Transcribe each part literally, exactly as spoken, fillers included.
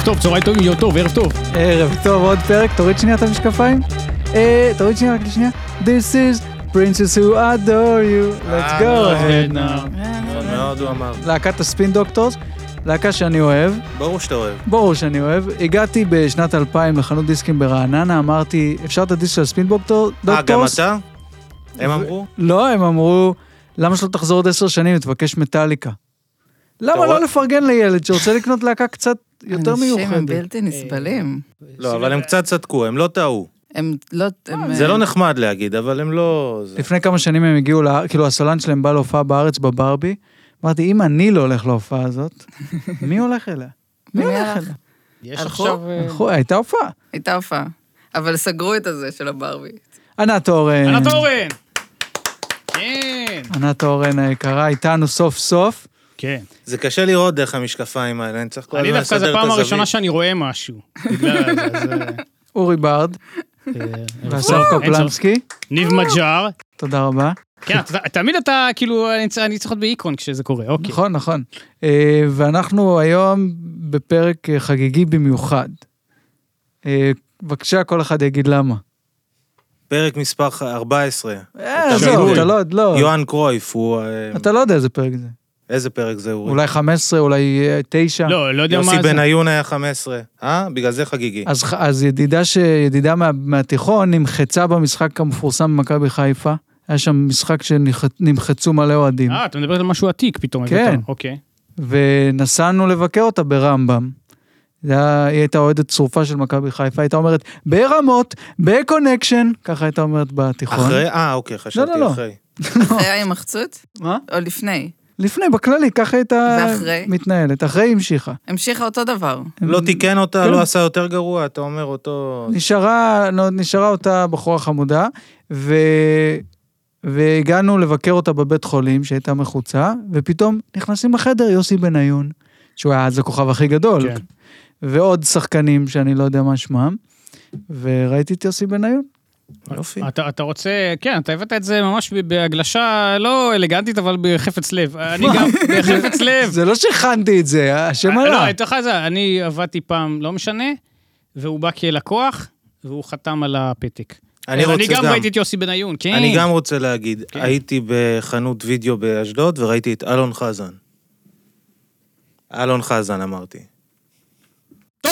טוב, צהריים טובים, יום טוב, ערב טוב. ערב טוב, עוד פרק, תוריד שנייה את המשקפיים. אה, תוריד שנייה, רק לשנייה. This is princess who adore you. Let's go ahead now. מאוד הוא אמר. להקת הספין דוקטורס, להקה שאני אוהב. ברור שאתה אוהב. ברור שאני אוהב. הגעתי בשנת אלפיים לחנות דיסקים ברעננה, אמרתי, אפשר את הדיסק של הספין דוקטורס? אה, גם אתה? הם אמרו? לא, הם אמרו, למה שלא תחזור עוד עשר שנים ותבקש מטאליקה? למה לא לפרגן לילד שרוצה לקנות להקה קצת יותר מיוחדת? אנשים הם בלתי נסבלים. לא, אבל הם קצת צדקו, הם לא טעו. הם לא... זה לא נחמד להגיד, אבל הם לא... לפני כמה שנים הם הגיעו, כאילו הסולן שלהם בא להופעה בארץ בברבי, אמרתי, אם אני לא הולך להופעה הזאת, מי הולך אליה? מי הולך אליה? יש עכשיו... הייתה הופעה. הייתה הופעה. אבל סגרו את הזה של הברבי. ענת אורן. ענת אורן! כן. ענת אורן היקרה, איתנו סוף סוף. כן. זה קשה לראות דרך המשקפיים האלה, אני צריך כל אני הזמן דווקא, לסדר זו את פעם הזווית. הראשונה שאני רואה משהו. בגלל זה, אורי ברד. ואסף קופלנסקי. ניב מג'אר. תודה רבה. כן, תמיד אתה, כאילו, אני צריך להיות באיקון כשזה קורה, אוקיי. נכון, נכון. ואנחנו היום בפרק חגיגי במיוחד. בבקשה, כל אחד יגיד למה. פרק מספר ארבע עשרה. עזוב, אתה לא, לא. יוהאן קרויף, הוא... אתה לא יודע איזה פרק זה. איזה פרק זה, אורי? אולי חמש עשרה, אולי תשע. לא, לא יודע מה זה. יוסי בניון היה חמש עשרה. אה? בגלל זה חגיגי. אז, אז ידידה שידידה מה, מהתיכון נמחצה במשחק המפורסם במכבי חיפה. היה שם משחק שנמחצו מלא אוהדים. אה, אתה מדבר על משהו עתיק פתאום. כן. אוקיי. ונסענו לבקר אותה ברמב"ם. זה היה, היא הייתה אוהדת צרופה של מכבי חיפה, הייתה אומרת, ברמות, בקונקשן, ככה הייתה אומרת בתיכון. אחרי? אה, אוקיי, חשבתי לא, לא, אחרי. אחרי ההימחצות? מה? או לפני? לפני, בכללי, ככה הייתה ואחרי? מתנהלת. אחרי המשיכה. המשיכה אותו דבר. לא תיקן אותה, כן. לא עשה יותר גרוע, אתה אומר אותו... נשארה, נשארה אותה בחורה חמודה, ו... והגענו לבקר אותה בבית חולים, שהייתה מחוצה, ופתאום נכנסים לחדר יוסי בניון, שהוא היה אז הכוכב הכי גדול. כן. ועוד שחקנים שאני לא יודע מה שמם, וראיתי את יוסי בניון. יופי. אתה, אתה רוצה, כן, אתה הבאת את זה ממש בהגלשה לא אלגנטית, אבל בחפץ לב. אני גם בחפץ לב. זה לא שכנתי את זה, השם עלה. לא, הייתה לך זה, אני עבדתי פעם, לא משנה, והוא בא כלקוח, והוא חתם על הפתק. אני רוצה אני גם גם. ראיתי את יוסי בניון, כן. אני גם רוצה להגיד, הייתי בחנות וידאו באשדוד, וראיתי את אלון חזן. אלון חזן אמרתי. טוב,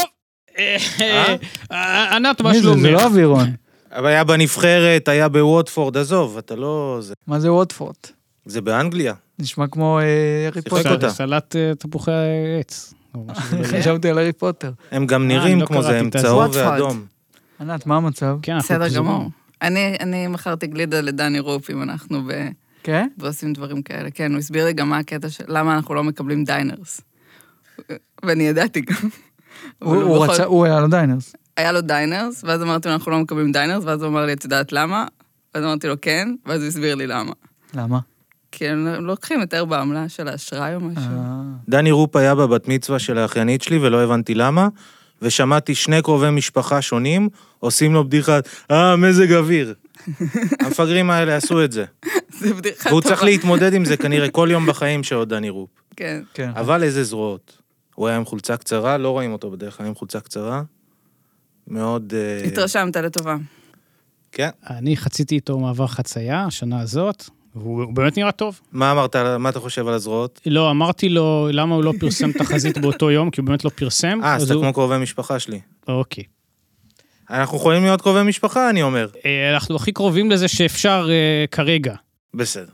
ענת מה מי זה? שלומך? זה לא אווירון. אבל היה בנבחרת, היה בווטפורד, עזוב, אתה לא... זה, מה זה ווטפורד? זה באנגליה. נשמע כמו הארי פוטר. אותה. סלט תפוחי עץ. חשבתי על הארי פוטר. הם גם אני נראים לא כמו זה, קראתי הם את זה. צהוב ווטפורד. ואדום. ענת, מה המצב? כן, אנחנו בסדר פזורים. גמור. אני, אני מכרתי גלידה לדני רופ, אם אנחנו ב... כן? ועושים דברים כאלה. כן, הוא הסביר לי גם מה הקטע של... למה אנחנו לא מקבלים דיינרס. ואני ידעתי גם. הוא הוא רצה, הוא היה לו דיינרס. היה לו דיינרס, ואז אמרתי לו, אנחנו לא מקבלים דיינרס, ואז הוא אמר לי, את יודעת למה? ואז אמרתי לו, כן, ואז הוא הסביר לי למה. למה? כי הם לוקחים יותר בעמלה של האשראי או משהו. אה, דני רופ היה בבת מצווה של האחיינית שלי, ולא הבנתי למה, ושמעתי שני קרובי משפחה שונים, עושים לו בדיחה, אה, מזג אוויר. המפגרים האלה עשו את זה. זה בדיחה והוא טובה. צריך להתמודד עם זה כנראה כל יום בחיים שעוד דני רופ. כן. כן. אבל איזה זרועות. הוא היה עם חולצה קצרה, לא רואים אותו בדרך כלל עם חולצה קצרה. מאוד... אה, התרשמת לטובה. כן. אני חציתי איתו מעבר חצייה, השנה הזאת, והוא הוא באמת נראה טוב. מה אמרת, מה אתה חושב על הזרועות? לא, אמרתי לו, למה הוא לא פרסם תחזית באותו יום, כי הוא באמת לא פרסם. אה, אז אתה הוא... כמו קרובי משפחה שלי. אוקיי. אנחנו יכולים להיות קרובי משפחה, אני אומר. אה, אנחנו הכי קרובים לזה שאפשר אה, כרגע. בסדר.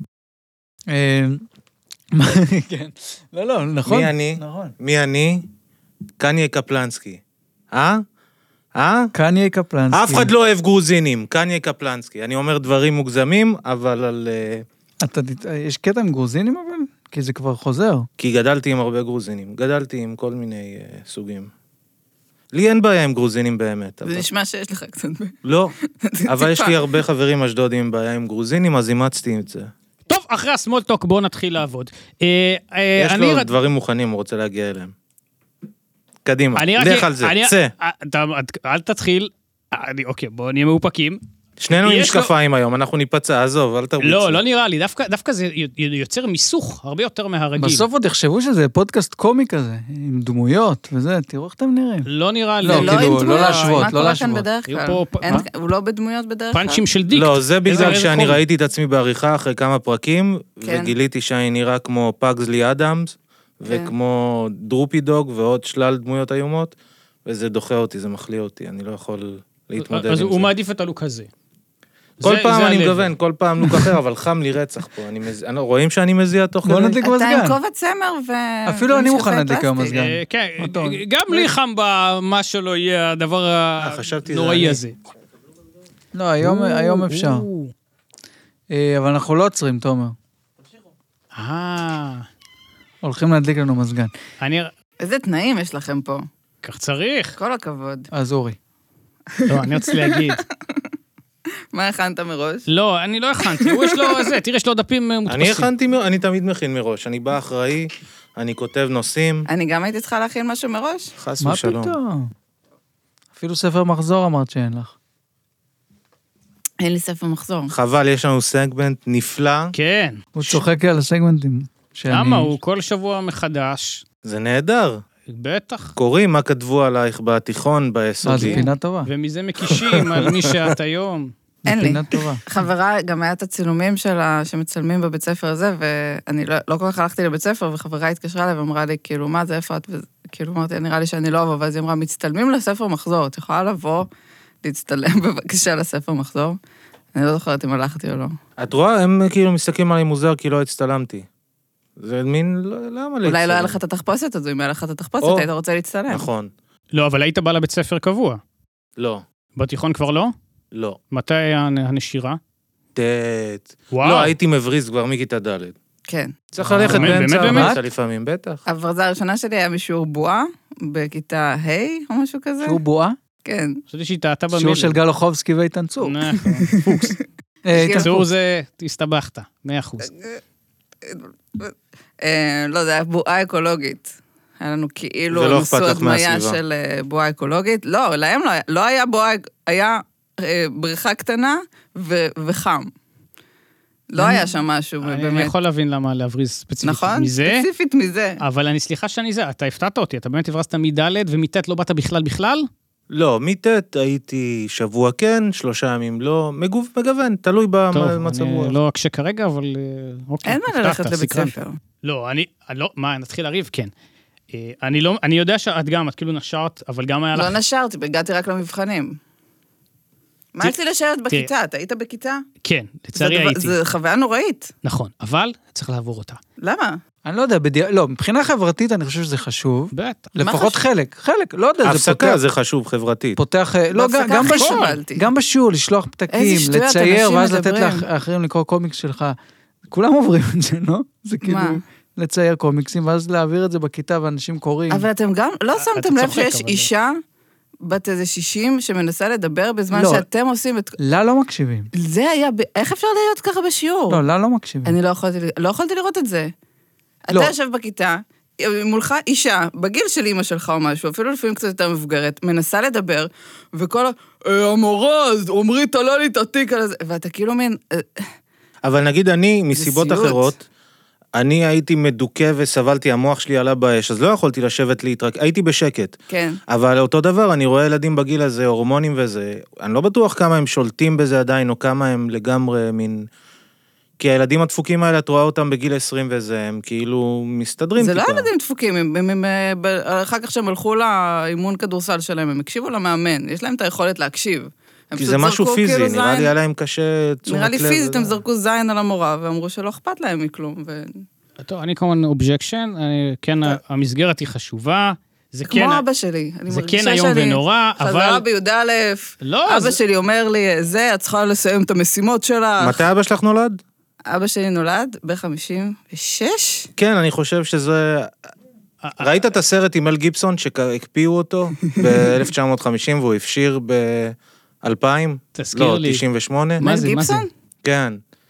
אה, כן. לא, לא, נכון. מי אני? נכון. מי אני? קניה קפלנסקי. אה? אה? קניה קפלנסקי. אף אחד לא אוהב גרוזינים, קניה קפלנסקי. אני אומר דברים מוגזמים, אבל על... אה, אתה, יש קטע עם גרוזינים אבל? כי זה כבר חוזר. כי גדלתי עם הרבה גרוזינים. גדלתי עם כל מיני אה, סוגים. לי אין בעיה עם גרוזינים באמת. אבל... זה נשמע שיש לך קצת... לא, זה אבל יש טיפה. לי הרבה חברים אשדודים עם בעיה עם גרוזינים, אז אימצתי את זה. טוב, אחרי הסמולטוק בואו נתחיל לעבוד. אה, אה, יש אני לו ר- דברים מוכנים, הוא רוצה להגיע אליהם. קדימה, אני רק- לך על זה, אני- צא. אתה- אל תתחיל, אני- אוקיי, בואו נהיה מאופקים. שנינו עם יש לו- משקפיים היום, אנחנו ניפצע, עזוב, אל תרוץ. לא, לא נראה לי, דווקא דווקא זה יוצר מיסוך הרבה יותר מהרגיל. בסוף עוד יחשבו שזה פודקאסט קומי כזה, עם דמויות וזה, תראו איך אתם נראים. לא נראה לי. לא, זה לא כאילו, עם לא דמויות, להשוות, מה לא קורה להשוות. כאן בדרך היו כלל? פה- אין- מה? הוא לא בדמויות בדרך כלל? פאנצ'ים של דיקט. לא, זה איזה- בגלל איזה שאני חול. ראיתי את עצמי בעריכה אחרי כמה פרקים, כן. וגיליתי שאני נראה כמו פאגזלי אדמס, וכמו דרופי דוג ועוד שלל דמויות איומות, וזה דוחה אותי, זה מחליא אותי, אני לא יכול להתמודד עם אז זה. הוא מעדיף את הלוק הזה. כל זה- פעם זה אני הלב. מגוון, כל פעם לוק אחר, אבל חם לי רצח פה. אני מז- אני- רואים שאני מזיע תוך בוא כדי? נדליק אתה עם מזגן. כובע צמר ו... אפילו אני מוכן ומשקפי להדליק היום פלסטיק. מזגן. אה, כן, אותו. גם לי חם במה שלא יהיה הדבר חשבתי זה הנוראי אני. הזה. לא, היום היום אפשר. או. אה, אבל אנחנו לא עוצרים, תומר. אה, הולכים להדליק לנו מזגן. אני... איזה תנאים יש לכם פה. כך צריך. כל הכבוד. אז אורי. לא, אני רציתי להגיד. מה הכנת מראש? לא, אני לא הכנתי, הוא יש לו זה, תראה, יש לו דפים אה, מודפסים. אני הכנתי, מ- אני תמיד מכין מראש, אני בא אחראי, אני כותב נושאים, אני גם הייתי צריכה להכין משהו מראש? חס מה ושלום. פתאום? אפילו ספר מחזור אמרת שאין לך. אין לי ספר מחזור. חבל, יש לנו סגמנט נפלא, כן. הוא צוחק לי על הסגמנטים. שאני- למה? הוא כל שבוע מחדש. זה נהדר. בטח. קוראים מה כתבו עלייך בתיכון, אה, זו ביסודי. פינה טובה. ומזה מקישים על מי שאת היום. אין זו לי. פינה טובה. חברה, גם היה את הצילומים שלה, שמצלמים בבית ספר הזה, ואני לא, לא כל כך הלכתי לבית ספר, וחברה התקשרה אליי ואמרה לי, כאילו, מה זה, איפה את? וכאילו, אמרתי, נראה לי שאני לא אבוא, ואז היא אמרה, מצטלמים לספר מחזור, את יכולה לבוא, להצטלם בבקשה לספר מחזור? אני לא זוכרת אם הלכתי או לא. את רואה, הם כאילו מסתכלים עליי מוזר כי לא הצטלמתי. זה מין, לא- למה להצטלם? אולי לא היה לך את התחפושת הזו, אם היה לך את התחפושת, או. היית רוצה להצטלם. נכון. לא, אבל היית בא לבית ספר קבוע. לא, בתיכון כבר לא? לא. מתי היה הנשירה? טט. וואו. לא, הייתי מבריז כבר מכיתה ד'. כן. צריך אה, ללכת באמת, באמצע באמת, באמת? הביתה לפעמים, בטח. הברזה הראשונה שלי היה בשיעור בועה, בכיתה ה' או משהו כזה. שהוא בועה? כן. חשבתי שהיא טעתה במילה. שיעור של גל אוחובסקי ואיתן צור. נכון, פוקס. אה, איתן צור פוקס. זה, הסתבכת, מאה אחוז. אה, לא, זה היה בועה אקולוגית. היה לנו כאילו ולא אכפת ניסו לך הדמיה מהסביבה. של אה, בועה אקולוגית. לא, להם לא היה, לא היה בועה, היה אה, בריכה קטנה ו- וחם. לא היה שם משהו, אני באמת. יכול להבין למה להבריז ספציפית נכון? מזה, ספציפית מזה. אבל אני סליחה שאני זה, אתה הפתעת אותי, אתה באמת הברזת מד' ומט' לא באת בכלל בכלל? לא, מט' הייתי שבוע כן, שלושה ימים לא, מגוב, מגוון, תלוי טוב, במצב רוח. אני לא אקשה כרגע, אבל אה, אוקיי. אין מה הפתעת, ללכת לבית סקרנת. ספר. לא, אני, אני לא, מה, נתחיל לריב? כן. אה, אני לא, אני יודע שאת גם, את כאילו נשרת, אבל גם היה לך... לא נשרתי, הגעתי רק למבחנים. מה יש לי לשבת בכיתה? אתה היית בכיתה? כן, לצערי זה דבר- הייתי. זה חוויה נוראית. נכון, אבל צריך לעבור אותה. למה? אני לא יודע, בדיע- לא, מבחינה חברתית אני חושב שזה חשוב. בטח. לפחות חשוב? חלק, חלק, לא יודע, זה הפסקה פותח, זה חשוב חברתית. פותח, אה, לא, בהפסקה גם הכי בשיעור, קיבלתי. גם בשיעור, לשלוח פתקים, איזה שטויות, לצייר, אנשים ואז לתת מדברים. לאחרים לקרוא קומיקס שלך. כולם עוברים את זה, לא? זה כאילו, מה? לצייר קומיקסים, ואז להעביר את זה בכיתה ואנשים קוראים. אבל אתם גם, לא אתה שמתם לב צוחק, שיש אבל- אישה בת איזה שישים שמנסה לדבר בזמן לא. שאתם עושים את... לה לא מקשיבים. זה היה, ב- איך אפשר להיות ככה בשיעור? לא, לה לא מקשיבים. אני לא יכולתי, לא יכולתי לראות את זה. אתה לא. יושב בכיתה, מולך אישה, בגיל של אימא שלך או משהו, אפילו לפעמים קצת יותר מבוגרת, מנסה לדבר, וכל ה... "אה, המורה, אז עמרי תלה לי את התיק על זה, ואתה כאילו מין... אה, אבל נגיד אני, מסיבות סיוט. אחרות, אני הייתי מדוכא וסבלתי, המוח שלי עלה באש, אז לא יכולתי לשבת להתרק, הייתי בשקט. כן. אבל אותו דבר, אני רואה ילדים בגיל הזה, הורמונים וזה, אני לא בטוח כמה הם שולטים בזה עדיין, או כמה הם לגמרי מין... כי הילדים הדפוקים האלה, את רואה אותם בגיל עשרים וזה, הם כאילו מסתדרים זה טיפה. לא ילדים דפוקים, הם, הם, הם, אה, ב- אחר כך שהם הלכו לאימון כדורסל שלהם, הם הקשיבו למאמן, יש להם את היכולת להקשיב. הם כי פשוט זה משהו זרקו פיזי, כאילו נראה זין- לי היה להם קשה תשומת נראה לי לב פיזית וזה. הם זרקו זין על המורה, ואמרו שלא אכפת להם מכלום. ו... טוב, אני כמובן אובג'קשן, כן, המסגרת היא חשובה, זה כן... כמו אבא שלי. אני זה מרגישה כן איום שאני ונורא, חברה אבל... בי"א, לא, אבא זה- שלי אומר לי, זה, את צריכה לסיים את המשימות שלך. מתי אבא שלך נולד? אבא שלי נולד ב-חמישים ושש? כן, אני חושב שזה... ראית את הסרט עם מל גיבסון שהקפיאו אותו ב-אלף תשע מאות וחמישים והוא הפשיר ב-אלפיים? תזכיר לא, לי. תשעים ושמונה? מה מל זה, מה זה? גיבסון? כן.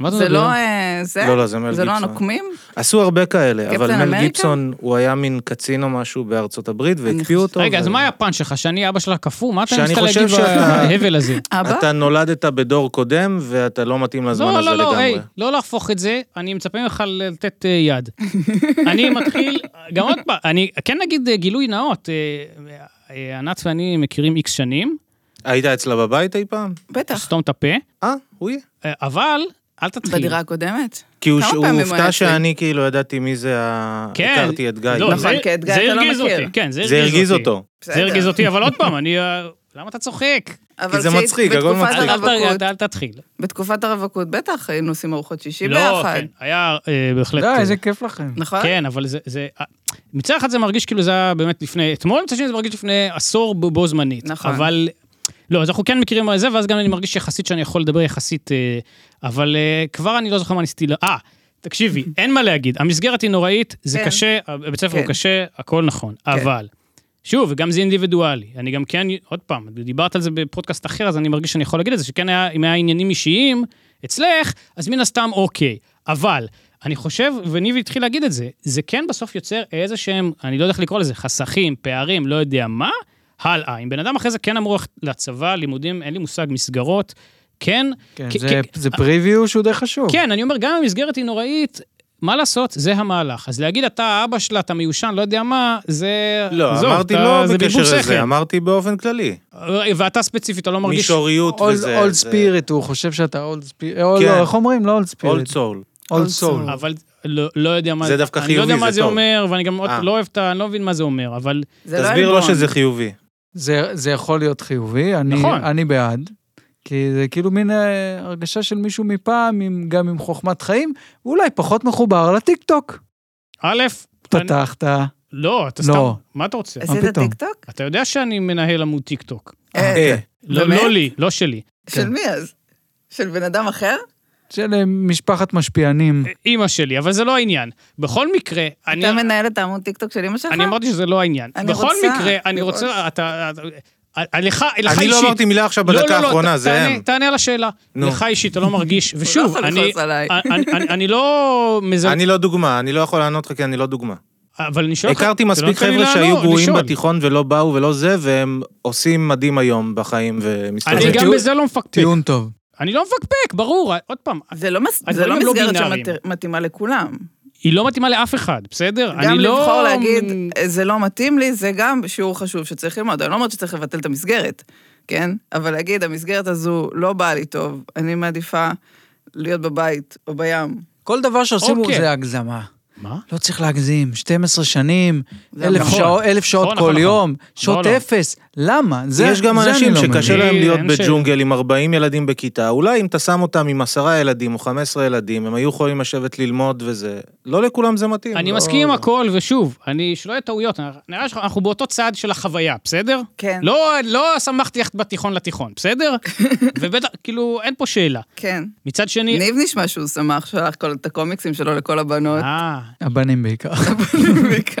מה אתה זה מדבר? לא אה, זה? לא, לא, זה מל זה לא גיבסון. הנוקמים? עשו הרבה כאלה, אבל קפטן מל אמריקה? גיבסון, הוא היה מין קצין או משהו בארצות הברית, והקפיאו אותו. רגע, ו- אז מה היה הפאנץ' שלך? שאני אבא שלך קפוא? מה אתה שאני ניסית חושב להגיד שאתה- בהבל הזה? אבא? אתה נולדת בדור קודם, ואתה לא מתאים לזמן לא, הזה לא, לא, לגמרי. היי, לא להפוך את זה, אני מצפה ממך לתת אה, יד. אני מתחיל, גם עוד פעם, אני כן נגיד אה, גילוי נאות, אה, אה, ענת ואני מכירים איקס שנים, היית אצלה בבית אי פעם? בטח. סתום את הפה, אה, אוי. אה, אבל אל תתחיל. בדירה הקודמת? כי הוא כמה הוא פעמים הוא הופתע היה אצלי? שאני כאילו ידעתי מי זה ה... כן. הכרתי את גיא. לא, נכון, זה- כי את גיא זה אתה לא הרגיז מכיר. אותי, כן, זה זה הרגיז אותי. אותו. זה הרגיז אותי, אבל עוד פעם, אני... אה, למה אתה צוחק? אבל זה כשהיית מצחיק, הכל בתקופת מצחיק. אל- אל הרווקות, ת- אל תתחיל. בתקופת הרווקות בטח היינו עושים ארוחות שישי לא, ביחד. כן, היה אה, בהחלט... די, אה, איזה כיף לכם. נכון? כן, אבל זה, זה, מצד אחד זה מרגיש כאילו זה היה באמת לפני, אתמול מצד שני זה מרגיש לפני עשור בו בו זמנית. נכון. אבל, לא, אז אנחנו כן מכירים על זה, ואז גם אני מרגיש יחסית שאני יכול לדבר יחסית, אה, אבל אה, כבר אני לא זוכר מה ניסיתי, ל- אה, תקשיבי, אין מה להגיד, המסגרת היא נוראית, זה כן. קשה, בית ספר כן. הוא קשה, הכל נכון, אבל, שוב, וגם זה אינדיבידואלי, אני גם כן, עוד פעם, דיברת על זה בפודקאסט אחר, אז אני מרגיש שאני יכול להגיד את זה, שכן היה, אם היה עניינים אישיים אצלך, אז מן הסתם אוקיי, אבל אני חושב, וניבי התחיל להגיד את זה, זה כן בסוף יוצר איזה שהם, אני לא יודע איך לקרוא לזה, חסכים, פערים, לא יודע מה, הלאה. אם בן אדם אחרי זה כן אמור ללכת לצבא, לימודים, אין לי מושג, מסגרות, כן. כן, כ- זה- כ- זה פריוויו שהוא די חשוב. כן, אני אומר, גם אם המסגרת היא נוראית, מה לעשות? זה המהלך. אז להגיד, אתה האבא שלה, אתה מיושן, לא יודע מה, זה... לא, עזוב, אמרתי אתה- לא זה בקשר בלבול לזה, שכל. אמרתי באופן כללי. ואתה ספציפית, אתה לא מרגיש... מישוריות וזה. אולד זה- ספיריט, הוא חושב שאתה אולד ספיריט, כן. לא, איך אומרים? לא אולד אולד ספיריט. סול. אולד Old סול. soul. אבל לא, לא יודע מה... זה דווקא אני חיובי, לא יודע מה זה זה טוב. אומר, ואני גם עוד אה. לא אוהב את ה... אני לא מבין מה זה אומר, אבל... זה לא תסביר לו עלבון. שזה חיובי. זה זה יכול להיות חיובי, אני נכון. אני בעד. כי זה כאילו מין אה, הרגשה של מישהו מפעם, עם- גם עם חוכמת חיים, ואולי פחות מחובר לטיק-טוק. א', אני- פתחת. לא, אתה לא. סתם... מה אתה רוצה? עשית פתאום? טיקטוק? אתה יודע שאני מנהל עמוד טיקטוק. אה, לא באמת? לא לי, לא שלי. של מי אז? של בן אדם אחר? של אה, משפחת משפיענים. אימא שלי, אבל זה לא העניין. בכל מקרה, אני... אתה מנהל את העמוד טיקטוק של אמא שלך? אני אמרתי שזה לא העניין. אני בכל רוצה מקרה, אני לראות. רוצה... אתה... אתה- לך לך אני לא אישית... אמרתי מילה עכשיו לא, בדקה לא, לא, האחרונה, ת- זה תענה- הם. תענה על השאלה. נו. לך אישית, אתה לא מרגיש, ושוב, יכול אני... לכעוס עליי. אני- אני- אני לא מזל... אני לא דוגמה, אני לא יכול לענות לך כי אני לא דוגמה. אבל אני שואל אותך... הכרתי אתה לא מספיק נותן לי חבר'ה שהיו לענות, גרועים לשאול. בתיכון ולא באו ולא זה, והם עושים מדהים היום בחיים אני ומסתובבים. גם טיעון- בזה לא מפקפק. טיעון טוב. אני לא מפקפק, ברור. עוד פעם, זה לא מס- זה הדברים לא הם לא מסגרת בינאריים. שמתאימה לכולם. היא לא מתאימה לאף אחד, בסדר? גם אני לא... לבחור להגיד, זה לא מתאים לי, זה גם שיעור חשוב שצריך ללמוד. אני לא אומרת שצריך לבטל את המסגרת, כן? אבל להגיד, המסגרת הזו לא באה לי טוב, אני מעדיפה להיות בבית או בים. כל דבר שעושים הוא אוקיי. זה הגזמה. מה? לא צריך להגזים, שתים עשרה שנים, זה אלף נכון. שעות, אלף שעות נכון, כל נכון, יום, שעות לא, לא. אפס. למה? זה- יש גם זה אני אנשים לא שקשה מבין. להם להיות אין שאלה. בג'ונגל עם ארבעים ילדים בכיתה, אולי אם אתה שם אותם עם עשרה ילדים או חמישה עשר ילדים, הם היו יכולים לשבת ללמוד וזה, לא לכולם זה מתאים. אני לא- מסכים עם הכל, ושוב, אני, שלא יהיה טעויות, נראה שאנחנו באותו צד של החוויה, בסדר? כן. לא, לא שמחתי ללכת בתיכון לתיכון, בסדר? ובטח, כאילו, אין פה שאלה. כן. מצד שני... ניב נשמע שהוא שמח, שלח כל- את הקומיקסים שלו לכל הבנות. אה, הבנים בעיקר. בעיקר.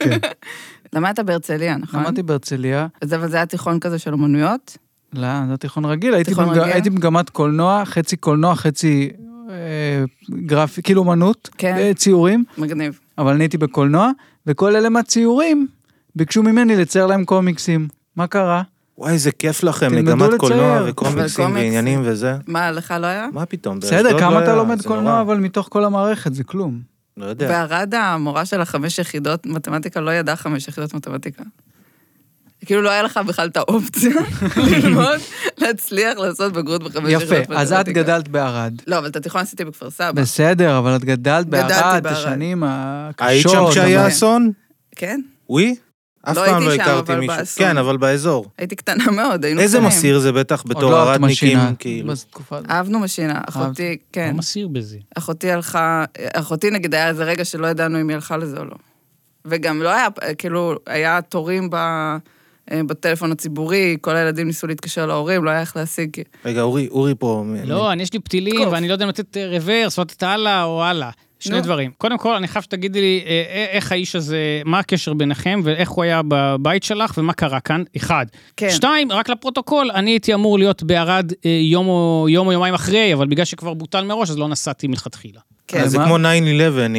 למדת בהרצליה, נכון? למדתי בהרצליה, אז אבל זה היה תיכון כזה של אומנויות? לא, זה תיכון רגיל, הייתי תיכון במג- רגיל? הייתי במגמת קולנוע, חצי קולנוע, חצי אה, גרפי, כאילו אומנות, כן. אה, ציורים, מגניב. אבל אני הייתי בקולנוע, וכל אלה מהציורים ביקשו ממני לצייר להם קומיקסים. מה קרה? וואי, איזה כיף לכם, תלמדו מגמת לצייר. קולנוע אבל וקומיקסים קומיקס- ועניינים וזה. מה, לך לא היה? מה פתאום? בסדר, באשדוד כמה לא אתה היה, לומד זה קולנוע, נורא. אבל מתוך כל המערכת זה כלום. לא יודע. בערד המורה של החמש יחידות מתמטיקה לא ידעה חמש יחידות מתמטיקה. כאילו לא היה לך בכלל את האופציה ללמוד, להצליח לעשות בגרות בחמש יחידות יפה, מתמטיקה. אז את גדלת בערד. לא, אבל את התיכון עשיתי בכפר סבא. בסדר, אבל את גדלת גדלתי בערד, בערד. השנים היית הקשות. שם כשהיה אבל- אסון? כן? וואי? אף לא פעם הייתי לא שם, הכרתי אבל מישהו. באסון. כן, אבל באזור. הייתי קטנה מאוד, היינו איזה קטנים. מסיר זה בטח עוד בתור לא אהבת הרדניקים, משינה כאילו. בתקופה הזאת. אהבנו משינה, אחותי, כן. לא מסיר בזה. אחותי הלכה, אחותי נגיד היה איזה רגע שלא ידענו אם היא הלכה לזה או לא. וגם לא היה, כאילו, היה תורים ב... בטלפון הציבורי, כל הילדים ניסו להתקשר להורים, לא היה איך להשיג. רגע, אורי, אורי פה. לא, אני יש לי פתילים, קוף. ואני לא יודע אם לתת רוורס, או לתת הלאה או הלאה. שני דברים. קודם כל, אני חייב שתגידי לי איך האיש הזה, מה הקשר ביניכם, ואיך הוא היה בבית שלך, ומה קרה כאן. אחד. שתיים, רק לפרוטוקול, אני הייתי אמור להיות בערד יום או יומיים אחרי, אבל בגלל שכבר בוטל מראש, אז לא נסעתי מלכתחילה. זה כמו נין אלבן,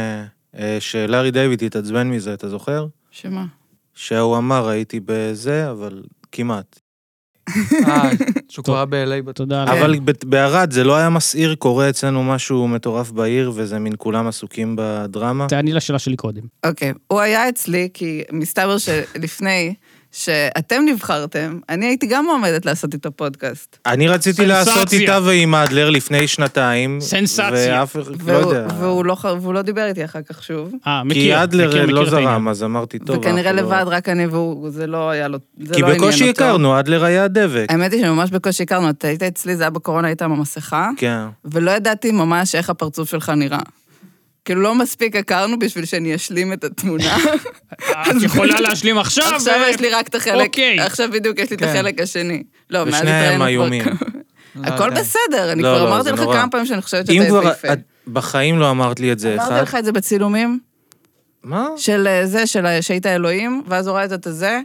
שלארי דיוויד התעצבן מזה, אתה זוכר? שמה? שהוא אמר, הייתי בזה, אבל כמעט. אה, שהוא קורה ב-אל איי. תודה. אבל בערד זה לא היה מסעיר, קורה אצלנו משהו מטורף בעיר, וזה מין כולם עסוקים בדרמה. תעני לשאלה שלי קודם. אוקיי, הוא היה אצלי, כי מסתבר שלפני שאתם נבחרתם, אני הייתי גם מועמדת לעשות איתו פודקאסט. אני רציתי לעשות איתה ועם אדלר לפני שנתיים. סנסציה. ואף אחד לא יודע. והוא לא דיבר איתי אחר כך שוב. כי אדלר לא זרם, אז אמרתי טוב. וכנראה לבד, רק אני והוא, זה לא היה לו, זה כי לא עניין אותו. בקושי הכרנו, אדלר היה דבק. האמת היא שממש בקושי הכרנו, אתה היית אצלי, זה היה בקורונה, היית עם המסכה. כן. ולא ידעתי ממש איך הפרצוף שלך נראה. כאילו לא מספיק הכרנו בשביל שאני אשלים את התמונה. את יכולה להשלים עכשיו? עכשיו יש לי רק את החלק, עכשיו בדיוק יש לי את החלק השני. לא, מאז ושניהם איומים. הכל בסדר, אני כבר אמרתי לך כמה פעמים שאני חושבת שאתה יפהפה. בחיים לא אמרת לי את זה אחד. אמרתי לך את זה בצילומים. מה? של זה, של שהיית אלוהים, ואז הורדת את זה.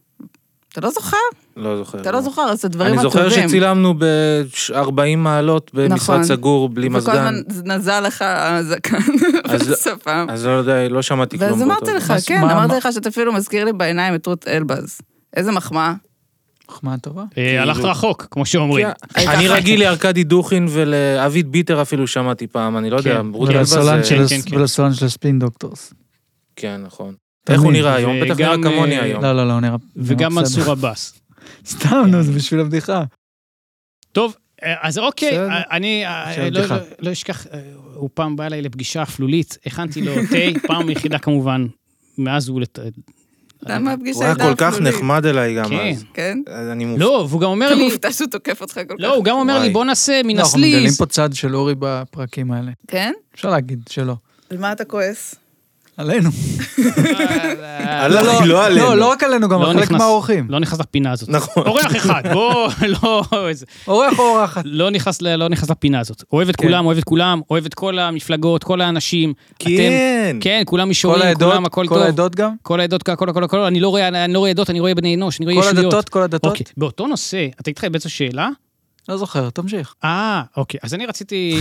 אתה לא זוכר? לא זוכר. אתה לא זוכר, אז זה דברים הטובים. אני זוכר שצילמנו ב-ארבעים מעלות במשרד סגור, בלי מזגן. וכל הזמן נזל לך הזקן בשפה. אז לא יודע, לא שמעתי כלום. ואז אמרתי לך, כן, אמרתי לך שאתה אפילו מזכיר לי בעיניים את רות אלבז. איזה מחמאה. מחמאה טובה. הלכת רחוק, כמו שאומרים. אני רגיל לארקדי דוכין ולאביד ביטר אפילו שמעתי פעם, אני לא יודע, רות אלבז. ולסולן של ספין דוקטורס. כן, נכון. איך הוא נראה היום? בטח נראה כמוני היום. לא, לא, לא, הוא נראה... וגם מנסור עבאס. סתם, נו, זה בשביל הבדיחה. טוב, אז אוקיי, אני לא אשכח, הוא פעם בא אליי לפגישה אפלולית, הכנתי לו תה, פעם יחידה כמובן, מאז הוא... למה הפגישה הוא היה כל כך נחמד אליי גם אז. כן? לא, והוא גם אומר לי... אתה מופתע שהוא תוקף אותך כל כך. לא, הוא גם אומר לי, בוא נעשה מן אנחנו מגלים הסליז. פה צד של אורי בפרקים האלה. כן? אפשר להגיד שלא. על מה אתה כועס? עלינו. עליי, לא עלינו. לא, לא רק עלינו, גם חלק מהאורחים. לא נכנס לפינה הזאת. נכון. אורח אחד, בוא, לא... אורח או אורחת. לא נכנס לפינה הזאת. אוהב את כולם, אוהב את כולם, אוהב את כל המפלגות, כל האנשים. כן. כן, כולם מישורים, כולם הכל טוב. כל העדות גם? כל העדות, כל, כל, כל, אני לא רואה עדות, אני רואה בני אנוש, אני רואה ישויות. כל הדתות, כל הדתות. אוקיי, באותו נושא, אתה התחיל בעצם שאלה? לא זוכר, תמשיך. אה, אוקיי, אז אני רציתי...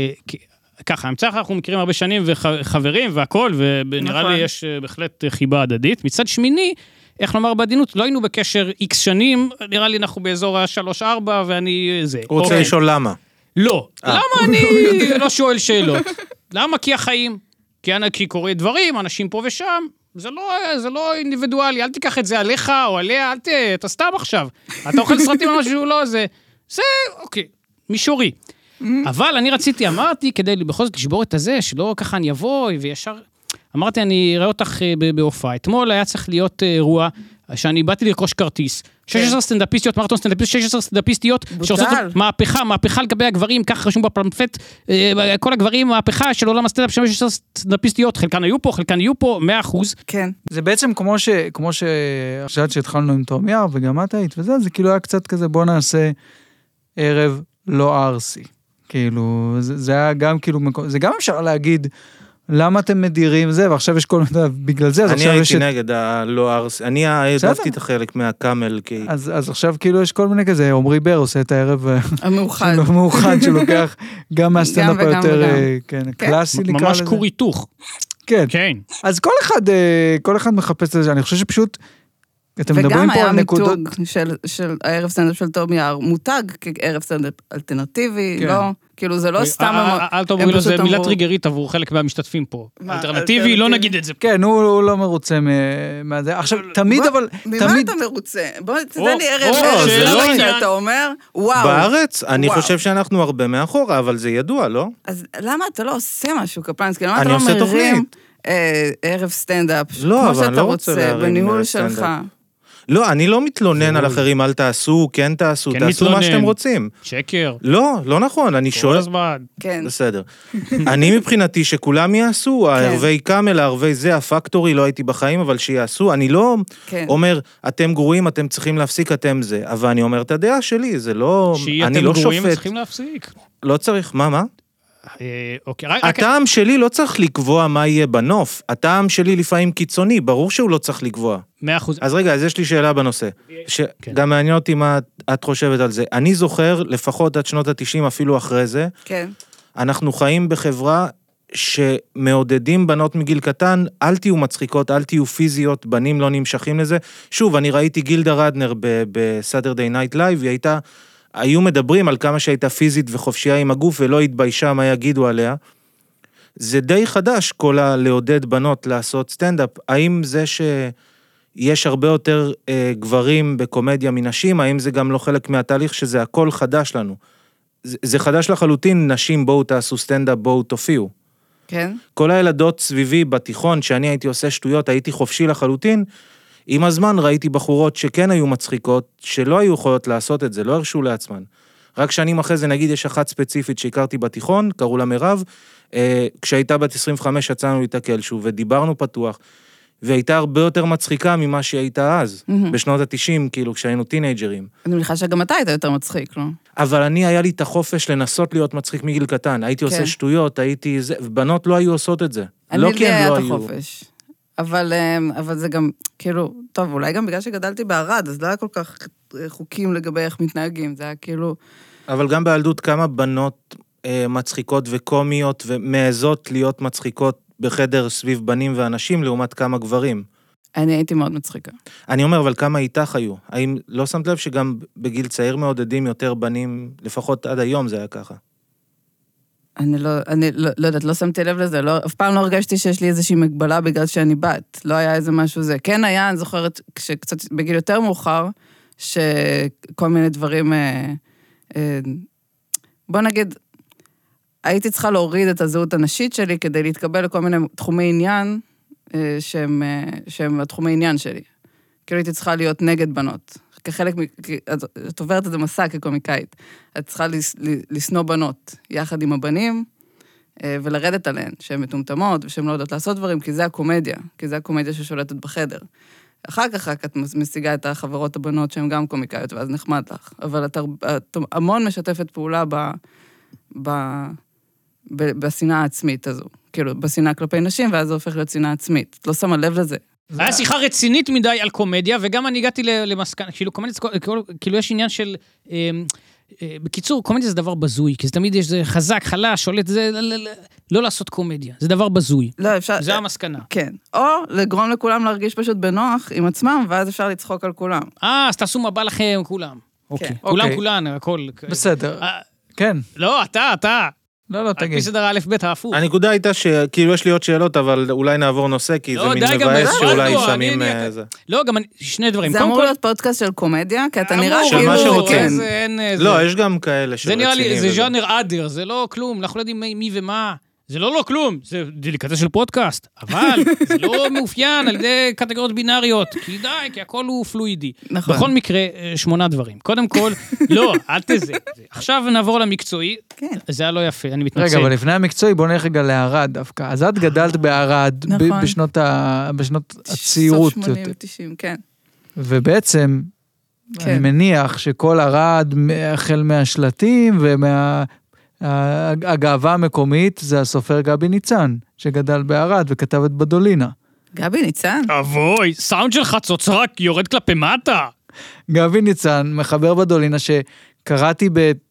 ככה, אני מצליח, אנחנו מכירים הרבה שנים וחברים והכל, ונראה לי יש בהחלט חיבה הדדית. מצד שמיני, איך לומר בעדינות, לא היינו בקשר איקס שנים, נראה לי אנחנו באזור ה-שלוש ארבע, ואני זה. הוא רוצה לשאול למה. לא. למה אני לא שואל שאלות? למה? כי החיים. כי קורה דברים, אנשים פה ושם, זה לא אינדיבידואלי, אל תיקח את זה עליך או עליה, אל ת... אתה סתם עכשיו. אתה אוכל סרטים על משהו לא, זה... זה, אוקיי, מישורי. אבל אני רציתי, אמרתי, כדי בכל זאת לשבור את הזה, שלא ככה אני אבוא וישר... אמרתי, אני אראה אותך בהופעה. אתמול היה צריך להיות אירוע, שאני באתי לרכוש כרטיס. שש עשרה סטנדאפיסטיות, מרתון סטנדאפיסטיות, שש עשרה סטנדאפיסטיות, שעושות מהפכה, מהפכה לגבי הגברים, כך רשום בפלמפט, כל הגברים, מהפכה של עולם הסטנדאפ, שש עשרה סטנדאפיסטיות, חלקן היו פה, חלקן היו פה, מאה אחוז. כן. זה בעצם כמו ש... כמו ש... עכשיו שהתחלנו עם תום יער, וגם את היית, וזה, זה כאילו היה קצת כזה, בוא נעשה ערב לא ארסי. כאילו, זה, זה היה גם כאילו, זה גם אפשר להגיד, למה אתם מדירים זה, ועכשיו יש כל מיני, בגלל זה, אז עכשיו יש... אני הייתי נגד הלא ארס, אני העדפתי את החלק מהקאמל, כי... אז, אז עכשיו כאילו יש כל מיני כזה, עומרי בר עושה את הערב... המאוחד. המאוחד שלוקח גם מהסטנדאפ היותר, כן, קלאסי נקרא לזה. ממש כור היתוך. כן. כן. אז כל אחד, כל אחד מחפש את זה, אני חושב שפשוט... וגם היה מיתוג של, של הערב סטנדאפ של תום יער, מותג כערב סטנדאפ אלטרנטיבי, כן. לא, כאילו זה לא סתם... אל תאמרי לו, זה מילה טריגרית עבור חלק מהמשתתפים פה. אלטרנטיבי, לא נגיד את זה. כן, הוא, הוא לא מרוצה מהזה. עכשיו, תמיד אבל... ממה אתה מרוצה? בוא תתן לי ערב ערב שאתה אומר, וואו. בארץ? אני חושב שאנחנו הרבה מאחורה, אבל זה ידוע, לא? אז למה אתה לא עושה משהו, קפלנסקי? למה אתה לא מרים ערב סטנדאפ, כמו שאתה רוצה, בניהול שלך? לא, אני לא מתלונן על אחרים, אל תעשו, כן תעשו, תעשו מה שאתם רוצים. שקר. לא, לא נכון, אני שואל... כל הזמן. כן. בסדר. אני מבחינתי שכולם יעשו, הערבי קאמל, הערבי זה, הפקטורי, לא הייתי בחיים, אבל שיעשו, אני לא אומר, אתם גרועים, אתם צריכים להפסיק, אתם זה, אבל אני אומר את הדעה שלי, זה לא... שאתם גרועים, צריכים להפסיק. לא צריך, מה, מה? אוקיי, רק... הטעם שלי לא צריך לקבוע מה יהיה בנוף, הטעם שלי לפעמים קיצוני, ברור שהוא לא צריך לקבוע. מאה אחוז. אז רגע, אז יש לי שאלה בנושא, שגם מעניין אותי מה את חושבת על זה. אני זוכר, לפחות עד שנות ה-תשעים, אפילו אחרי זה, כן. אנחנו חיים בחברה שמעודדים בנות מגיל קטן, אל תהיו מצחיקות, אל תהיו פיזיות, בנים לא נמשכים לזה. שוב, אני ראיתי גילדה רדנר בסאטרדיי נייט לייב, היא הייתה, היו מדברים על כמה שהייתה פיזית וחופשייה עם הגוף, ולא התביישה מה יגידו עליה. זה די חדש, כל הלעודד בנות לעשות סטנדאפ. האם זה שיש הרבה יותר אה, גברים בקומדיה מנשים, האם זה גם לא חלק מהתהליך שזה הכל חדש לנו? זה, זה חדש לחלוטין, נשים בואו תעשו סטנדאפ, בואו תופיעו. כן. כל הילדות סביבי בתיכון, שאני הייתי עושה שטויות, הייתי חופשי לחלוטין, עם הזמן ראיתי בחורות שכן היו מצחיקות, שלא היו יכולות לעשות את זה, לא הרשו לעצמן. רק שנים אחרי זה, נגיד, יש אחת ספציפית שהכרתי בתיכון, קראו לה מירב, אה, כשהייתה בת עשרים וחמש, יצאנו להתקל שוב, ודיברנו פתוח, והייתה הרבה יותר מצחיקה ממה שהייתה אז, mm-hmm. בשנות ה-תשעים, כאילו, כשהיינו טינג'רים. אני מניחה שגם אתה היית יותר מצחיק, לא? אבל אני, היה לי את החופש לנסות להיות מצחיק מגיל קטן, הייתי כן. עושה שטויות, הייתי, ובנות לא היו עושות את זה. לא כי הם לא היו. החופש. אבל, אבל זה גם, כאילו, טוב, אולי גם בגלל שגדלתי בערד, אז לא היה כל כך חוקים לגבי איך מתנהגים, זה היה כאילו... אבל גם בילדות כמה בנות אה, מצחיקות וקומיות, ומעזות להיות מצחיקות בחדר סביב בנים ואנשים, לעומת כמה גברים. אני הייתי מאוד מצחיקה. אני אומר, אבל כמה איתך היו? האם לא שמת לב שגם בגיל צעיר מעודדים יותר בנים, לפחות עד היום זה היה ככה? אני לא, אני לא, לא יודעת, לא שמתי לב לזה, לא, אף פעם לא הרגשתי שיש לי איזושהי מגבלה בגלל שאני בת, לא היה איזה משהו זה. כן היה, אני זוכרת, שקצת בגיל יותר מאוחר, שכל מיני דברים, אה, אה, בוא נגיד, הייתי צריכה להוריד את הזהות הנשית שלי, כדי להתקבל לכל מיני תחומי עניין, אה, שהם, אה, שהם התחומי עניין שלי. כאילו הייתי צריכה להיות נגד בנות. כחלק, את, את עוברת את זה מסע כקומיקאית. את צריכה לסנוע בנות יחד עם הבנים, ולרדת עליהן, שהן מטומטמות, ושהן לא יודעות לעשות דברים, כי זה הקומדיה, כי זה הקומדיה ששולטת בחדר. אחר כך רק את משיגה את החברות הבנות שהן גם קומיקאיות, ואז נחמד לך. אבל את, את המון משתפת פעולה ב, ב, ב, בשנאה העצמית הזו. כאילו, בשנאה כלפי נשים, ואז זה הופך להיות שנאה עצמית. את לא שמה לב לזה. היה שיחה רצינית מדי על קומדיה, וגם אני הגעתי למסקנה, כאילו קומדיה, כאילו יש עניין של, בקיצור, קומדיה זה דבר בזוי, כי זה תמיד יש, זה חזק, חלש, שולט, זה לא לעשות קומדיה, זה דבר בזוי. לא, אפשר... זה המסקנה. כן. או לגרום לכולם להרגיש פשוט בנוח עם עצמם, ואז אפשר לצחוק על כולם. אה, אז תעשו מה בא לכם, כולם. אוקיי. כולם, כולן, הכל. בסדר. כן. לא, אתה, אתה. לא, לא, תגיד. על פי סדר א' ב' ההפוך. הנקודה הייתה שכאילו יש לי עוד שאלות, אבל אולי נעבור נושא, כי זה מין מבאס שאולי שמים... לא, גם שני דברים. זה אמור להיות פודקאסט של קומדיה, כי אתה נראה של מה שרוצים. כאילו... לא, יש גם כאלה זה נראה לי, זה ז'אנר אדר, זה לא כלום, אנחנו לא יודעים מי ומה. זה לא לא כלום, זה דליקטה של פודקאסט, אבל זה לא מאופיין על ידי קטגוריות בינאריות, כי די, כי הכל הוא פלואידי. נכון. בכל מקרה, שמונה דברים. קודם כל, לא, אל תזה. עכשיו נעבור למקצועי, זה היה לא יפה, אני מתנצל. רגע, אבל לפני המקצועי, בוא נלך רגע לערד דווקא. אז את גדלת בערד, בשנות הצעירות. סוף שמונים ותשעים, כן. ובעצם, אני מניח שכל ערד, החל מהשלטים ומה... הגאווה המקומית זה הסופר גבי ניצן, שגדל בערד וכתב את בדולינה. גבי ניצן? אבוי, סאונד של חצוצרק יורד כלפי מטה. גבי ניצן, מחבר בדולינה שקראתי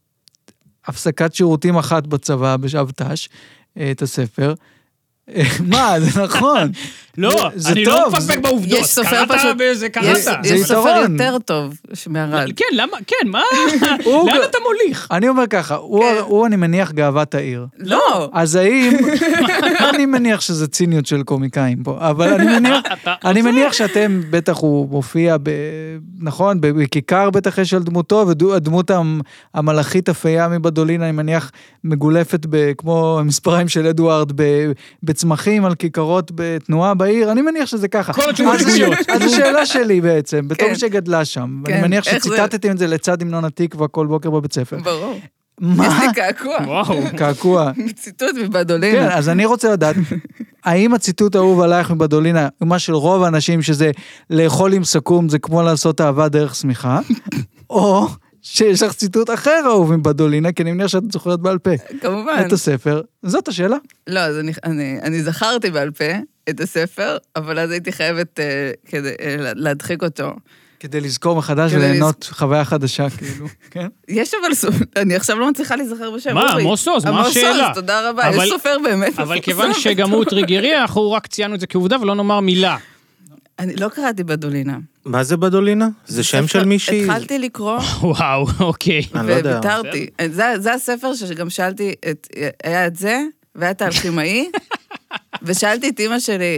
בהפסקת שירותים אחת בצבא, בשבתש, את הספר. מה, זה נכון. לא, אני לא מפספק בעובדות. יש סופר פשוט... באיזה קראת. יש סופר יותר טוב שמערד. כן, למה? כן, מה? לאן אתה מוליך? אני אומר ככה, הוא אני מניח גאוות העיר. לא. אז האם... אני מניח שזה ציניות של קומיקאים פה, אבל אני מניח שאתם, בטח הוא מופיע, נכון, בכיכר בטח יש על דמותו, והדמות המלאכית הפיה מבדולינה, אני מניח מגולפת כמו המספריים של אדוארד, בצמחים על כיכרות בתנועה בעיר, אני מניח שזה ככה. כל התשובות שגויות. אז השאלה שלי בעצם, בתור מי שגדלה שם, אני מניח שציטטתם את זה לצד המנון התקווה כל בוקר בבית ספר. ברור. מה? יש לי קעקוע. וואו. קעקוע. ציטוט מבדולינה. כן, אז אני רוצה לדעת, האם הציטוט האהוב עלייך מבדולינה, מה של רוב האנשים שזה לאכול עם סכו"ם, זה כמו לעשות אהבה דרך סמיכה, או שיש לך ציטוט אחר אהוב מבדולינה, כי אני מניח שאת זוכרת בעל פה. כמובן. את הספר. זאת השאלה. לא, אז אני, אני, אני זכרתי בעל פה את הספר, אבל אז הייתי חייבת uh, כדי uh, להדחיק אותו. כדי לזכור מחדש וליהנות חוויה חדשה, כאילו, כן? יש אבל סופר, אני עכשיו לא מצליחה להיזכר בשם. מה, עמוס עוז, מה השאלה? עמוס עוז, תודה רבה, יש סופר באמת. אבל כיוון שגם הוא טריגרי, אנחנו רק ציינו את זה כעובדה ולא נאמר מילה. אני לא קראתי בדולינה. מה זה בדולינה? זה שם של מישהי? התחלתי לקרוא. וואו, אוקיי. אני לא יודע. וויתרתי. זה הספר שגם שאלתי, היה את זה, והיה את האלכימאי, ושאלתי את אמא שלי,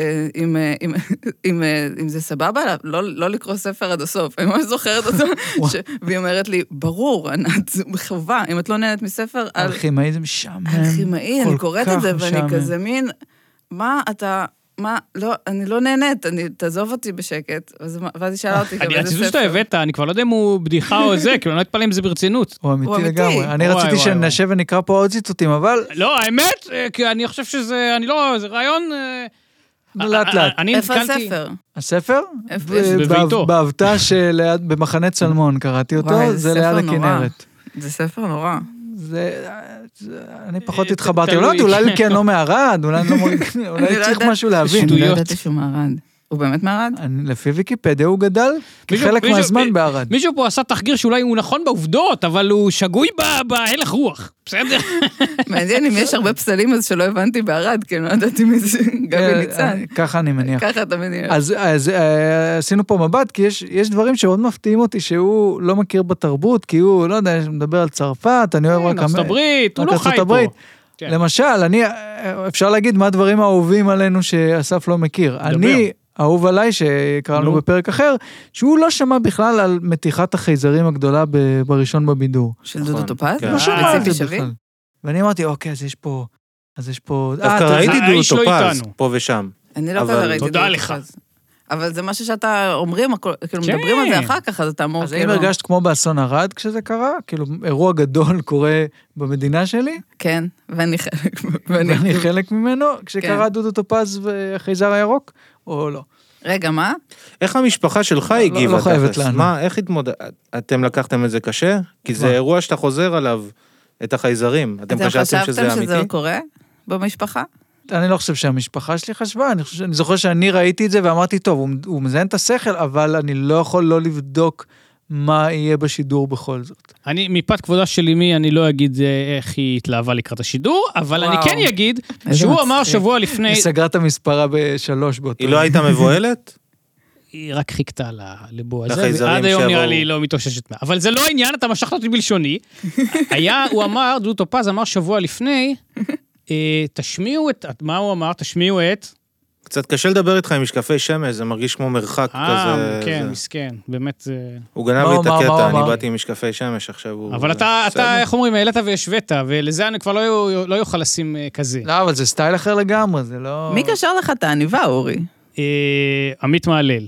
אם זה סבבה, לא לקרוא ספר עד הסוף. אני ממש זוכרת אותו, והיא אומרת לי, ברור, ענת, זה חובה, אם את לא נהנת מספר... האלכימאי זה משעמם. האלכימאי, אני קוראת את זה, ואני כזה מין, מה אתה... מה, לא, אני לא נהנית, אני, תעזוב אותי בשקט, ואז היא שאלה אותי גם איזה ספר. הציטוט שאתה הבאת, אני כבר לא יודע אם הוא בדיחה או זה, כאילו אני לא אתפלא אם זה ברצינות. הוא אמיתי לגמרי. אני רציתי שנשב ונקרא פה עוד ציטוטים, אבל... לא, האמת, כי אני חושב שזה, אני לא, זה רעיון... לאט לאט. איפה הספר? הספר? בביתו. באבטה שליד, במחנה צלמון, קראתי אותו, זה ליד הכנרת. זה ספר נורא. זה... אני פחות התחברתי, אולי כן לא מערד, אולי צריך משהו להבין. אני לא ידעתי שהוא מערד. הוא באמת מערד? לפי ויקיפדיה הוא גדל כחלק מהזמן בערד. מישהו פה עשה תחקיר שאולי הוא נכון בעובדות, אבל הוא שגוי בהלך רוח, בסדר? מעניין אם יש הרבה פסלים אז שלא הבנתי בערד, כי אני לא ידעתי מי זה גבי ניצן. ככה אני מניח. ככה אתה מניח. אז עשינו פה מבט, כי יש דברים שעוד מפתיעים אותי, שהוא לא מכיר בתרבות, כי הוא, לא יודע, מדבר על צרפת, אני אוהב רק... ארצות הברית, הוא לא חי פה. למשל, אני, אפשר להגיד מה הדברים האהובים עלינו שאסף לא מכיר. אני... אהוב עליי, שקראנו בפרק אחר, שהוא לא שמע בכלל על מתיחת החייזרים הגדולה בראשון בבידור. של דודו טופז? לא שמע על זה בכלל. ואני אמרתי, אוקיי, אז יש פה... אז יש פה... דווקא ראיתי דודו טופז, פה ושם. אני לא כזה ראיתי דודו תודה לך. אבל זה משהו שאתה אומרים, כאילו מדברים על זה אחר כך, אז אתה אמור... אז האם הרגשת כמו באסון ערד כשזה קרה? כאילו אירוע גדול קורה במדינה שלי? כן, ואני חלק... ואני חלק ממנו, כשקרה דודו טופז והחייזר הירוק? או לא? רגע, מה? איך המשפחה שלך הגיבה? לא חייבת לנו. מה, איך התמודד... אתם לקחתם את זה קשה? כי זה אירוע שאתה חוזר עליו, את החייזרים. אתם חשבתם שזה אמיתי? אתם חשבתם שזה קורה במשפחה? אני לא חושב שהמשפחה שלי חשבה, אני, חושב, אני זוכר שאני ראיתי את זה ואמרתי, טוב, הוא, הוא מזיין את השכל, אבל אני לא יכול לא לבדוק מה יהיה בשידור בכל זאת. אני, מפאת כבודה של אמי, אני לא אגיד איך היא התלהבה לקראת השידור, אבל וואו. אני כן אגיד, שהוא אמר שבוע לפני... היא סגרה את המספרה בשלוש באותו. היא לא הייתה מבועלת? היא רק חיכתה לבוא הזה, ועד היום נראה לי לא מתאוששת מה. אבל זה לא העניין, אתה משכת אותי בלשוני. היה, הוא אמר, דודו טופז אמר שבוע לפני, תשמיעו את, מה הוא אמר? תשמיעו את... קצת קשה לדבר איתך עם משקפי שמש, זה מרגיש כמו מרחק כזה. אה, כן, מסכן, באמת זה... הוא גנב לי את הקטע, אני באתי עם משקפי שמש, עכשיו הוא... אבל אתה, איך אומרים, העלת והשוות, ולזה אני כבר לא יוכל לשים כזה. לא, אבל זה סטייל אחר לגמרי, זה לא... מי קשר לך את העניבה, אורי? עמית מעלל.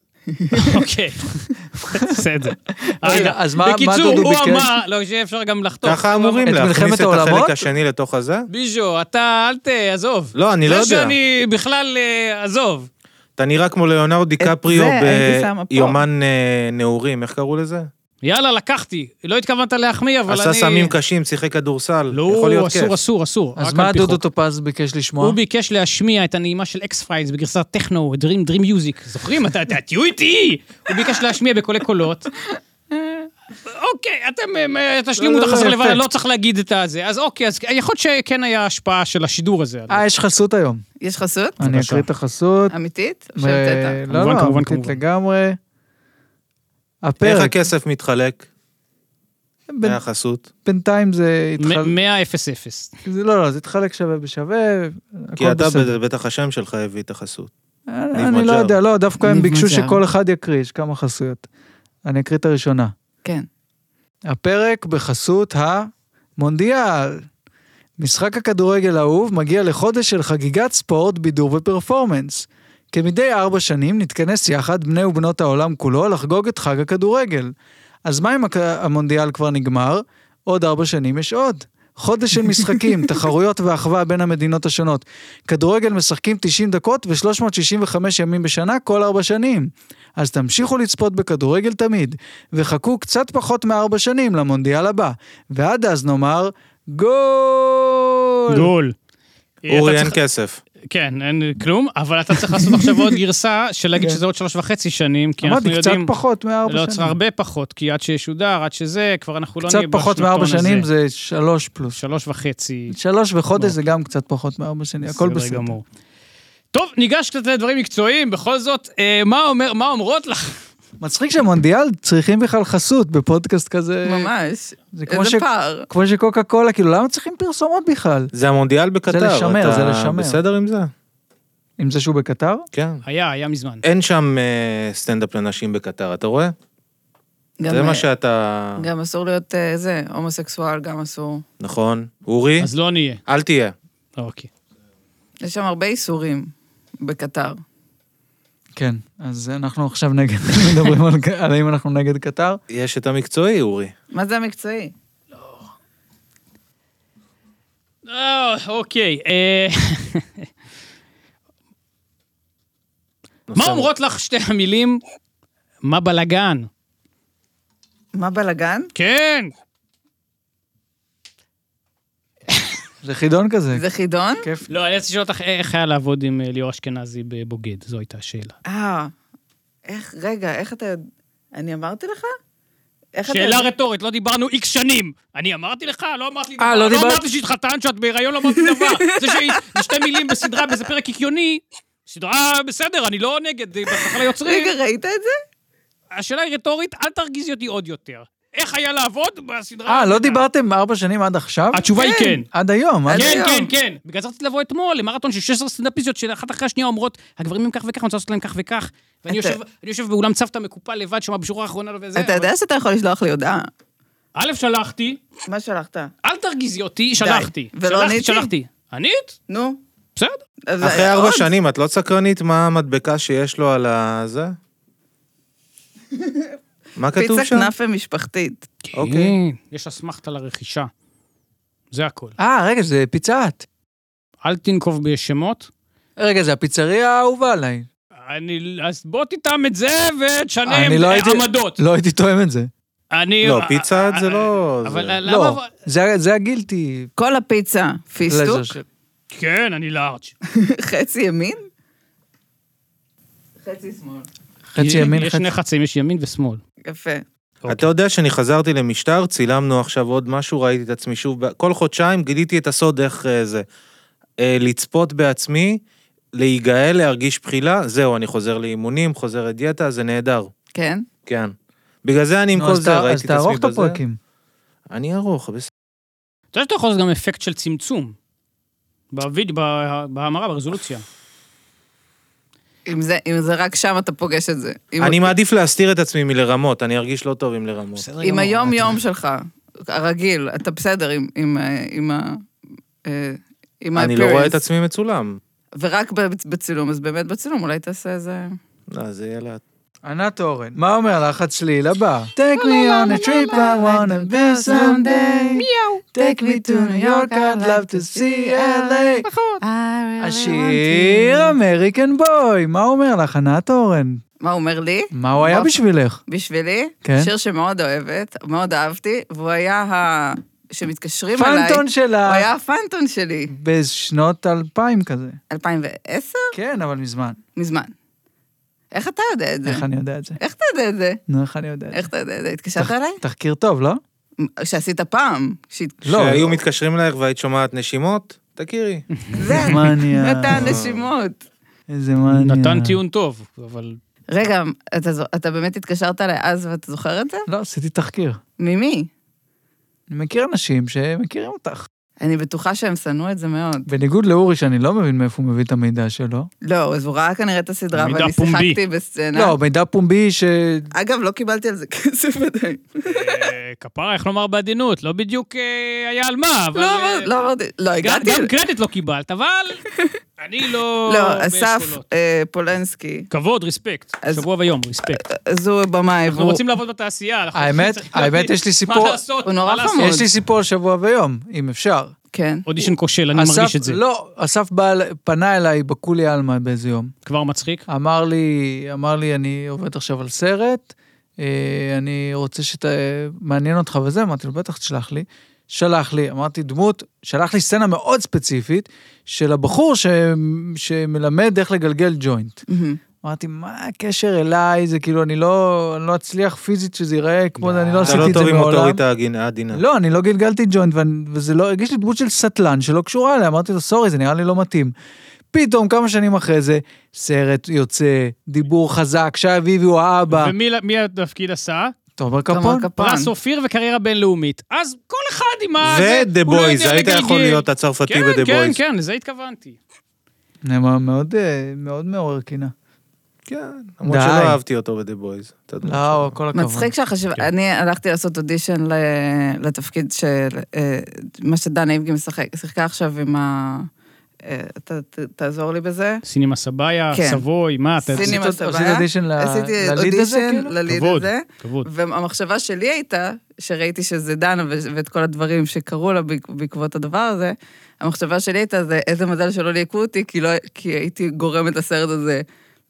אוקיי, בסדר. אז מה דודו ביקש? בקיצור, הוא אמר, לא, שאפשר גם לחתוך. ככה אמורים להכניס את החלק השני לתוך הזה? ביז'ו, אתה אל תעזוב. לא, אני לא יודע. זה שאני בכלל עזוב. אתה נראה כמו ליאונרדו דיקפריו ביומן נעורים, איך קראו לזה? יאללה, לקחתי. לא התכוונת להחמיא, אבל אני... עשה סמים קשים, שיחק כדורסל. לא, אסור, אסור, אסור. אז מה דודו טופז ביקש לשמוע? הוא ביקש להשמיע את הנעימה של אקס פריילס בגרסת טכנו, דרים, דרים מיוזיק. זוכרים? אתה, תהיו איתי! הוא ביקש להשמיע בקולי קולות. אוקיי, אתם תשלימו את החסר לבד, לא צריך להגיד את זה. אז אוקיי, אז יכול להיות שכן היה השפעה של השידור הזה. אה, יש חסות היום. יש חסות? אני אקריא את החסות. אמיתית? לא, לא, אמיתית לגמרי. איך הכסף מתחלק? מהחסות? בינתיים זה התחלק... מאה אפס אפס. לא, לא, זה התחלק שווה בשווה, כי אתה בטח השם שלך הביא את החסות. אני לא יודע, לא, דווקא הם ביקשו שכל אחד יקריא, יש כמה חסויות. אני אקריא את הראשונה. כן. הפרק בחסות המונדיאל. משחק הכדורגל האהוב מגיע לחודש של חגיגת ספורט, בידור ופרפורמנס. כמדי ארבע שנים נתכנס יחד בני ובנות העולם כולו לחגוג את חג הכדורגל. אז מה אם המונדיאל כבר נגמר? עוד ארבע שנים יש עוד. חודש של משחקים, תחרויות ואחווה בין המדינות השונות. כדורגל משחקים תשעים דקות ו-שלוש מאות שישים וחמש ימים בשנה כל ארבע שנים. אז תמשיכו לצפות בכדורגל תמיד, וחכו קצת פחות מארבע שנים למונדיאל הבא. ועד אז נאמר, גול! גול. אורי, אין צריך... כסף. כן, אין כלום, אבל אתה צריך לעשות עכשיו עוד גרסה של להגיד שזה עוד שלוש וחצי שנים, כי אנחנו יודעים... אמרתי, קצת פחות מארבע שנים. לא, צריך הרבה פחות, כי עד שישודר, עד שזה, כבר אנחנו לא נהיה קצת פחות מארבע שנים זה שלוש פלוס. שלוש וחצי. שלוש וחודש זה גם קצת פחות מארבע שנים, הכל בסדר. גמור. טוב, ניגש קצת לדברים מקצועיים, בכל זאת, מה אומר, מה אומרות לך? מצחיק שהמונדיאל צריכים בכלל חסות בפודקאסט כזה. ממש. איזה פער. כמו שקוקה קולה, כאילו, למה צריכים פרסומות בכלל? זה המונדיאל בקטר. זה לשמר, זה לשמר. בסדר עם זה? עם זה שהוא בקטר? כן. היה, היה מזמן. אין שם סטנדאפ לנשים בקטר, אתה רואה? זה מה שאתה... גם אסור להיות זה, הומוסקסואל, גם אסור. נכון. אורי? אז לא נהיה. אל תהיה. אוקיי. יש שם הרבה איסורים בקטר. כן, אז אנחנו עכשיו נגד, מדברים על האם אנחנו נגד קטר. יש את המקצועי, אורי. מה זה המקצועי? לא. אוקיי. מה אומרות לך שתי המילים? מה בלגן? מה בלגן? כן. זה חידון כזה. זה חידון? כיף. לא, אני רוצה לשאול אותך איך היה לעבוד עם ליאור אשכנזי בבוגד, זו הייתה השאלה. אה, איך, רגע, איך אתה יודע? אני אמרתי לך? שאלה רטורית, לא דיברנו איקס שנים. אני אמרתי לך? לא אמרתי לי דבר. לא לא אמרתי שהתחתן, שאת בהיריון, לא אמרתי דבר. זה ששתי מילים בסדרה, באיזה פרק קיקיוני, סדרה בסדר, אני לא נגד, בהצלחה ליוצרים. רגע, ראית את זה? השאלה היא רטורית, אל תרגיזי אותי עוד יותר. איך היה לעבוד בסדרה? אה, לא דיברתם ארבע שנים עד עכשיו? התשובה היא כן. עד היום. כן, כן, כן. בגלל זה רציתי לבוא אתמול למרתון של שש עשרה סטנדאפיסטיות שאחת אחרי השנייה אומרות, הגברים הם כך וכך, אני רוצה לעשות להם כך וכך. ואני יושב באולם צוותא מקופל לבד, שמה בשורה האחרונה וזה. אתה יודע שאתה יכול לשלוח לי הודעה? א', שלחתי. מה שלחת? אל תרגיזי אותי, שלחתי. ולא עניתי? שלחתי. ענית? נו. בסדר. אחרי ארבע שנים, את לא סקרנית מה המדבקה שיש לו על הזה? מה כתוב שם? פיצה כנאפה משפחתית. אוקיי. יש אסמכתה לרכישה. זה הכל. אה, רגע, זה פיצת. אל תנקוב בשמות. רגע, זה הפיצריה האהובה עליי. אני, אז בוא תטעם את זה ותשנה עמדות. לא הייתי תואם את זה. אני... לא, פיצה זה לא... אבל לא, זה הגילטי. כל הפיצה, פיסטוק? כן, אני לארג'. חצי ימין? חצי שמאל. חצי ימין, יש שני חצים, יש ימין ושמאל. יפה. אתה יודע שאני חזרתי למשטר, צילמנו עכשיו עוד משהו, ראיתי את עצמי שוב, כל חודשיים גיליתי את הסוד איך זה, לצפות בעצמי, להיגאל, להרגיש בחילה, זהו, אני חוזר לאימונים, חוזר לדיאטה, זה נהדר. כן? כן. בגלל זה אני עם כל זה, ראיתי את עצמי בזה. אז תערוך את הפרקים. אני ארוך, בסדר. אתה יודע שאתה יכול לעשות גם אפקט של צמצום, בווידאו, בהמרה, ברזולוציה. אם זה, אם זה רק שם אתה פוגש את זה. אני מעדיף להסתיר את עצמי מלרמות, אני ארגיש לא טוב עם לרמות. עם היום יום שלך, הרגיל, אתה בסדר עם, עם, עם, עם אני לא רואה את עצמי מצולם. ורק בצילום, אז באמת בצילום אולי תעשה איזה... לא, זה יהיה לאט. ענת אורן, מה אומר לך הצליל הבא? Take me on a trip, I wanna be someday. Take me to New York, I'd love to see L A. השיר אמריקן בוי, מה אומר לך ענת אורן? מה הוא אומר לי? מה הוא היה בשבילך? בשבילי? כן. שיר שמאוד אוהבת, מאוד אהבתי, והוא היה ה... שמתקשרים אליי. פנטון שלה. הוא היה הפנטון שלי. בשנות אלפיים כזה. אלפיים ועשר? כן, אבל מזמן. מזמן. איך אתה יודע את זה? איך אני יודע את זה? איך אתה יודע את זה? נו, איך אני יודע את זה? איך אתה יודע את זה? התקשרת אליי? תחקיר טוב, לא? שעשית פעם. שהיו מתקשרים אלייך והיית שומעת נשימות, תכירי. זה, מניה. נתן נשימות. איזה מניה. נתן טיעון טוב, אבל... רגע, אתה באמת התקשרת אליי אז ואתה זוכר את זה? לא, עשיתי תחקיר. ממי? אני מכיר אנשים שמכירים אותך. אני בטוחה שהם שנאו את זה מאוד. בניגוד לאורי, שאני לא מבין מאיפה הוא מביא את המידע שלו. לא, אז הוא ראה כנראה את הסדרה, מידע ואני פומבי. שיחקתי בסצנה. לא, מידע פומבי ש... אגב, לא קיבלתי על זה כסף עדיין. אה, כפרה, איך לומר בעדינות, לא בדיוק אה, היה על מה, אבל... לא אה, אמרתי, לא אמרתי, לא, גם- הגעתי... גם קרדיט לא קיבלת, אבל אני לא... לא, אסף באשכולות. אה, פולנסקי, כבוד, ריספקט. אז- שבוע ויום, ריספקט. אז הוא במאי, אנחנו והוא... רוצים לעבוד בתעשייה. אנחנו האמת- צריכים האמת, להבין יש לי סיפור- מה לעשות, הוא נורא מה לעשות. חמוד. יש לי סיפור על שבוע ויום, אם אפשר. כן. אודישן כושל, אני אסף- מרגיש את זה. לא, אסף בא, פנה אליי בקולי אלמה באיזה יום. כבר מצחיק. אמר לי, אמר לי, אני עובד עכשיו על סרט, אה, אני רוצה שאתה, מעניין אותך וזה, אמרתי לו, בטח תשלח לי. שלח לי, אמרתי, דמות, שלח לי סצנה מאוד ספציפית, של הבחור ש, שמלמד איך לגלגל ג'וינט. מהמם. אמרתי, מה הקשר אליי? זה כאילו, אני לא, אני לא אצליח פיזית שזה ייראה כמו זה, אני לא אתה עשיתי לא את זה טוב עם מעולם. אוטוריטה העדינה. לא, אני לא גלגלתי ג'וינט, ואני- וזה לא, הרגיש לי דמות של סטלן שלא קשורה אליי, אמרתי לו, סורי, זה נראה לי לא מתאים. פתאום, כמה שנים אחרי זה, סרט יוצא, דיבור חזק, שי אביבי הוא האבא. ומי מי התפקיד עשה? תומר תומר קפון? קפון. פרס אופיר וקריירה בינלאומית. אז כל אחד עם ה... ודה הוא לא בויז, יודע היית לגלגל. יכול להיות הצרפתי כן, בדה כן, בויז. כן, לזה התכוונתי. נאמר, מאוד, אה, מאוד מעורר קינה. כן, למרות די. שלא אהבתי אותו בדה בויז. את הדמות לא, שלו. כל הכבוד. מצחיק שהחשיבה, כן. אני הלכתי לעשות אודישן ל- לתפקיד של אה, מה שדנה איבגי משחק, שיחקה עכשיו עם ה... אה, ת- ת- תעזור לי בזה. סינימה סבאיה, כן. סבוי, מה, אתה... סינימה עשית- עשית סבאיה. אודישן ל- עשיתי לליד הזה, אודישן כאילו? לליד כבוד, הזה, כבוד. והמחשבה שלי הייתה, שראיתי שזה דנה ו- ואת כל הדברים שקרו לה בעק- בעקבות הדבר הזה, המחשבה שלי הייתה, זה איזה מזל שלא ליהקו אותי, כי, לא, כי הייתי גורמת הסרט הזה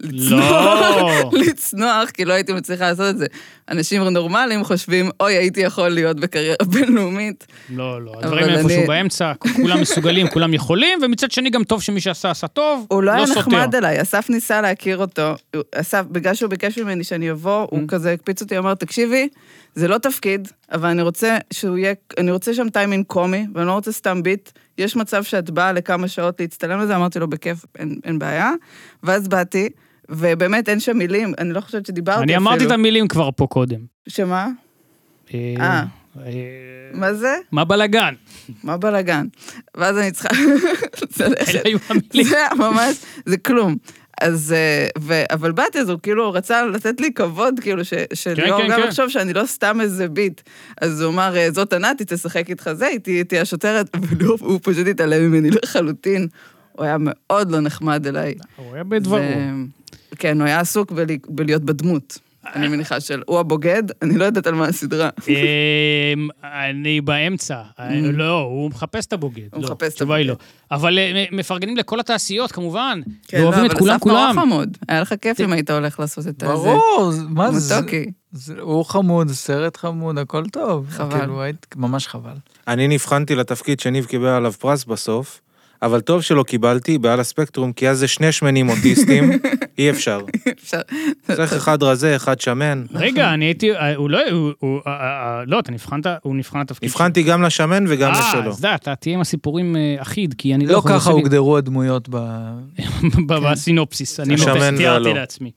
לא. לצנוח, כי לא הייתי מצליחה לעשות את זה. אנשים נורמליים חושבים, אוי, הייתי יכול להיות בקריירה בינלאומית. לא, לא, אבל הדברים אני- איפשהו באמצע, כולם מסוגלים, כולם יכולים, ומצד שני גם טוב שמי שעשה, עשה טוב, הוא לא היה סותר. נחמד אליי, אסף ניסה להכיר אותו, הוא- אסף, בגלל שהוא ביקש ממני שאני אבוא, הוא כזה הקפיץ אותי, אמר, תקשיבי, זה לא תפקיד, אבל אני רוצה שהוא יהיה, אני רוצה שם טיימינג קומי, ואני לא רוצה סתם ביט, יש מצב שאת באה לכמה שעות להצטלם לזה, אמרתי לו, בכיף, אין, אין בעיה, ואז באתי, ובאמת אין שם מילים, אני לא חושבת שדיברתי אני אפילו. אמרתי את המילים כבר פה קודם. שמה? אה, אה. אה, מה זה? מה בלגן? מה בלגן? ואז אני צריכה ללכת. אלה היו המילים. זה היה ממש, זה כלום. אז, אה, ו, אבל באתי, אז הוא כאילו רצה לתת לי כבוד, כאילו, ש, שליאור כן, גם כן. לחשוב שאני לא סתם איזה ביט. אז הוא אמר, אה, זאת ענת, היא תשחק איתך זה, היא תהיה- היא תהיה השוטרת, ולא, הוא פשוט התעלם ממני לחלוטין. הוא היה מאוד לא נחמד אליי. הוא היה בדברו. ו- כן, הוא היה עסוק בלי, בלהיות בדמות. אני מניחה של, הוא הבוגד, אני לא יודעת על מה הסדרה. אמ, אני באמצע. לא, הוא מחפש את הבוגד. הוא לא, מחפש את התשובה היא לא. הבוגד. אבל אה, מפרגנים לכל התעשיות, כמובן. כן, ואוהבים את כולם, אבל אסף נורא כולם. חמוד. היה לך כיף אם היית הולך לעשות את זה. ברור, זה- מה זה? מתוקי. זה- הוא חמוד, זה סרט חמוד, הכל טוב. חבל. כאילו, היית ממש חבל. אני נבחנתי לתפקיד שניב קיבל עליו פרס בסוף, אבל טוב שלא קיבלתי בעל הספקטרום, כי אז זה שני שמנים אוטיסטים, אי אפשר. אפשר. צריך אחד רזה, אחד שמן. רגע, אני הייתי, אה, הוא לא, הוא- הוא, אה, אה, לא, אתה נבחנת, הוא נבחן לתפקיד. נבחנתי גם לשמן וגם אה, לשלו. אז די, אתה תהיה עם הסיפורים אה, אחיד, כי אני לא לא יכול... ככה לעשות לי- הוגדרו הדמויות ב... ב- בסינופסיס, אני השמן נופס, תיארתי והלא. לעצמי.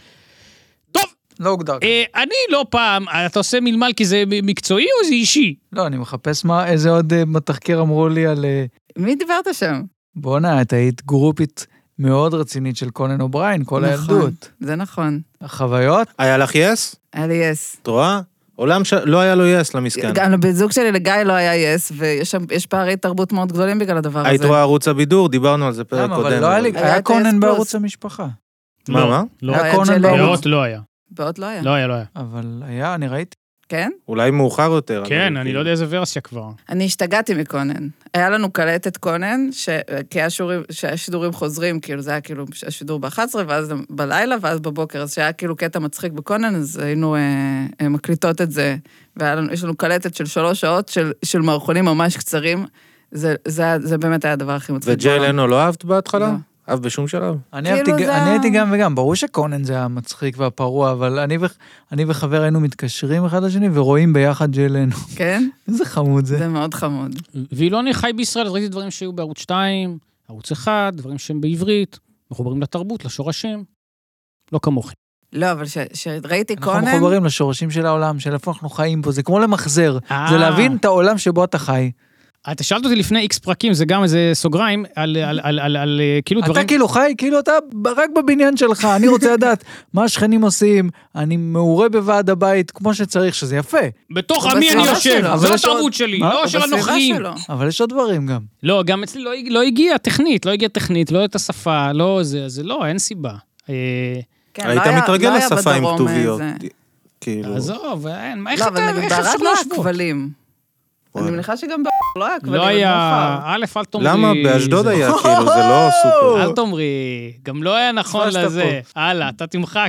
טוב, לא הוגדר. אה, אני לא פעם, אתה עושה מלמל כי זה מקצועי או זה אישי? לא, אני מחפש מה, איזה עוד אה, בתחקיר אמרו לי על... אה, מי דיברת שם? בואנה, את היית גרופית מאוד רצינית של קונן אובריין, כל נכון, הילדות. זה נכון. החוויות? היה לך יס? היה לי יס. את רואה? עולם שלא היה לו יס למסכן. גם לבן זוג שלי, לגיא, לא היה יס, ויש שם, יש פערי תרבות מאוד גדולים בגלל הדבר הזה. היית רואה ערוץ הבידור, דיברנו על זה פרק למה, קודם. אבל לא היה לי, היה היה את קונן ה-S+. בערוץ המשפחה. מה, לא, מה? לא, לא, היה היה קונן ג'לי. בערוץ. לאות לא היה. באות לא היה. לא היה, לא היה. אבל היה, אני ראיתי. כן? אולי מאוחר יותר. אבל כן, אני כאילו- לא יודע איזה ורסיה כבר. אני השתגעתי מקונן. היה לנו קלטת קונן, ש- כי היה שיעורים- שהיה שידורים חוזרים, כאילו זה היה כאילו השידור ב-אחת עשרה, ואז בלילה, ואז בבוקר, אז שהיה כאילו קטע מצחיק בקונן, אז היינו אה, אה, מקליטות את זה, ויש לנו קלטת של שלוש שעות של, של מערכונים ממש קצרים, זה, זה, היה- זה באמת היה הדבר הכי מצחיק. וג'יי בעולם. לנו לא אהבת בהתחלה? לא. אהבת בשום שלב? אני כאילו אהבתי- זה- אני הייתי גם וגם, ברור שקונן זה המצחיק והפרוע, אבל אני ו- אני וחבר היינו מתקשרים אחד לשני ורואים ביחד ג'לנו. כן? איזה חמוד זה. זה מאוד חמוד. וילוני חי בישראל, אז ראיתי דברים שהיו בערוץ שתיים, ערוץ אחד, דברים שהם בעברית, מחוברים לתרבות, לשורשים. לא כמוכם. לא, אבל ש- שראיתי אנחנו קונן, מחוברים לשורשים של העולם, של איפה אנחנו חיים פה, זה כמו למחזר. אה. זה להבין את העולם שבו אתה חי. אתה שאלת אותי לפני איקס פרקים, זה גם איזה סוגריים, על, על, על, על, על כאילו דברים... אתה כאילו חי, כאילו אתה רק בבניין שלך, אני רוצה לדעת מה השכנים עושים, אני מעורה בוועד הבית, כמו שצריך, שזה יפה. בתוך עמי אני יושב, זו התרבות שלי, לא של הנוכרים. אבל יש עוד דברים גם. לא, גם אצלי לא, לא הגיע טכנית, לא הגיע טכנית, לא את השפה, לא זה, זה לא, אין סיבה. היית מתרגל לשפה עם כתוביות. כאילו... עזוב, אין, מה, איך לא, אתה... אבל נגיד בערד לא היה כבלים. אני מניחה שגם בערד לא היה כבלים. לא היה, א', אל תאמרי... למה? באשדוד היה, כאילו, זה לא סופר. אל תאמרי, גם לא היה נכון לזה. הלאה, אתה תמחק.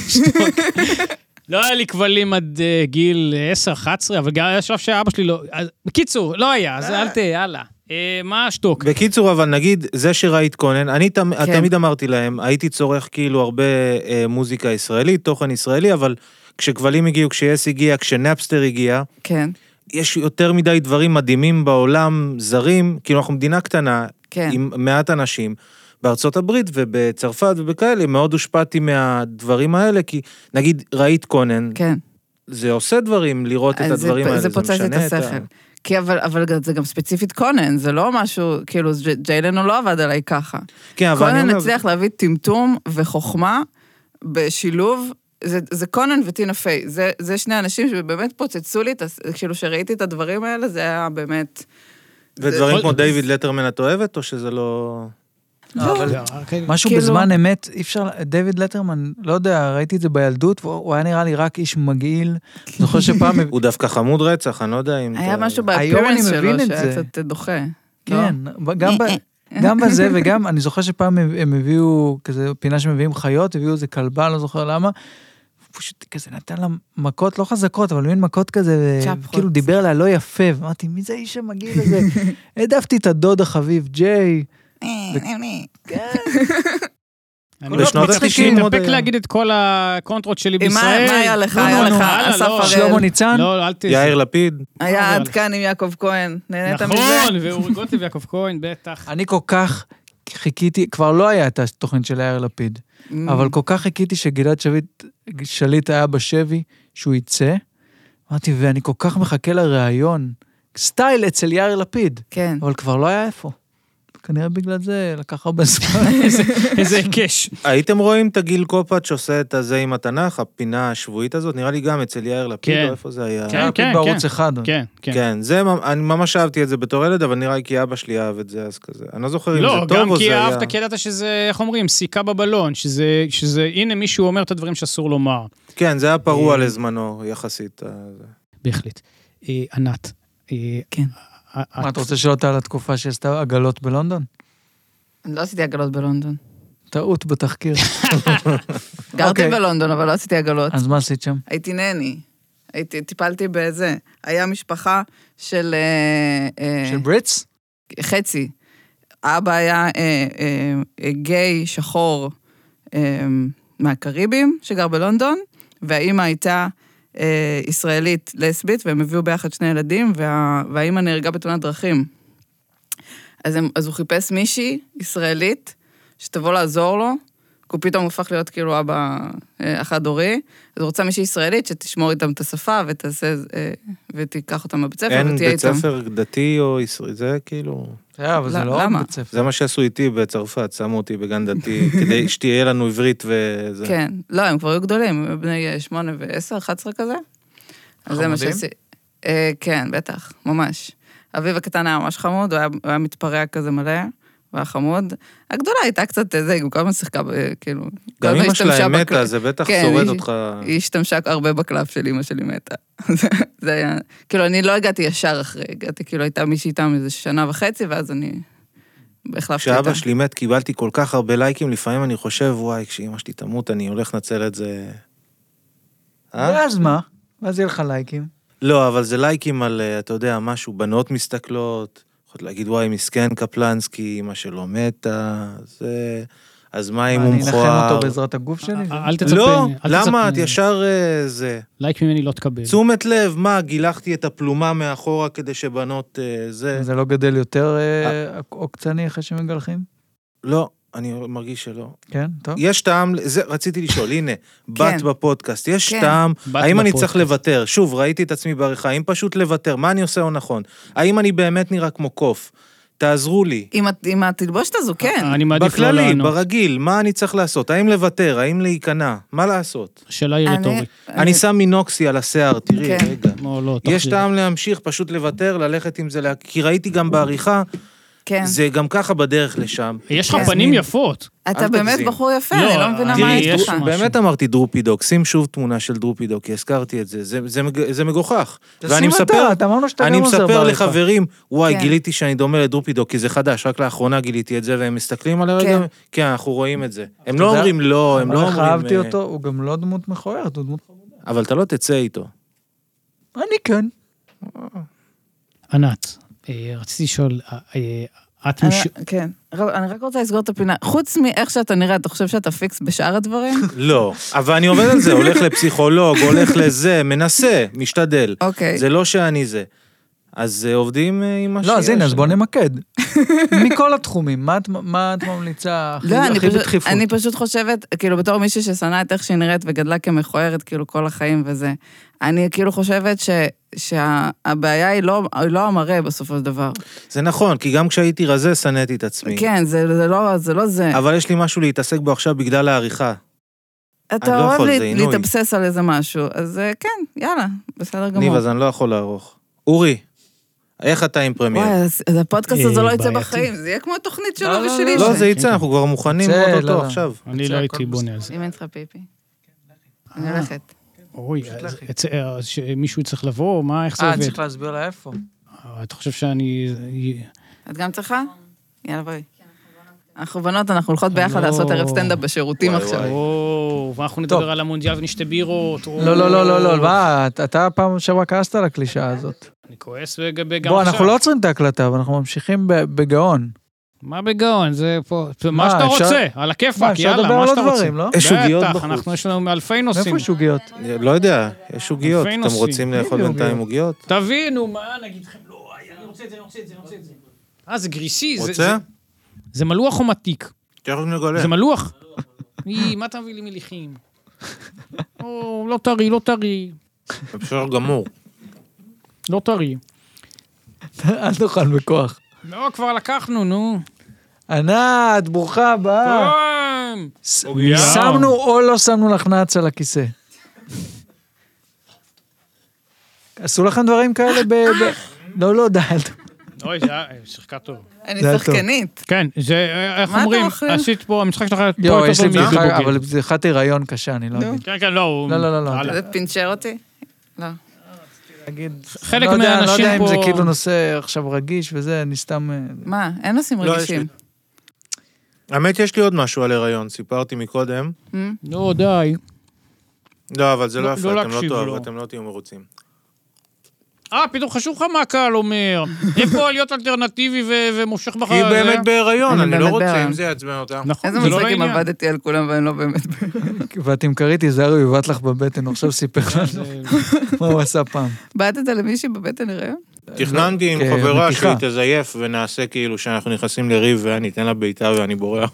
לא היה לי כבלים עד גיל עשר אחת עשרה, אבל גם היה שלב שאבא שלי לא... בקיצור, לא היה, אז אל תהיה, הלאה. מה השתוק? בקיצור, אבל נגיד, זה שראית קונן, אני תמיד אמרתי להם, הייתי צורך כאילו הרבה מוזיקה ישראלית, תוכן ישראלי, אבל כשכבלים הגיעו, כשיס הגיע, כשנאפסטר הגיע, כן. יש יותר מדי דברים מדהימים בעולם, זרים, כאילו אנחנו מדינה קטנה, כן. עם מעט אנשים, בארצות הברית ובצרפת ובכאלה, מאוד הושפעתי מהדברים האלה, כי נגיד ראית קונן, כן. זה עושה דברים, לראות את הדברים האלה, זה פוצץ את השכל. כי אבל, אבל זה גם ספציפית קונן, זה לא משהו, כאילו, ג'יילנו לא עבד עליי ככה. כן, אבל אני אומר... קונן הצליח להביא טמטום וחוכמה בשילוב, זה, זה קונן וטינה פיי, זה, זה שני אנשים שבאמת פוצצו לי, כאילו שראיתי את הדברים האלה, זה היה באמת... ודברים זה... כמו דיוויד לטרמן את אוהבת, או שזה לא... לא, אבל משהו בזמן אמת, אי אפשר, דיוויד לטרמן, לא יודע, ראיתי את זה בילדות, הוא היה נראה לי רק איש מגעיל, זוכר שפעם... הוא דווקא חמוד רצח, אני לא יודע אם... היה משהו באפירנס שלו, שהיה קצת דוחה. כן, גם בזה, וגם, אני זוכר שפעם הם הביאו, כזה פינה שמביאים חיות, הביאו איזה כלבה, לא זוכר למה, פשוט כזה נתן לה מכות, לא חזקות, אבל מין מכות כזה, כאילו דיבר עליה לא יפה, ואמרתי, מי זה האיש המגעיל הזה? העדפתי את הדוד החביב, ג'יי. אני מתאפק להגיד את כל הקונטרות שלי בישראל. מה היה לך? היה לך אסף הראל. שלמה ניצן? יאיר לפיד. היה עד כאן עם יעקב כהן. נהנית מזה? נכון, ואורי גוטליב ויעקב כהן, בטח. אני כל כך חיכיתי, כבר לא היה את התוכנית של יאיר לפיד, אבל כל כך חיכיתי שגלעד שליט היה בשבי, שהוא יצא. אמרתי, ואני כל כך מחכה לראיון. סטייל אצל יאיר לפיד. כן. אבל כבר לא היה איפה. כנראה בגלל זה לקח הרבה זמן. איזה היקש. הייתם רואים את הגיל קופת שעושה את הזה עם התנ"ך, הפינה השבועית הזאת, נראה לי גם אצל יאיר לפיד, או איפה זה היה? כן, כן, בערוץ אחד. כן, כן. כן, זה, אני ממש אהבתי את זה בתור ילד, אבל נראה לי כי אבא שלי אהב את זה, אז כזה. אני לא זוכר אם זה טוב או זה היה... לא, גם כי אהבת, כי ידעת שזה, איך אומרים, סיכה בבלון, שזה, שזה, הנה מישהו אומר את הדברים שאסור לומר. כן, זה היה פרוע לזמנו, יחסית. בהחלט. ענת. כן. מה, אתה רוצה שלא תהיה לתקופה שעשתה עגלות בלונדון? אני לא עשיתי עגלות בלונדון. טעות בתחקיר. גרתי בלונדון, אבל לא עשיתי עגלות. אז מה עשית שם? הייתי נני. הייתי, טיפלתי בזה. היה משפחה של... של בריטס? חצי. אבא היה גיי, שחור, מהקריבים, שגר בלונדון, והאימא הייתה... ישראלית לסבית, והם הביאו ביחד שני ילדים, וה... והאימא נהרגה בתאונת דרכים. אז, הם... אז הוא חיפש מישהי ישראלית, שתבוא לעזור לו, כי הוא פתאום הופך להיות כאילו אבא אחד הורי, אז הוא רוצה מישהי ישראלית שתשמור איתם את השפה, ותעשה, ותיקח אותם בבית ספר, אין ותהיה בית איתם. ספר דתי או ישראלי, זה כאילו... זה, אבל זה לא בית ספר. זה מה שעשו איתי בצרפת, שמו אותי בגן דתי, כדי שתהיה לנו עברית וזה. כן, לא, הם כבר היו גדולים, הם בני שמונה ועשר, אחת עשרה כזה. חמודים? כן, בטח, ממש. אביב הקטן היה ממש חמוד, הוא היה מתפרע כזה מלא, והיה חמוד. הגדולה הייתה קצת איזה, היא כל הזמן שיחקה, כאילו... גם אמא שלה מתה, זה בטח שורד אותך... היא השתמשה הרבה בקלף של אמא שלי מתה. זה היה... כאילו, אני לא הגעתי ישר אחרי, הגעתי, כאילו, הייתה מישהי איתם איזה שנה וחצי, ואז אני... החלפתי אותה. כשאבא שלי מת, קיבלתי כל כך הרבה לייקים, לפעמים אני חושב, וואי, כשאמא שלי תמות, אני הולך לנצל את זה... ואז מה? ואז יהיה לך לייקים. לא, אבל זה לייקים על, אתה יודע, משהו, בנות מסתכלות, יכולת להגיד, וואי, מסכן קפלנסקי, אמא שלו מתה, זה... אז מה אם הוא מכוער? אני אנחם אותו בעזרת הגוף שלי? אל תצפה. לא, למה? את ישר זה... לייק ממני לא תקבל. תשומת לב, מה, גילחתי את הפלומה מאחורה כדי שבנות זה... זה לא גדל יותר עוקצני אחרי שמגלחים? לא, אני מרגיש שלא. כן, טוב. יש טעם, זה, רציתי לשאול, הנה, בת בפודקאסט, יש כן. טעם, האם אני בפודקאסט. צריך לוותר? שוב, ראיתי את עצמי בעריכה, האם פשוט לוותר? מה אני עושה או נכון? האם אני באמת נראה כמו קוף? תעזרו לי. עם ה- עם התלבושת הזו, כן. אני מעדיף לא בכללי, לענות. ברגיל, מה אני צריך לעשות? האם לוותר? האם להיכנע? מה לעשות? השאלה היא אני- רטורית. אני שם מינוקסי על השיער, תראי, כן. רגע. לא, לא, יש תחזיר. טעם להמשיך, פשוט לוותר, ללכת עם זה, לה- כי ראיתי גם בעריכה, כן. זה גם ככה בדרך לשם. יש לך כן. פנים יפות. אתה אל באמת תגזים. בחור יפה, לא, אני לא מבינה תראי, מה יש יש לך. משהו. באמת אמרתי דרופידוק, שים שוב תמונה של דרופידוק, כי הזכרתי את זה, זה, זה, מג- זה מגוחך. תשים ואני מספר, אתה, אתה אמרנו שאתה אני גם עוזר מספר בעריכה. לחברים, וואי, כן. גיליתי שאני דומה לדרופידוק, כי זה חדש, רק לאחרונה גיליתי את זה, והם מסתכלים על הרגע, כן. כן, אנחנו רואים את זה. הם אתה לא יודע, אומרים לא, הם אבל לא איך אומרים... אהבתי אה, אותו, הוא גם לא דמות מכוערת, הוא דמות... אבל אתה לא תצא איתו. אני כן. ענת, אה, רציתי לשאול, אה, אה, את אני- מש... כן. ר- אני רק רוצה לסגור את הפינה. חוץ מאיך שאתה נראה, אתה חושב שאתה פיקס בשאר הדברים? לא, אבל אני עובד על זה, הולך לפסיכולוג, הולך לזה, מנסה, משתדל. אוקיי. זה לא שאני זה. אז אה, עובדים אה, עם מה שיש. לא, אז הנה, אז בוא נמקד. מכל התחומים, מה את- מה את ממליצה הכי לא, אני הכי פשוט- בדחיפות? אני פשוט חושבת, כאילו, בתור מישהי ששנאה את איך שהיא נראית וגדלה כמכוערת, כאילו, כל החיים וזה, אני כאילו חושבת ש- שהבעיה היא לא היא לא המראה בסופו של דבר. זה נכון, כי גם כשהייתי רזה, שנאתי את עצמי. כן, זה זה לא זה. לא זה. אבל יש לי משהו להתעסק בו עכשיו בגלל העריכה. אני אתה לא אוהב יכול, לה- זה עינוי. להתאבסס על איזה משהו, אז אה, כן, יאללה, בסדר גמור. ניב, אז אני לא יכול לערוך. אורי, איך אתה עם פרמייר? וואי, אז אז הפודקאסט הזה אה, לא יצא בעייתי. בחיים, זה יהיה כמו התוכנית שלו לא, לא, ושלי. לא, ש- זה יצא, אנחנו כבר מוכנים זה, לראות לא, אותו לא. עכשיו. אני זה לא הכל הייתי בונה על זה. אם אין לך פיפי. אני הולכת. אוי, אז אצ- אז שמישהו צריך לבוא, מה, איך זה אה, עובד? צריך להסביר לה איפה. אה, אתה חושב שאני... את גם צריכה? יאללה, בואי. אנחנו בנות, אנחנו הולכות ביחד לא. לעשות ערב סטנדאפ בשירותים וואי, עכשיו. וואי. או, ואנחנו טוב. נדבר על המונדיאל ונשתה בירות. או- לא, לא, לא, לא, לא, מה, אתה פעם שעברה כעסת על הקלישה הזאת. אני כועס וגם גם בוא, עכשיו. אנחנו לא עוצרים את ההקלטה, אבל אנחנו ממשיכים ב- בגאון. מה בגאון? זה פה... מה מה, שאתה אפשר- רוצה, על מה, הכיפאק, אפשר יאללה, לדבר מה על שאתה עוד רוצה. דברים, לא? יש עוגיות בטח, בחוץ. אנחנו יש לנו אלפי נושאים. מאיפה יש עוגיות? לא יודע, יש עוגיות. אלפי אתם נושאים. רוצים לאכול הנה בינתיים עוגיות? תבינו, מה נגיד לכם? לא, אני רוצה את זה, אני רוצה את זה, אני רוצה את זה. אה, זה גריסי. זה- רוצה? זה- זה מלוח או מתיק? תכף נגלה. זה מלוח? אי, מה אתה מביא לי מליחים? או, לא טרי, לא טרי. אפשר גמור. לא טרי. אל תאכל בכוח. לא, כבר לקחנו, נו. ענת, ברוכה הבאה. טוב. ס- עוגיה. שמנו או לא שמנו לך נץ על הכיסא. עשו לכם דברים כאלה ב... ב- לא, לא, די. אל ת- אוי, זה היה שיחקה טוב. אני זה היה שחקנית. כן, זה, איך מה אתה אומרים, אוכל? עשית פה, המשחק שלך פה יואו, יותר יש לי טוב בדיחה, מבוגד. אבל זה אחת הריון קשה, אני לא נו. אגיד. כן, כן, לא, הוא... לא, לא, לא, לא. הלאה. זה פינצ'ר אותי? לא. להגיד, חלק לא יודע- מהאנשים לא יודע אם פה- זה כאילו נושא עכשיו רגיש וזה, אני סתם... אה, מה? אין נושאים לא, יש רגישים. האמת, יש לי עוד משהו על הריון, סיפרתי מקודם. אמ? לא, די. לא, אבל זה לא- לא יפה, לא אתם לא להקשיב תאהבו, לו. אתם לא תהיו מרוצים. אה, פתאום חשוב לך מה הקהל אומר. איפה להיות אלטרנטיבי ו- ומושך בך... כי היא זה? באמת בהיריון, אני אני באמת לא רוצה, בהיריון. אם זה יעצבן אותה. נכון, איזה זה לא מצחיק אם לעניין. עבדתי על כולם ואני לא באמת... ואת עם כרית, זהו, יבט לך בבטן, הוא עכשיו סיפר לנו זה- מה הוא עשה פעם. בעטת למישהי בבטן הריון? תכננתי עם כן, חברה מתיחה. שהיא תזייף ונעשה כאילו שאנחנו נכנסים לריב ואני אתן לה בעיטה ואני בורח.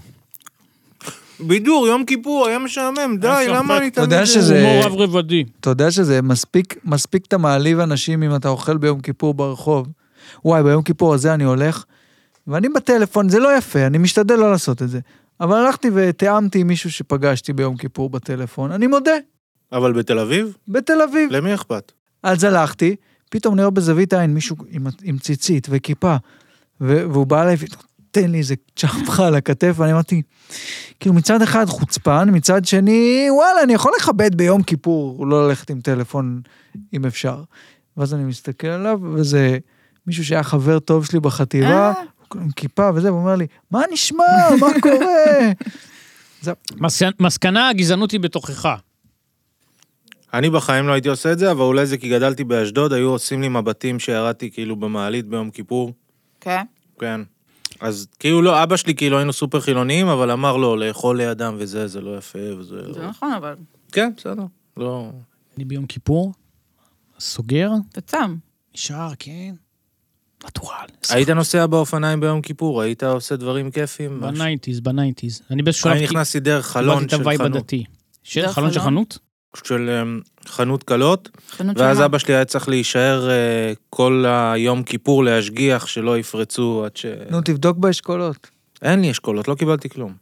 בידור, יום כיפור, היה משעמם, די, ספק. למה אני אתה יודע תמיד... שזה- הומור רב-רבדי. אתה יודע שזה מספיק, מספיק אתה מעליב אנשים אם אתה אוכל ביום כיפור ברחוב. וואי, ביום כיפור הזה אני הולך, ואני בטלפון, זה לא יפה, אני משתדל לא לעשות את זה. אבל הלכתי ותיאמתי עם מישהו שפגשתי ביום כיפור בטלפון, אני מודה, אבל בתל אביב? בתל אביב. למי אכפת? אז הלכתי, פתאום נראה בזווית העין מישהו עם, עם ציצית וכיפה, ו- והוא בא אליי, תן לי איזה צ'פחה על הכתף, ואני אמרתי, כאילו מצד אחד חוצפן, מצד שני, וואלה, אני יכול לכבד ביום כיפור, לא ללכת עם טלפון, אם אפשר. ואז אני מסתכל עליו, וזה מישהו שהיה חבר טוב שלי בחטיבה, עם כיפה וזה, והוא אומר לי, מה נשמע, מה קורה? מס- מסקנה, הגזענות היא בתוכך. אני בחיים לא הייתי עושה את זה, אבל אולי זה כי גדלתי באשדוד, היו עושים לי מבטים שירדתי כאילו במעלית ביום כיפור. כן. כן. אז כאילו לא, אבא שלי כאילו היינו סופר חילוניים, אבל אמר לו, לאכול לידם וזה, זה לא יפה וזה... זה נכון, אבל... כן, בסדר. לא... אני ביום כיפור, סוגר, אתה צם. נשאר, כן. נטורל. היית נוסע באופניים ביום כיפור, היית עושה דברים כיפים? בניינטיז, בניינטיז. אני באיזשהו שלב... אני נכנסתי דרך חלון של חנות. של חלון של חנות? של חנות קלות, ואז אבא שלי היה צריך להישאר כל היום כיפור להשגיח שלא יפרצו עד ש... נו, תבדוק באשכולות. אין לי אשכולות, לא קיבלתי כלום.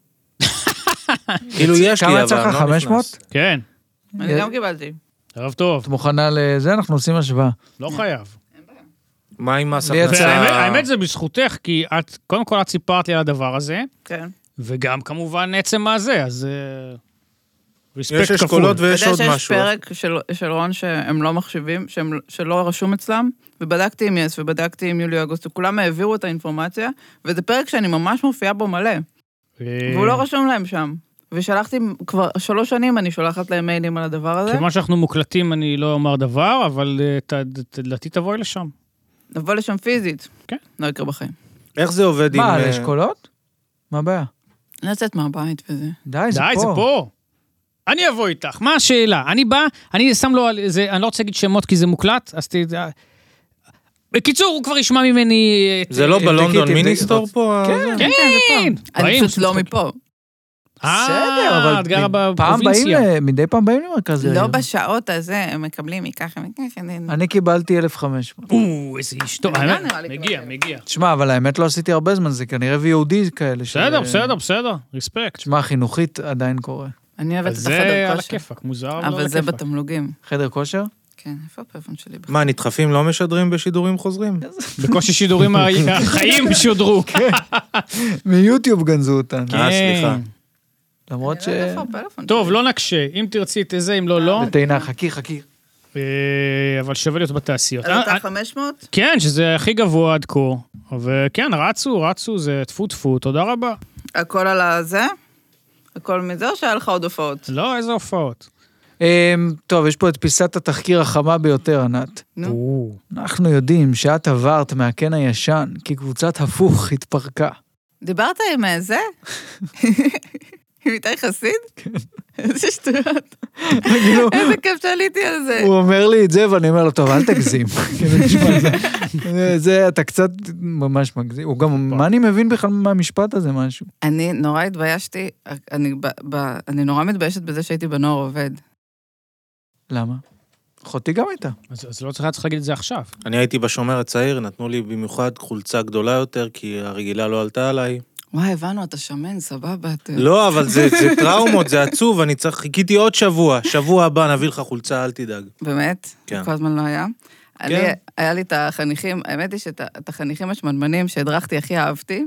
כאילו יש לי, אבל כמה יצא לך? חמש מאות? כן. אני גם קיבלתי. ערב טוב. את מוכנה לזה? אנחנו עושים השוואה. לא חייב. מה עם מס לי הכנסה? האמת זה בזכותך, כי את, קודם כל את סיפרת לי על הדבר הזה, כן. וגם כמובן עצם מה זה, אז יש ריספקט כפול. אשכולות ויש עוד אתה יודע שיש משהו. פרק של, של רון שהם לא מחשיבים, שהם, שלא רשום אצלם, ובדקתי עם יס ובדקתי עם יולי אוגוסט, וכולם העבירו את האינפורמציה, וזה פרק שאני ממש מופיעה בו מלא, והוא לא רשום להם שם. ושלחתי, כבר שלוש שנים אני שולחת להם מיילים על הדבר הזה. כיוון שאנחנו מוקלטים אני לא אומר דבר, אבל לדעתי תבואי לשם. נבוא לשם פיזית. כן. לא יקרה בחיים. איך זה עובד עם... מה, על אשכולות? מה הבעיה? לצאת מהבית וזה. די, זה די, פה. זה פה. אני אבוא איתך, מה השאלה? אני בא, אני שם לו, זה, אני לא רוצה להגיד שמות כי זה מוקלט, אז תדע... בקיצור, הוא כבר ישמע ממני... זה לא בלונדון מיניסטור פה? כן, כן, אני פשוט לא מפה. בסדר, אבל את גרה פעם בפרובינציה. באים, מדי פעם באים למרכז העיר. לא בשעות הזה, הם מקבלים מככה מככה. אני קיבלתי אלף וחמש מאות. או, איזה אשתו. אני לא נראה לי מגיע, כבר. מגיע. תשמע, אבל האמת לא עשיתי הרבה זמן, זה כנראה וי או די כאלה. בסדר, בסדר, בסדר, ריספקט. תשמע, חינוכית עדיין קורה. אני אוהבת את זה החדר על כושר. הכיפק, מוזר, אבל לא אבל על זה הכיפק. בתמלוגים. חדר כושר? כן, איפה הפלאפון שלי בכלל? מה, נדחפים לא משדרים בשידורים חוזרים? בקושי שידורים החיים שודרו. מיוטיוב גנזו אותנו. אה, סליחה. למרות ש... אני לא יודעת איפה הפלאפון טוב, שלי. לא נקשה. אם תרצי את זה, אם לא, לא. בטעינה, חכי, חכי. אה, אבל שווה להיות בתעשיות. אז אה, אתה אה, חמש מאות? כן, שזה הכי גבוה עד כה. וכן, רצו, רצו, זה טפו טפו, תודה רבה. הכל על הזה? הכל מזה או שהיה לך עוד הופעות? לא, איזה הופעות. אמ, טוב, יש פה את פיסת התחקיר החמה ביותר, ענת. נו. אנחנו יודעים שאת עברת מהקן הישן, כי קבוצת הפוך התפרקה. דיברת עם זה? עם איתי חסיד? כן. איזה שטויות. איזה כיף שעליתי על זה. הוא אומר לי את זה, ואני אומר לו, טוב, אל תגזים. זה- זה, אתה קצת ממש מגזים. הוא גם, מה אני מבין בכלל מהמשפט הזה, משהו? אני נורא התביישתי, אני ב- ב- אני נורא מתביישת בזה שהייתי בנוער עובד. למה? אחותי גם הייתה. אז אז לא צריך צריך להגיד את זה עכשיו. אני הייתי בשומר הצעיר, נתנו לי במיוחד חולצה גדולה יותר, כי הרגילה לא עלתה עליי. וואי, הבנו, אתה שמן, סבבה. אתה- לא, אבל זה זה טראומות, זה עצוב, אני צריך, חיכיתי עוד שבוע, שבוע הבא נביא לך חולצה, אל תדאג. באמת? כן. כל הזמן לא היה. אני, היה לי את החניכים, האמת היא שאת את החניכים השמנמנים שהדרכתי הכי אהבתי,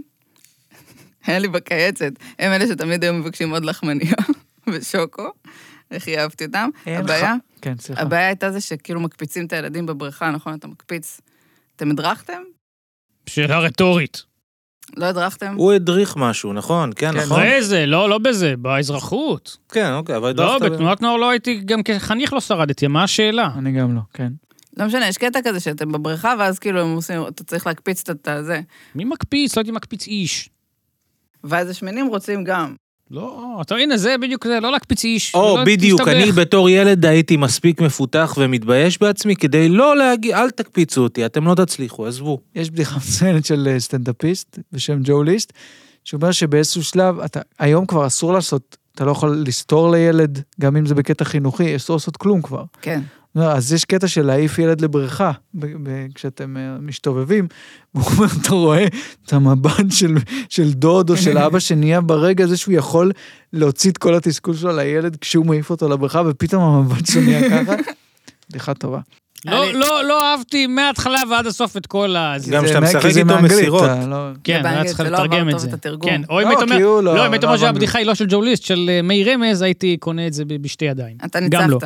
היה לי בקייצת, הם אלה שתמיד היו מבקשים עוד לחמניה ושוקו, הכי אהבתי אותם. הבעיה, כן, סליחה. הבעיה הייתה זה שכאילו מקפיצים את הילדים בבריכה, נכון? אתה מקפיץ. אתם הדרכתם? שאלה רטורית. לא הדרכתם? הוא הדריך משהו, נכון? כן, נכון? באיזה? לא, לא בזה, באזרחות. כן, אוקיי, אבל לא, הדרכת... בתנועת נוער לא הייתי, גם כחניך לא שרדתי, מה השאלה? אני גם לא, כן. לא משנה, יש קטע כזה שאתם בבריכה, ואז כאילו הם עושים, אתה צריך להקפיץ את הזה. מי מקפיץ? לא הייתי מקפיץ איש. ואז השמנים רוצים גם. לא, אתה הנה, זה בדיוק זה, לא להקפיץ איש. או, לא בדיוק, תסתבך. אני בתור ילד הייתי מספיק מפותח ומתבייש בעצמי, כדי לא להגיד, אל תקפיצו אותי, אתם לא תצליחו, עזבו. יש בדיחה מצוינת של סטנדאפיסט בשם ג'ו ליסט, שאומר שבאיזשהו שלב, אתה, היום כבר אסור לעשות, אתה לא יכול לסתור לילד, גם אם זה בקטע חינוכי, אסור לעשות כלום כבר. כן. אז יש קטע של להעיף ילד לבריכה, ב- ב- כשאתם uh, משתובבים, והוא אומר, אתה רואה את המבט של, של דוד או של אבא שנהיה ברגע הזה שהוא יכול להוציא את כל התסכול שלו לילד כשהוא מעיף אותו לבריכה, ופתאום המבט שלו נהיה ככה. בדיחה טובה. לא, לא, לא אהבתי מההתחלה ועד הסוף את כל ה... גם זה כשאתה מה- משחק כי זה איתו מאנגלית, מסירות. אתה לא- כן, זה היה באנגלית, צריך זה לא עבר לתרגם את טוב זה. את התרגום. כן, או אם לא, היית כי אומר, הוא לא- לא, אם היית לא אומר עבר שהבדיחה היא לא של ג'ו ליסט, של אה, מי רמז, הייתי קונה את זה ב- בשתי ידיים. אתה גם לא. ניצחת.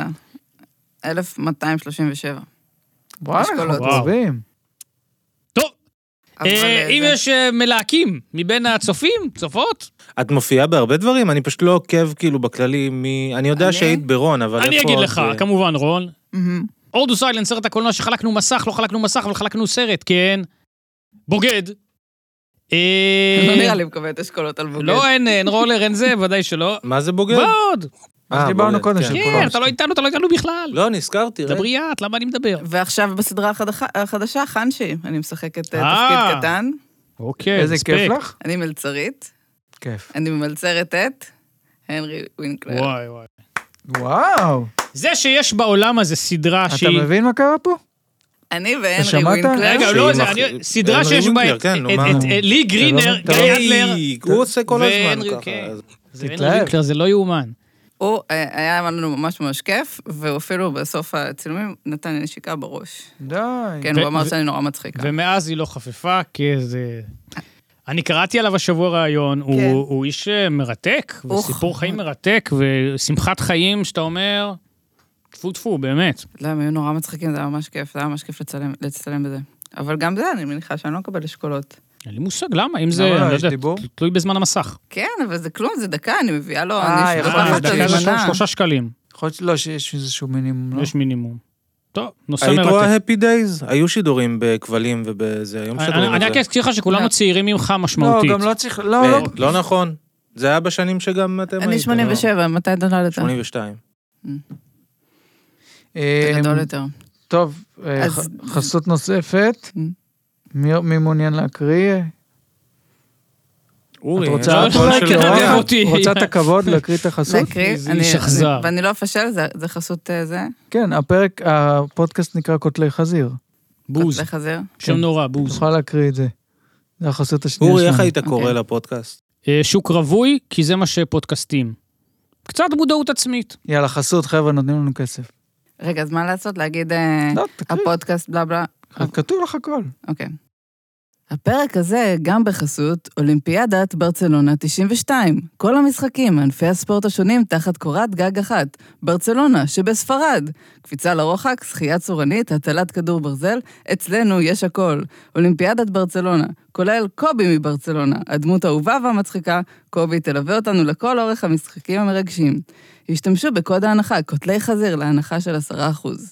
אלף מאתיים שלושים ושבע. וואלה, אשכולות. אנחנו טובים. טוב, אבל, אה, אם זה- יש אה, מלהקים מבין הצופים, צופות, את מופיעה בהרבה דברים, אני פשוט לא עוקב כאילו בכללי מי... אני יודע אני? שהיית ברון, אבל איפה... אני אגיד עוד, לך, אה, כמובן, רון, מהמם. אורדו סיילנט, סרט הקולנוע שחלקנו מסך, לא חלקנו מסך, אבל חלקנו סרט, כן. בוגד. אה, לא נראה לי מקווה את אשכולות על בוגד. לא, אין אין רולר, אין זה, ודאי שלא. מה זה בוגד? ועוד. אה, דיברנו בולט, קודם כן. של כן, פולנסקי. אתה לא איתנו, אתה לא איתנו בכלל. לא, נזכרתי, רגע. דברי את, למה אני מדבר? ועכשיו בסדרה החדשה- החדשה, חנשי, אני משחקת אה, אה. תפקיד קטן. אוקיי, איזה הספק. כיף לך? אני מלצרית, כיף. אני ממלצרת את הנרי ווינקלר. וואי, וואי. וואו. זה שיש בעולם הזה סדרה אתה שהיא... מבין מה קרה פה? אני והנרי שמעת? ווינקלר. רגע, שהיא לא, זה, מח- אני, סדרה הנרי שיש בה ווינקלר, את, כן, נו, את, מה? את, את לי גרינר, אתה גיא לא- אדלר, היי, הוא עושה כל הזמן והנרי, ככה. כן. אז- זה הנרי תתלהב. ווינקלר, זה לא יאומן. הוא אה, היה לנו ממש ממש כיף, והוא אפילו בסוף הצילומים נתן לי נשיקה בראש. די. כן, ו- הוא אמר ו- שאני נורא מצחיקה. ומאז היא לא חפפה, כי זה... אני קראתי עליו השבוע רעיון, הוא, הוא איש מרתק, אוח. וסיפור חיים מרתק, ושמחת חיים, שאתה אומר, טפו טפו, באמת. לא, הם היו נורא מצחיקים, זה היה ממש כיף, זה היה ממש כיף לצלם, להצטלם בזה. אבל גם זה, אני מניחה שאני לא מקבל אשכולות. אין לי מושג, למה? אם זה, למה לא? אני לא יש יודע, דיבור? תלוי בזמן המסך. כן, אבל זה כלום, זה דקה, אני מביאה לו, אה, אני יכול אה, להיות לוקחת דקה את זה הזמנה. שלושה שקלים, יכול להיות שלא, שיש איזשהו מינימום, לא? יש מינימום. טוב, נושא היית מרתק. רואה הפי דייז? היו שידורים בכבלים ובזה, היום אני- משדרים אני את רק זה. אזכיר לך שכולנו לא. צעירים ממך לא, משמעותית. גם לא צריך, לא, אה, לא. לא נכון. זה היה בשנים שגם אתם אני שמונים ושבע, מתי נולדת? שמונים ושתיים. זה אמ, גדול יותר. טוב, אה, אז- ח- חסות נוספת. Mm. מי מי מעוניין להקריא? אורי, את יש רוצה לך לא, קול לא, של כן, אורח. תדבר אותי. רוצה את הכבוד להקריא את החסות? להקריא, איזה אני- איש אכזר. אני- ואני לא אפשל, זה- זה חסות אה, זה? כן, הפרק, הפודקאסט נקרא קוטלי חזיר. בוז, לחזיר. שם נורא, בוז. תוכל להקריא את זה. זה החסות השנייה אורי, איך שלנו. היית קורא אוקיי. לפודקאסט? אה, שוק רווי, כי זה מה שפודקאסטים. קצת מודעות עצמית. יאללה, חסות, חבר'ה, נותנים לנו כסף. רגע, אז מה לעשות? להגיד אה, לא, תקריא. הפודקאסט בלה בלה? כתוב לך הכל. אוקיי. הפרק הזה גם בחסות אולימפיאדת ברצלונה תשעים ושתיים. כל המשחקים, ענפי הספורט השונים תחת קורת גג אחת. ברצלונה, שבספרד. קפיצה לרוחק, שחייה צורנית, הטלת כדור ברזל, אצלנו יש הכל. אולימפיאדת ברצלונה, כולל קובי מברצלונה, הדמות האהובה והמצחיקה, קובי תלווה אותנו לכל אורך המשחקים המרגשים. השתמשו בקוד ההנחה, קוטלי חזיר, להנחה של עשרה אחוז.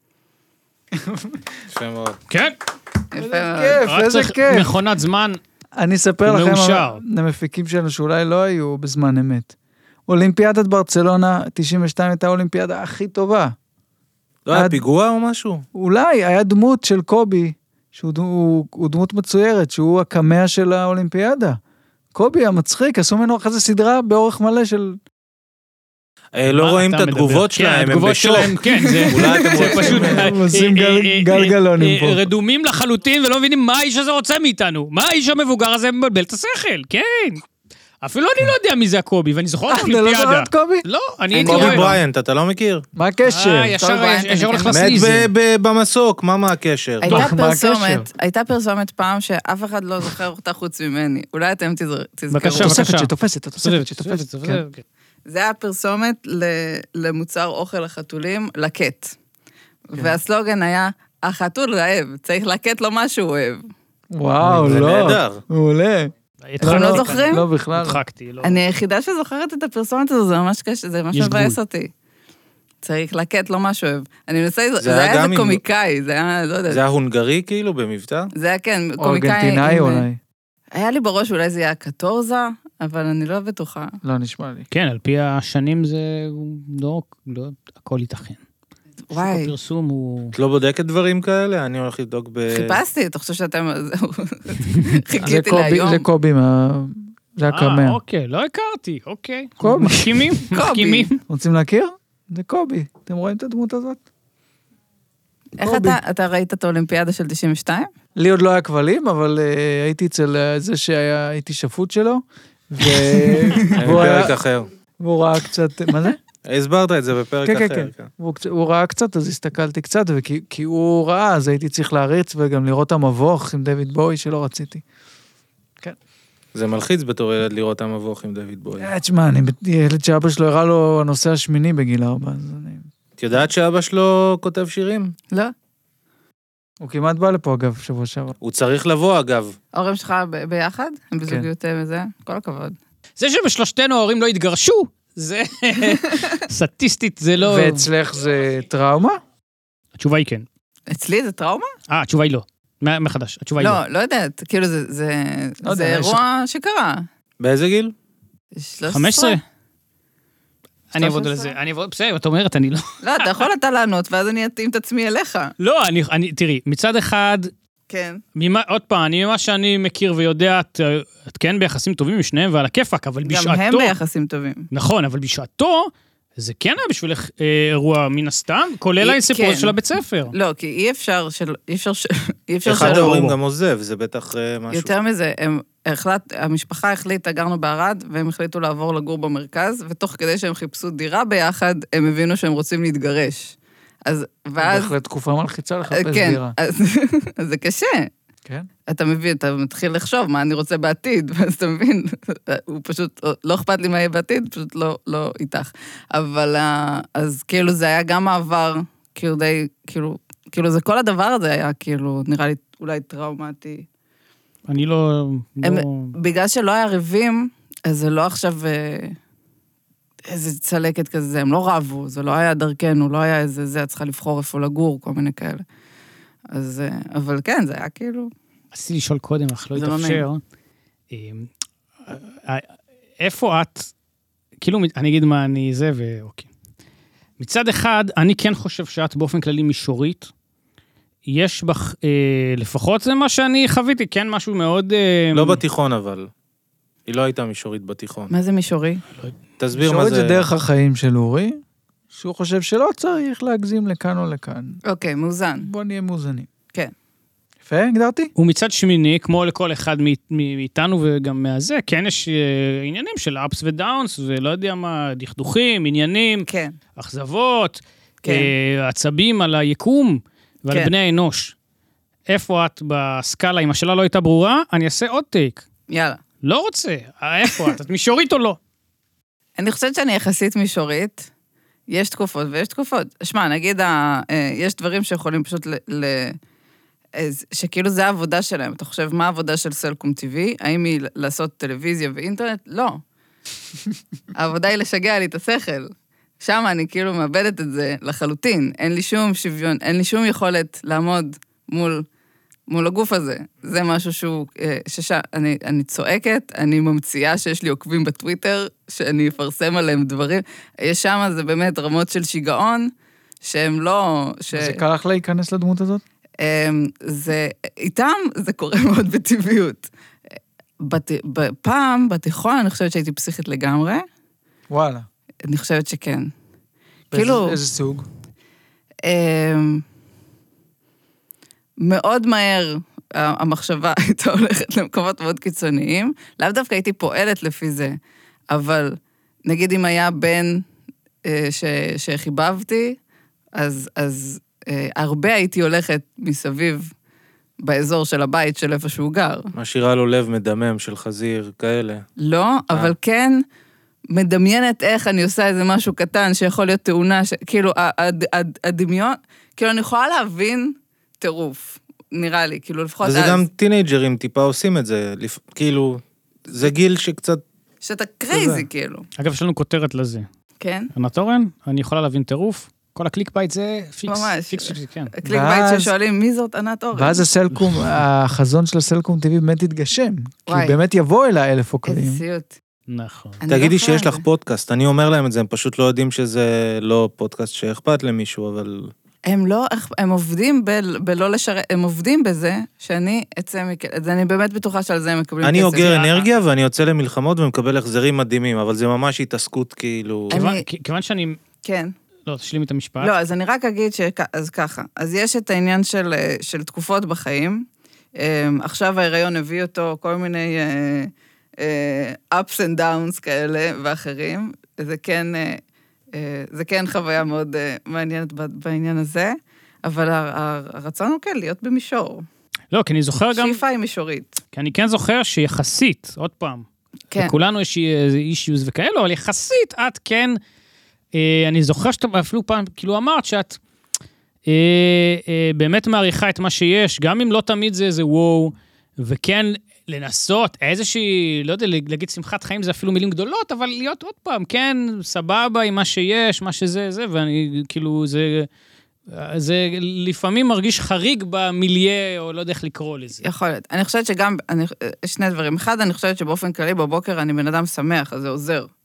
יפה מאוד. כן. יפה מאוד. כיף, רק איזה צריך כיף. מכונת זמן. אני אספר הוא לכם, מאושר. המפיקים שלנו שאולי לא היו בזמן אמת. אולימפיאדת ברצלונה תשעים ושתיים הייתה האולימפיאדה הכי טובה. לא היה עד- פיגוע או משהו? אולי היה דמות של קובי, שהוא ד- הוא- הוא דמות מצוירת, שהוא הקמע של האולימפיאדה. קובי המצחיק, עשו ממנו אחרי זה סדרה באורך מלא של... אה, לא מה רואים אתה את מדבר? התגובות כן, שלהם, הם התגובות בשוק. שלהם, כן, זה אולי אתם זה רוצים... פשוט... הם עושים גל- אה, אה, גלגלונים אה, פה. אה, רדומים לחלוטין ולא מבינים מה האיש הזה רוצה מאיתנו. מה האיש המבוגר הזה מבלבל את השכל, כן. אפילו אני לא יודע מי זה הקובי, ואני זוכר את אתה לא האולימפיאדה. זוכר את קובי? לא, אני הייתי קובי רואה. בריינט, אתה לא מכיר? מה הקשר? אה, ישר קובי בריינט, ישר הולך אני מת לסניזם. ב- ב- במסוק, מה מה הקשר? הייתה טוב, מה הקשר? פרסומת, הייתה פרסומת פעם שאף אחד לא זוכר אותה חוץ ממני. אולי אתם תזר- תזכרו. בבקשה, תוספת בבקשה. שתופסת, התוספת שתופסת. כן. זה היה פרסומת ל- למוצר אוכל לחתולים, לקט. והסלוגן היה, החתול רעב, צריך לקט לו מה שהוא אוהב. וואו, זה לא. נהדר. מעולה. אתם לא זוכרים? לא בכלל. הדחקתי, לא. אני היחידה שזוכרת את הפרסומת הזו, זה ממש קשה, זה ממש יש מבאס גבול. אותי. צריך לקט לו מה שהוא אוהב. אני מנסה, זה זה היה היה גם איזה עם- קומיקאי, זה היה, לא יודעת. זה ההונגרי כאילו במבטא? זה היה, כן, או קומיקאי. ארגנטינאי עם- אולי. היה לי בראש אולי זה היה קטורזה, אבל אני לא בטוחה. לא נשמע לי. כן, על פי השנים זה לא, לא, הכל ייתכן. וואי. שוק הפרסום הוא... את לא בודקת דברים כאלה? אני הולך לבדוק ב... חיפשתי, אתה חושב שאתם... זהו. זה חיכיתי קובי, להיום. זה קובי, מה- זה אה, הקמע. אוקיי, לא הכרתי, אוקיי. קובי. מסכימים? מסכימים? רוצים להכיר? זה קובי. אתם רואים את הדמות הזאת? איך קובי. אתה, אתה ראית את האולימפיאדה של תשעים ושתיים? לי עוד לא היה כבלים, אבל uh, הייתי אצל uh, זה שהייתי שפוט שלו, ו... והוא, בפרק היה, אחר. והוא ראה קצת, מה זה? הסברת את זה בפרק כן, אחר. כן, כן. והוא, קצת- הוא ראה קצת, אז הסתכלתי קצת, וכי כי הוא ראה, אז הייתי צריך להריץ וגם לראות המבוך עם דויד בוי שלא רציתי. זה מלחיץ בתור ילד לראות המבוך עם דוד בוי. אה, תשמע, אני ילד שאבא שלו הראה לו הנושא השמיני בגיל ארבע, אז אני... את יודעת שאבא שלו כותב שירים? לא. הוא כמעט בא לפה, אגב, שבוע שעבר. הוא צריך לבוא, אגב. ההורים שלך ב- ביחד? הם בזוגיות וזה? כל הכבוד. זה שבשלושתנו ההורים לא התגרשו, זה סטטיסטית, זה לא... ואצלך זה טראומה? התשובה היא כן. אצלי זה טראומה? אה, התשובה היא לא. מה- מחדש, התשובה היא לא. לא, לא יודעת. כאילו זה, זה, לא זה יודע, יש- אירוע שקרה. באיזה גיל? שלוש עשרה? חמש עשרה? אני אעבוד על זה, אני אעבוד, בסדר, את אומרת, אני לא... לא, אתה יכול אתה לענות, ואז אני אתאים את עצמי אליך. לא, אני, אני, תראי, מצד אחד, כן. ממה, עוד פעם, אני, ממה שאני מכיר ויודע, את, את כן ביחסים טובים משניהם ועל הכיפק, אבל בשעתו... גם הם ביחסים טובים. נכון, אבל בשעתו, זה כן היה בשבילך אה, אירוע מן הסתם, כולל הסיפור כן. של הבית ספר. לא, כי אי אפשר של... אי אפשר של... אי אפשר אחד של... ההורים גם עוזב, זה בטח אה, משהו. יותר מזה, הם החלט... המשפחה החליטה, גרנו בערד, והם החליטו לעבור לגור במרכז, ותוך כדי שהם חיפשו דירה ביחד, הם הבינו שהם רוצים להתגרש. אז, ואז... בהחלט תקופה מלחיצה לחפש כן, דירה. אז, אז זה קשה. כן? אתה מבין, אתה מתחיל לחשוב מה אני רוצה בעתיד, ואז אתה מבין, הוא פשוט, לא אכפת לי מה יהיה בעתיד, פשוט לא, לא איתך. אבל, אז כאילו זה היה גם מעבר, כאילו די, כאילו, כאילו זה כל הדבר הזה היה כאילו, נראה לי אולי טראומטי. אני לא... הם, לא... בגלל שלא היה ריבים, אז זה לא עכשיו איזה צלקת כזה, הם לא רבו, זה לא היה דרכנו, לא היה איזה, זה, את צריכה לבחור איפה לגור, כל מיני כאלה. אז, אבל כן, זה היה כאילו... רציתי לשאול קודם, אך לא זה לא התאפשר. איפה את, כאילו, אני אגיד מה אני זה, ואוקיי. מצד אחד, אני כן חושב שאת באופן כללי מישורית, יש בך, אה, לפחות זה מה שאני חוויתי, כן, משהו מאוד... אה, לא בתיכון אבל. היא לא הייתה מישורית בתיכון. מה זה מישורי? תסביר מה מישורית זה... זה דרך החיים של אורי, שהוא חושב שלא צריך להגזים לכאן או לכאן. אוקיי, מאוזן. בוא נהיה מאוזנים. כן. יפה, הגדרתי? ומצד שמיני, כמו לכל אחד מאיתנו וגם מהזה, כן יש אה, עניינים של אפס ודאונס, ולא יודע מה, דכדוכים, עניינים, כן. אכזבות, כן. אה, עצבים על היקום ועל כן. בני האנוש. איפה את בסקאלה, אם השאלה לא הייתה ברורה, אני אעשה עוד טייק. יאללה. לא רוצה, איפה את? את מישורית או לא? אני חושבת שאני יחסית מישורית, יש תקופות ויש תקופות. שמע, נגיד, ה, יש דברים שיכולים פשוט ל... ל שכאילו זה העבודה שלהם. אתה חושב, מה העבודה של סלקום טבעי? האם היא לעשות טלוויזיה ואינטרנט? לא. העבודה היא לשגע לי את השכל. שם אני כאילו מאבדת את זה לחלוטין. אין לי שום שוויון, אין לי שום יכולת לעמוד מול, מול הגוף הזה. זה משהו שהוא, ששם, אני, אני צועקת, אני ממציאה שיש לי עוקבים בטוויטר, שאני אפרסם עליהם דברים. יש שם, זה באמת רמות של שיגעון, שהם לא... ש... זה קל לך להיכנס לדמות הזאת? זה, איתם זה קורה מאוד בטבעיות. בת, פעם, בתיכון, אני חושבת שהייתי פסיכית לגמרי. וואלה. אני חושבת שכן. באיזה, כאילו... איזה סוג? מאוד מהר המחשבה הייתה הולכת למקומות מאוד קיצוניים. לאו דווקא הייתי פועלת לפי זה, אבל נגיד אם היה בן ש, שחיבבתי, אז... אז הרבה הייתי הולכת מסביב באזור של הבית של איפה שהוא גר. משאירה לו לב מדמם של חזיר, כאלה. לא, אבל כן מדמיינת איך אני עושה איזה משהו קטן שיכול להיות תאונה, כאילו הדמיון, כאילו אני יכולה להבין טירוף, נראה לי, כאילו לפחות אז. וזה גם טינג'רים טיפה עושים את זה, כאילו, זה גיל שקצת... שאתה קרייזי, כאילו. אגב, יש לנו כותרת לזה. כן. ענת אורן, אני יכולה להבין טירוף. כל הקליק בייט זה פיקס. ממש. פיקס, פיקס, כן. הקליק בייט ששואלים, מי זאת ענת אורן? ואז הסלקום, החזון של הסלקום טבעי באמת יתגשם. כי הוא באמת יבוא אל האלף עוקבים. איזה סיוט. נכון. תגידי שיש לך פודקאסט, אני אומר להם את זה, הם פשוט לא יודעים שזה לא פודקאסט שאכפת למישהו, אבל... הם לא, הם עובדים בלא לשרת, הם עובדים בזה שאני אצא מכ... אז אני באמת בטוחה שעל זה הם מקבלים כסף. אני אוגר אנרגיה ואני יוצא למלחמות ומקבל החזרים מדהימים, אבל זה ממש התעסקות כאילו... כיוון שאני... כן. לא, תשלים את המשפט. לא, אז אני רק אגיד ש... אז ככה. אז יש את העניין של, של תקופות בחיים. עכשיו ההיריון הביא אותו כל מיני ups and downs כאלה ואחרים. זה כן, זה כן חוויה מאוד מעניינת בעניין הזה, אבל הרצון הוא כן להיות במישור. לא, כי אני זוכר גם... שאיפה היא מישורית. כי אני כן זוכר שיחסית, עוד פעם, כן. לכולנו יש אישיוז וכאלו, אבל יחסית את כן... אני זוכר שאתה אפילו פעם, כאילו אמרת שאת אה, אה, באמת מעריכה את מה שיש, גם אם לא תמיד זה איזה וואו, וכן לנסות איזושהי, לא יודע, להגיד שמחת חיים זה אפילו מילים גדולות, אבל להיות עוד פעם, כן, סבבה עם מה שיש, מה שזה, זה, ואני כאילו, זה, זה לפעמים מרגיש חריג במיליה, או לא יודע איך לקרוא לזה. יכול להיות. אני חושבת שגם, אני, שני דברים. אחד, אני חושבת שבאופן כללי בבוקר אני בן אדם שמח, אז זה עוזר.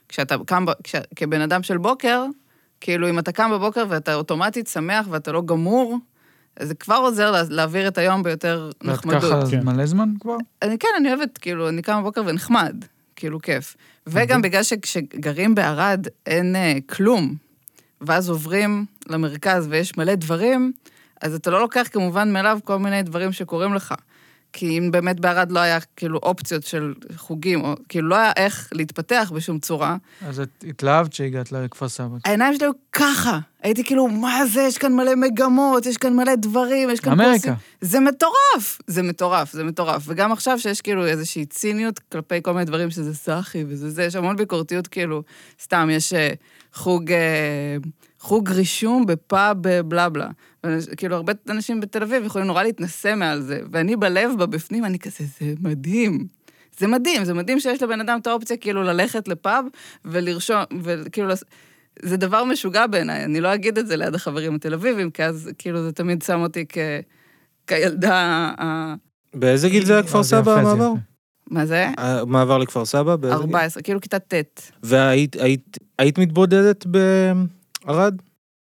כשאתה קם, כש, כבן אדם של בוקר, כאילו אם אתה קם בבוקר ואתה אוטומטית שמח ואתה לא גמור, אז זה כבר עוזר לה, להעביר את היום ביותר נחמדות. ואת ככה כן. מלא זמן כבר? אני כן, אני אוהבת, כאילו, אני קם בבוקר ונחמד, כאילו כיף. וגם בגלל שכשגרים בערד אין uh, כלום, ואז עוברים למרכז ויש מלא דברים, אז אתה לא לוקח כמובן מאליו כל מיני דברים שקורים לך. כי אם באמת בערד לא היה כאילו אופציות של חוגים, או כאילו לא היה איך להתפתח בשום צורה. אז את התלהבת שהגעת לכפר סבא. העיניים שלי היו ככה. הייתי כאילו, מה זה? יש כאן מלא מגמות, יש כאן מלא דברים, יש כאן אמריקה. קורסים. זה מטורף, זה מטורף, זה מטורף. וגם עכשיו שיש כאילו איזושהי ציניות כלפי כל מיני דברים שזה סחי וזה זה, יש המון ביקורתיות כאילו, סתם, יש חוג, חוג רישום בפאב בלה בלה. כאילו, הרבה אנשים בתל אביב יכולים נורא להתנסה מעל זה, ואני בלב, בבפנים, אני כזה, זה מדהים. זה מדהים, זה מדהים שיש לבן אדם את האופציה כאילו ללכת לפאב ולרשום, וכאילו, זה דבר משוגע בעיניי, אני לא אגיד את זה ליד החברים התל אביבים, כי אז כאילו זה תמיד שם אותי כ... כילדה... באיזה גיל זה היה כפר סבא המעבר? מה זה? המעבר לכפר סבא? באיזה גיל? ארבע עשרה, כאילו כיתה ט'. והיית היית, היית מתבודדת בערד?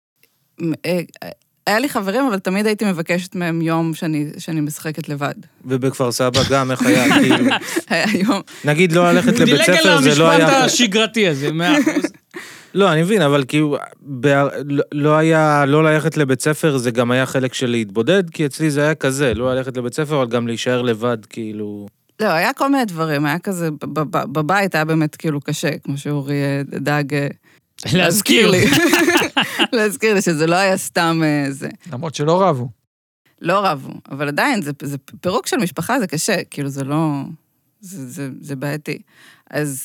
היה לי חברים, אבל תמיד הייתי מבקשת מהם יום שאני, שאני משחקת לבד. ובכפר סבא גם, איך היה, כאילו... היה יום... נגיד, לא ללכת לבית ספר, זה לא היה... דילג על המשפט השגרתי הזה, מאה אחוז. לא, אני מבין, אבל כאילו, לא היה, לא ללכת לבית ספר, זה גם היה חלק של להתבודד, כי אצלי זה היה כזה, לא ללכת לבית ספר, אבל גם להישאר לבד, כאילו... לא, היה כל מיני דברים, היה כזה, בבית היה באמת כאילו קשה, כמו שאורי דאג... להזכיר לי. להזכיר לי שזה לא היה סתם זה. למרות שלא רבו. לא רבו, אבל עדיין, זה, זה פירוק של משפחה, זה קשה, כאילו זה לא, זה, זה, זה בעייתי. אז,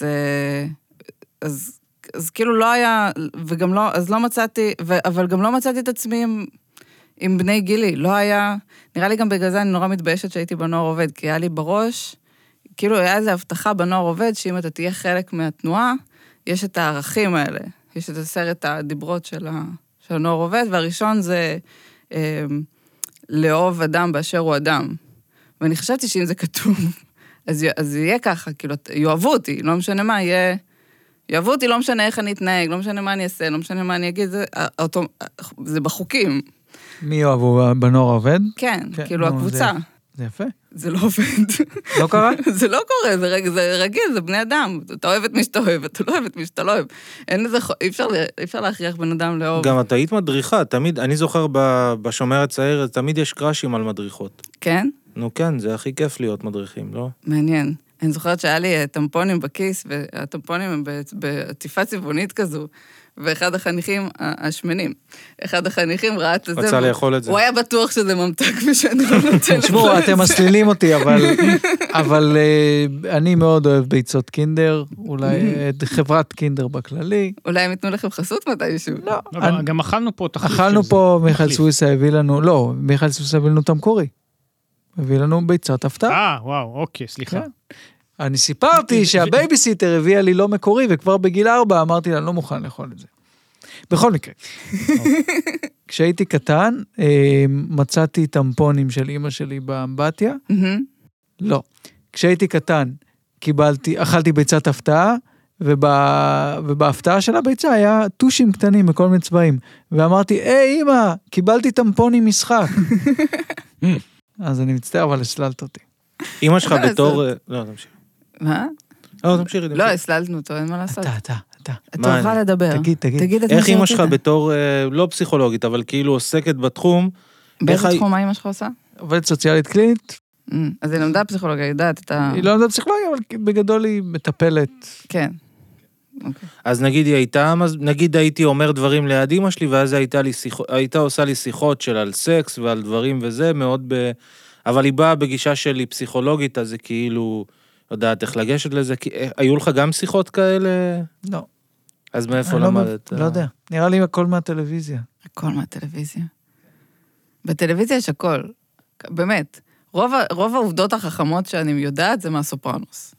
אז, אז כאילו לא היה, וגם לא, אז לא מצאתי, ו, אבל גם לא מצאתי את עצמי עם, עם בני גילי, לא היה, נראה לי גם בגלל זה אני נורא מתביישת שהייתי בנוער עובד, כי היה לי בראש, כאילו היה איזו הבטחה בנוער עובד, שאם אתה תהיה חלק מהתנועה, יש את הערכים האלה, יש את הסרט הדיברות של, ה, של הנוער עובד, והראשון זה אה, לאהוב אדם באשר הוא אדם. ואני חשבתי שאם זה כתוב, אז, אז יהיה ככה, כאילו, יאהבו אותי, לא משנה מה, יהיה, יאהבו אותי, לא משנה איך אני אתנהג, לא משנה מה אני אעשה, לא משנה מה אני אגיד, זה, אותו, זה בחוקים. מי יאהבו בנוער עובד? כן, כן כאילו נו, הקבוצה. זה, זה יפה. זה לא עובד. לא קרה? זה לא קורה, זה, רג, זה רגיל, זה בני אדם. אתה אוהב את מי שאתה אוהב, אתה לא אוהב את מי שאתה לא אוהב. אין לזה, אי אפשר, אי אפשר להכריח בן אדם לאהוב. גם את היית מדריכה, תמיד, אני זוכר בשומר הצעיר, תמיד יש קראשים על מדריכות. כן? נו כן, זה הכי כיף להיות מדריכים, לא? מעניין. אני זוכרת שהיה לי טמפונים בכיס, והטמפונים הם בעטיפה צבעונית כזו, ואחד החניכים, השמנים, אחד החניכים ראה את זה. רצה לאכול את זה. הוא היה בטוח שזה ממתק ושאני לא נותן. תשמעו, אתם מסלילים אותי, אבל אני מאוד אוהב ביצות קינדר, אולי חברת קינדר בכללי. אולי הם ייתנו לכם חסות מתישהו. לא. גם אכלנו פה תחליף של זה. אכלנו פה, מיכאל סוויסה הביא לנו, לא, מיכאל סוויסה הביא לנו תמקורי. הביא לנו ביצת הפתעה. אה, וואו, אוקיי, סליחה. אני סיפרתי שהבייביסיטר הביאה לי לא מקורי, וכבר בגיל ארבע אמרתי לה, אני לא מוכן לאכול את זה. בכל מקרה. כשהייתי קטן, מצאתי טמפונים של אמא שלי באמבטיה. לא. כשהייתי קטן, קיבלתי, אכלתי ביצת הפתעה, ובהפתעה של הביצה היה טושים קטנים בכל מיני צבעים. ואמרתי, היי אמא, קיבלתי טמפונים משחק. אז אני מצטער, אבל הסללת אותי. אמא שלך בתור... לא, תמשיך. מה? לא, תמשיך. לא, הסללנו אותו, אין מה לעשות. אתה, אתה, אתה. אתה תוכל לדבר. תגיד, תגיד. איך אמא שלך בתור, לא פסיכולוגית, אבל כאילו עוסקת בתחום... באיזה תחום מה אמא שלך עושה? עובדת סוציאלית קלינית. אז היא למדה פסיכולוגיה, יודעת את ה... היא לא למדה פסיכולוגיה, אבל בגדול היא מטפלת. כן. אז נגיד היא הייתה, נגיד הייתי אומר דברים ליד אמא שלי, ואז הייתה עושה לי שיחות של על סקס ועל דברים וזה, מאוד ב... אבל היא באה בגישה שלי פסיכולוגית, אז זה כאילו, יודעת איך לגשת לזה, היו לך גם שיחות כאלה? לא. אז מאיפה למדת? לא יודע, נראה לי הכל מהטלוויזיה. הכל מהטלוויזיה. בטלוויזיה יש הכל, באמת. רוב העובדות החכמות שאני יודעת זה מהסופרנוס.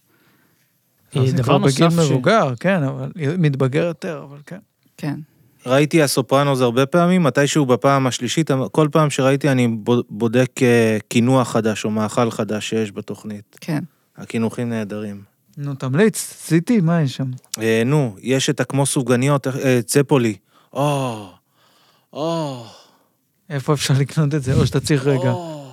דבר נוסף בגיל מבוגר, כן, אבל מתבגר יותר, אבל כן. כן. ראיתי הסופרנוס הרבה פעמים, מתישהו בפעם השלישית, כל פעם שראיתי אני בודק קינוח חדש או מאכל חדש שיש בתוכנית. כן. הקינוחים נהדרים. נו, תמליץ, סיטי, מה יש שם? אה, נו, יש את הכמו סופגניות, אה, צפולי. או, או, איפה אפשר לקנות את זה, או שאתה צריך רגע.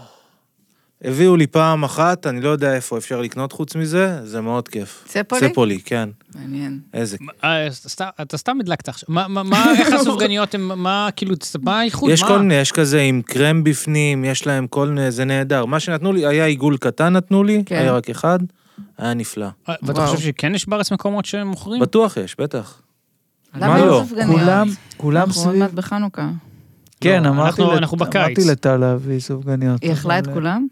הביאו לי פעם אחת, אני לא יודע איפה אפשר לקנות חוץ מזה, זה מאוד כיף. צפולי? צפולי, כן. מעניין. איזה. אה, סתם- אתה סתם הדלקת עכשיו. מה- מה- מה, איך הסופגניות הם, מה, כאילו, מה האיכות? יש מה? כל מיני, יש כזה עם קרם בפנים, יש להם כל מיני, זה נהדר. מה שנתנו לי, היה עיגול קטן נתנו לי, כן. היה רק אחד, היה נפלא. אה, ואתה וואו. חושב שכן יש בארץ מקומות שמוכרים? בטוח יש, בטח. למה מה אין לא? סופגניות? כולם, כולם אנחנו עוד סביב. מעט בחנוכה. כן, לא, אמרתי אנחנו- לת- אנחנו בקיץ. אמרתי לטל להביא סופגניות. היא אכלה את אבל- כולם?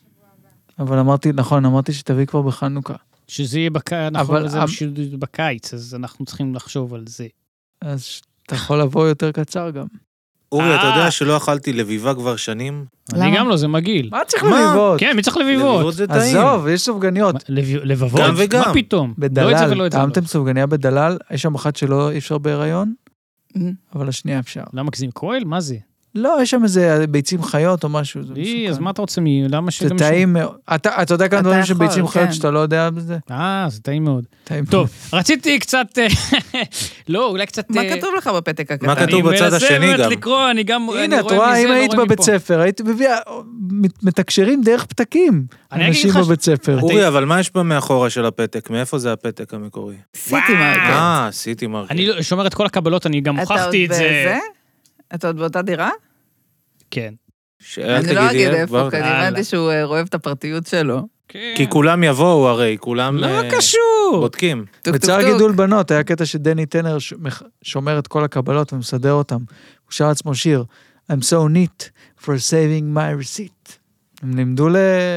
אבל אמרתי, נכון, אמרתי שתביא כבר בחנוכה. שזה יהיה בקיץ, אבל נכון, זה המ- בשביל בקיץ, אז אנחנו צריכים לחשוב על זה. אז אתה יכול לבוא יותר קצר גם. אורי, אתה אה. יודע שלא אכלתי לביבה כבר שנים? אני למה? גם לא, זה מגעיל. מה צריך מה? לביבות? כן, מי צריך לביבות? לביבות זה טעים. עזוב, יש סופגניות. מה, לב- לבבות? גם וגם. מה פתאום? לא את זה ולא בדלל, את זה. טעמתם סופגניה בדלל, יש שם אחת שלא אי אפשר בהיריון, Mm. אבל השנייה אפשר. למה כזים כהל? מה זה? לא, יש שם איזה ביצים חיות או משהו, זה אי, אז מסוכן. מה אתה רוצה מי? למה זה טעים מאוד. אתה אתה יודע כמה אתה דברים יכול, שביצים חיות כן. שאתה לא יודע בזה? אה, זה טעים מאוד. טעים. טוב, רציתי קצת... אה, לא, אולי קצת... מה אה, כתוב לך בפתק הקטן? מה כתוב בצד אני השני מנסה גם? באמת לקרוא, אני גם... אני הנה, את רואה רואה, מזה, אם לא היית רואה בבית מפה. ספר, היית מביאה, מת- מתקשרים דרך פתקים. אני אגיד אנשים לך ש- בבית ספר. אורי, אבל מה יש מאחורה של הפתק? מאיפה זה הפתק המקורי? סיטי מרקט. אה, סיטי מרקט. אני לא- שומר את כל הקבלות, אני גם אתה עוד הוכחתי את זה. בזה? אתה עוד באותה דירה? כן. שאל אני לא תגידי, אגיד אה, איפה, כבר- כי אני הלאה. הבנתי שהוא אה, אוהב את הפרטיות שלו. כי כולם יבואו הרי, כולם לא אה, קשור. בודקים. טוק טוק בצער טוק. גידול בנות, היה קטע שדני טנר ש- מח- שומר את כל הקבלות ומסדר אותם. הוא שר עצמו שיר, I'm so neat for saving my receipt. הם לימדו ל...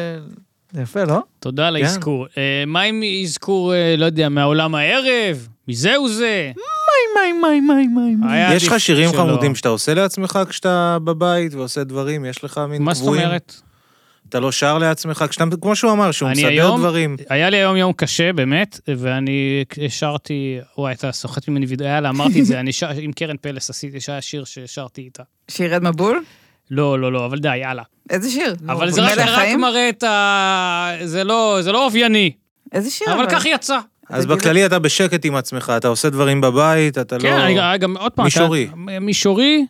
זה יפה, לא? תודה על האזכור. אה, מה עם אזכור, אה, לא יודע, מהעולם הערב? מזהו זה? מיי, מיי, מיי, מיי, מיי. היה יש לך עדיף שירים שלא. חמודים שאתה עושה לעצמך כשאתה בבית ועושה דברים? יש לך מין מה זאת קבועים? אומרת? אתה לא שר לעצמך? כשאתה, כמו שהוא אמר, שהוא אני מסדר היום- דברים. היה לי היום יום קשה, באמת, ואני שרתי, וואי, אתה סוחט ממני וידאו, יאללה, אמרתי את זה, אני שר, עם קרן פלס עשיתי, שהיה שיר ששרתי איתה. שירד מבול? לא, לא, לא, אבל די, יאללה. איזה שיר? אבל זה רק מלך רק חיים? מראה את ה... זה לא זה לא אופייני, איזה שיר? אבל כך יצא. אז תגיד- בכללי אתה בשקט עם עצמך, אתה עושה דברים בבית, אתה כן, לא... אני גם, עוד פעם, מישורי. אתה- מישורי,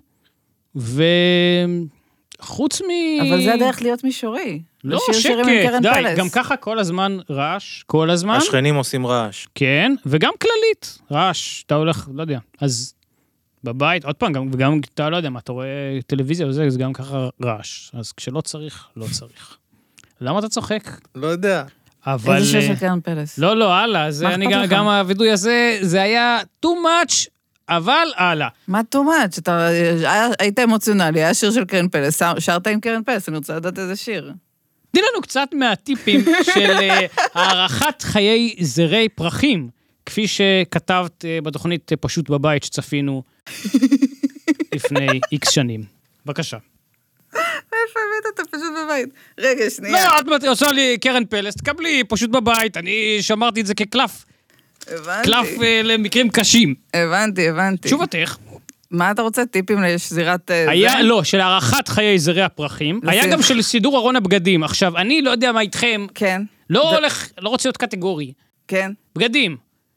וחוץ מ... אבל זה הדרך להיות מישורי. לא, לשיר שירים עם שקט, קרן די, פלס. גם ככה כל הזמן רעש, כל הזמן, השכנים עושים רעש. כן, וגם כללית, רעש, אתה הולך, לא יודע, אז בבית, עוד פעם, גם, וגם אתה לא יודע מה, אתה רואה טלוויזיה וזה, זה גם ככה רעש, אז כשלא צריך, לא צריך. למה אתה צוחק? לא יודע. אבל... איזה שיר אה, של קרן פלס? לא, לא, הלאה, זה מה אני אכפת גם, לך? גם הווידוי הזה, זה היה too much, אבל הלאה. מה too much? אתה היה- היית אמוציונלי, היה שיר של קרן פלס, שר- שרת עם קרן פלס, אני רוצה לדעת איזה שיר. תני לנו קצת מהטיפים של אה, הערכת חיי זרי פרחים, כפי שכתבת אה, בתוכנית אה, פשוט בבית שצפינו לפני איקס שנים. בבקשה. איפה הבאת? אתה פשוט בבית. רגע, שנייה. לא, את עושה לי קרן פלס, תקבלי פשוט בבית, אני שמרתי את זה כקלף, הבנתי, קלף אה, למקרים קשים. הבנתי, הבנתי. תשובתך, מה אתה רוצה? טיפים לשזירת... אה, היה, זה? לא, של הערכת חיי זרי הפרחים, לפי- היה גם של סידור ארון הבגדים. עכשיו, אני לא יודע מה איתכם, כן, לא ד- הולך, לא רוצה להיות קטגורי. כן. בגדים.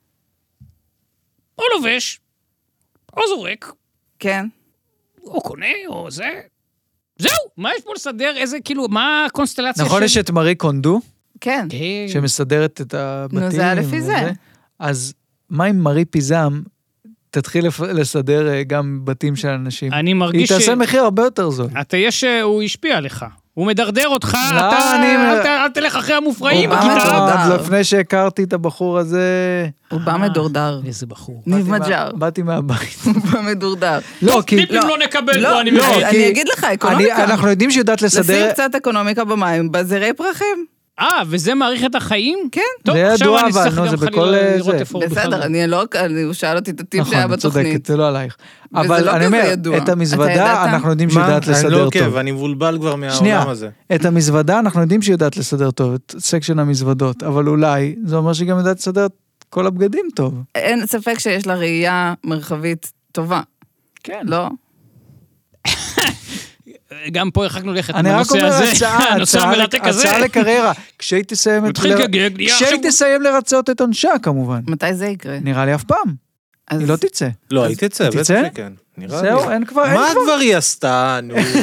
או לובש, או זורק, כן. או קונה, או זה. זהו, מה יש פה לסדר? איזה, כאילו, מה הקונסטלציה נכון, יש את מארי קונדו, כן. כן. שמסדרת את הבתים. נו, זה היה לפי זה. וזה. אז מה אם מארי פיזם תתחיל לפ- לסדר אה, גם בתים של אנשים? אני היא מרגיש ש... תעשה מחיר הרבה יותר זול. אתה יש, הוא השפיע עליך. הוא מדרדר אותך, לא, אתה, אני- אל ת- אל תלך אחרי המופרעים הוא בא בכיתה. מדורדר. עוד לפני שהכרתי את הבחור הזה, הוא בא מדורדר. איזה בחור. ניב באתי מג'אר. מה- באתי מהבית. הוא בא מדורדר. לא, כי... טיפים לא נקבל לא, פה, אני לא, מבין. כי- אני אגיד לך, אני- אקונומיקה. אנחנו יודעים שיודעת לשים לסדר... קצת אקונומיקה במים, בזרי פרחים. אה, וזה מעריך את החיים? כן. טוב, זה עכשיו ידוע, אני אבל, צריך נו, גם זה בכל, חלילה אה, לראות זה. איפה הוא בכלל. בסדר, אני לא, אני- הוא שאל אותי את הטיפ שהיה נכון, את צודקת, בתוכנית. זה לא עלייך. וזה אבל לא אני כזה אומר, ידוע. את אתה המזוודה ידעת? אנחנו יודעים מה? שיודעת אני לא לסדר עוקב, טוב. אני מבולבל כבר שנייה, מהעולם הזה. את המזוודה אנחנו יודעים שיודעת לסדר טוב, את סקשן המזוודות, אבל אולי זה אומר שהיא גם יודעת לסדר את כל הבגדים טוב. אין ספק שיש לה ראייה מרחבית טובה. כן. לא? גם פה הרחקנו לכת אני רק אומר, הצעה, הנושא המרתק הזה. הצעה לקריירה. כשהיא תסיים את... כשהיא תסיים לרצות את עונשה, כמובן. מתי זה יקרה? נראה לי אף פעם. היא לא תצא. לא, היא תצא, בטח שכן. זהו, אין כבר... מה כבר היא עשתה?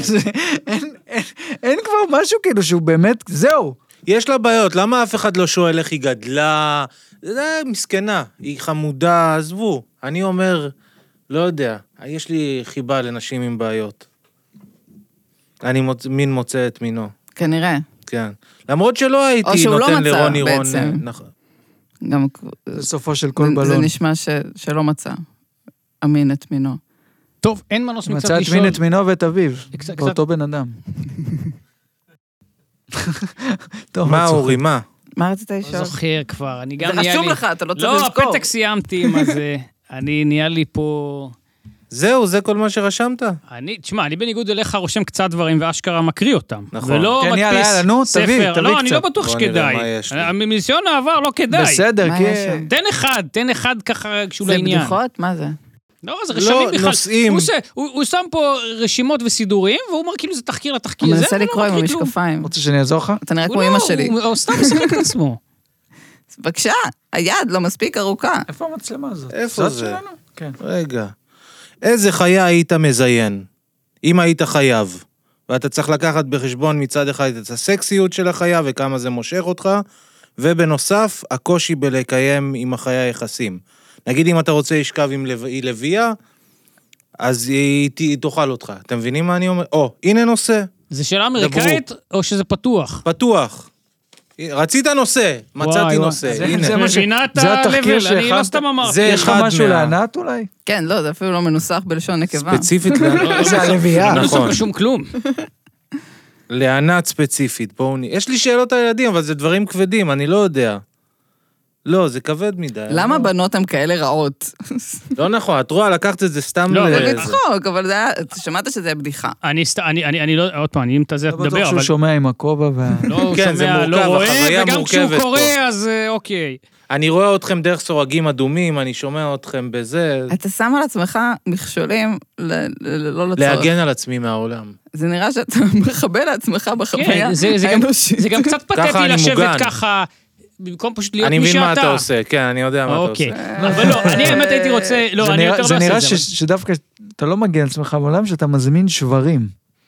אין כבר משהו כאילו שהוא באמת... זהו. יש לה בעיות, למה אף אחד לא שואל איך היא גדלה? זה מסכנה, היא חמודה, עזבו. אני אומר, לא יודע, יש לי חיבה לנשים עם בעיות. אני מוצ... מין מוצא את מינו. כנראה. כן. למרות שלא הייתי או שהוא נותן לא מצא, לרוני רון... בעצם. נכון. גם... זה סופו של כל זה, בלון. זה נשמע ש... שלא מצא. אמין את מינו. טוב, אין מנוס מקצת מצא את לשאול. מין את מינו ואת אביו. קצת- באותו בן אדם. טוב, מה, צוחק. אורי, מה? מה רצית לא לשאול? זוכר כבר, אני גם זה נהיה לי... רשום לך, אתה לא צריך לא, לזכור. הפתק סיימתי עם הזה. אני נהיה לי פה... זהו, זה כל מה שרשמת? אני, תשמע, אני בניגוד אליך רושם קצת דברים ואשכרה מקריא אותם. נכון. ולא כן, מדפיס יאללה, יאללה, נו, ספר. תביא, תביא לא, אני קצת. לא בטוח בוא נראה שכדאי. מה יש לי. מניסיון העבר לא כדאי. בסדר, מה כי... יש שם? תן אחד, תן אחד ככה כשהוא זה לעניין. בדיחות? מה זה? לא, זה רשמים בכלל. נושאים. הוא, עושה, הוא, הוא שם פה רשימות וסידורים, והוא אומר כאילו זה תחקיר לתחקיר. הוא זה, מנסה הוא לא לקרוא עם מקריא כלום. המשקפיים. רוצה שאני אעזור לך? אתה נראה הוא כמו לא, אמא שלי. הוא, הוא סתם משחק את עצמו. בבקשה, היד לא מספיק ארוכה. איפה המצלמה הזאת? איפה זאת זה? שלנו? כן. רגע. איזה חיה היית מזיין? אם היית חייב, ואתה צריך לקחת בחשבון מצד אחד את הסקסיות של החיה וכמה זה מושך אותך, ובנוסף, הקושי בלקיים עם החיה יחסים. נגיד אם אתה רוצה לשכב עם לב... לביאה, אז היא, היא תאכל אותך. אתם מבינים מה אני אומר? או, הנה נושא. זה שאלה אמריקאית או שזה פתוח? פתוח. רצית נושא, מצאתי וואי, נושא, זה- הנה. זה מה ש- מבינה את זה התחקיר ה-level, אני לא שהכנת? סתם אמרתי. זה יש לך אחד משהו מה- לענת אולי? כן, לא, זה אפילו לא מנוסח בלשון נקבה. ספציפית, זה הלוויה. לא נכון. עושה שום כלום. לענת ספציפית, בואו נ... יש לי שאלות על ילדים, אבל זה דברים כבדים, אני לא יודע. לא, זה כבד מדי. למה לא. בנות הן כאלה רעות? לא נכון, את רואה, לקחת את זה סתם לא, ל... אבל זה לצחוק, אבל זה היה, שמעת שזה בדיחה. אני סת- אני- אני אני לא, עוד פעם, אני אם אתה זה לא תדבר, בטוח שהוא אבל שומע עם הכובע וה... לא הוא כן, זה שומע, מורכב, לא רואה, החוויה וגם כשהוא מורכבת קורא, פה. אז אה, אוקיי. אני רואה אתכם דרך סורגים אדומים, אני שומע אתכם בזה, אתה שם על עצמך מכשולים ל- ל- לא לצורך. להגן על עצמי מהעולם. זה נראה שאתה מחבל לעצמך בחוויה כן, זה- זה גם- האנושית. זה גם קצת ככה פתטי אני לשבת מוגן. ככה, במקום פשוט להיות אני מי מבין מה אתה שאתה. עושה, כן, אני יודע מה אתה אוקיי, עושה. אבל לא, אני האמת הייתי רוצה, לא, זה אני נראה- יותר זה לא נראה אעשה את זה. ש- שדווקא אתה לא מגיע על עצמך בעולם, שאתה מזמין שברים.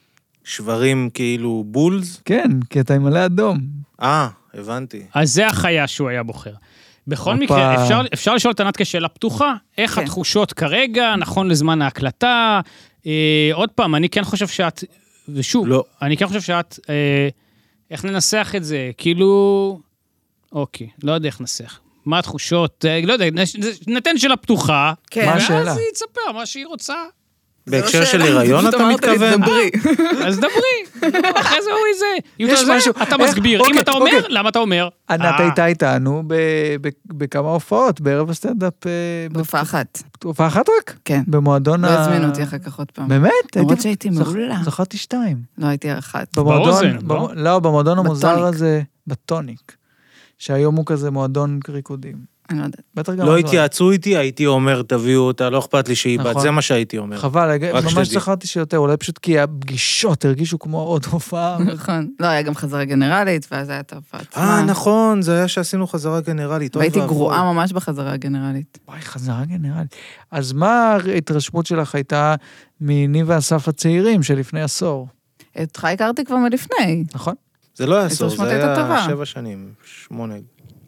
שברים כאילו בולס? כן, כי אתה עם מלא אדום. אה, הבנתי. אז זה החיה שהוא היה בוחר. בכל הופה. מקרה, אפשר, אפשר לשאול את ענת כשאלה פתוחה, איך כן. התחושות כרגע, נכון לזמן ההקלטה, אה, עוד פעם, אני כן חושב שאת, ושוב, לא. אני כן חושב שאת, אה, איך ננסח את זה, כאילו, אוקיי, לא יודע איך ננסח. מה התחושות, אה, לא יודע, נש- נתן שאלה פתוחה, כן. מה ואז השאלה? היא תספר מה שהיא רוצה. זה לא בהקשר של שאלה, הריון פשוט אתה אמרת לי, מתכוון? דברי. אז דברי, אחרי זה הוא איזה. אם יש אתה זה, משהו- אתה איך- מסביר, אוקיי, אם אתה אומר, אוקיי. למה אתה אומר? ענת אה, הייתה איתנו ב- ב- בכמה הופעות, בערב הסטנדאפ, אה, בהופעה אחת. בהופעה אחת רק? כן. במועדון לא ה... הזמינו אותי אחר כך עוד פעם. באמת? למרות הייתי- שהייתי זכ- מעולה. זכרתי שתיים. לא הייתי אחת. במועדון, באוזן, במ- לא? לא, במועדון המוזר בטוניק. הזה, בטוניק. שהיום הוא כזה מועדון ריקודים. אני לא יודעת. בטח גם... לא אז הוא התייעצו איתי, הייתי אומר, תביאו אותה, לא אכפת לי שהיא בת, נכון. זה מה שהייתי אומר. חבל, ממש שתדעי. זכרתי שיותר, אולי פשוט כי הפגישות הרגישו כמו עוד הופעה. נכון. לא, היה גם חזרה גנרלית, ואז היה את ההופעה עצמה. אה, נכון, זה היה שעשינו חזרה גנרלית. אוי והייתי ואבוי. גרועה ממש בחזרה הגנרלית. וואי, חזרה גנרלית. אז מה ההתרשמות שלך הייתה מניב ואסף הצעירים שלפני עשור, אותך הכרתי כבר מלפני. נכון? זה לא היה עשור, ההתרשמות זה הייתה היה טובה. שבע שנים, שמונה.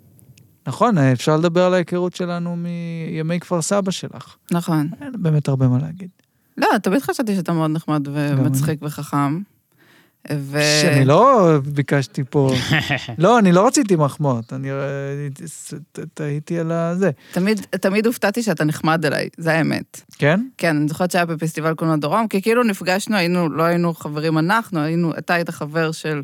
נכון, אפשר לדבר על ההיכרות שלנו מימי כפר סבא שלך. נכון. אין באמת הרבה מה להגיד. לא, תמיד חשבתי שאתה מאוד נחמד ומצחיק וחכם. ו... שאני לא ביקשתי פה... לא, אני לא רציתי מחמאות, אני הייתי על הזה. תמיד, תמיד הופתעתי שאתה נחמד אליי, זה האמת. כן? כן, אני זוכרת שהיה בפסטיבל קולנוע דרום, כי כאילו נפגשנו, היינו, לא היינו חברים אנחנו, היינו, אתה היית חבר של,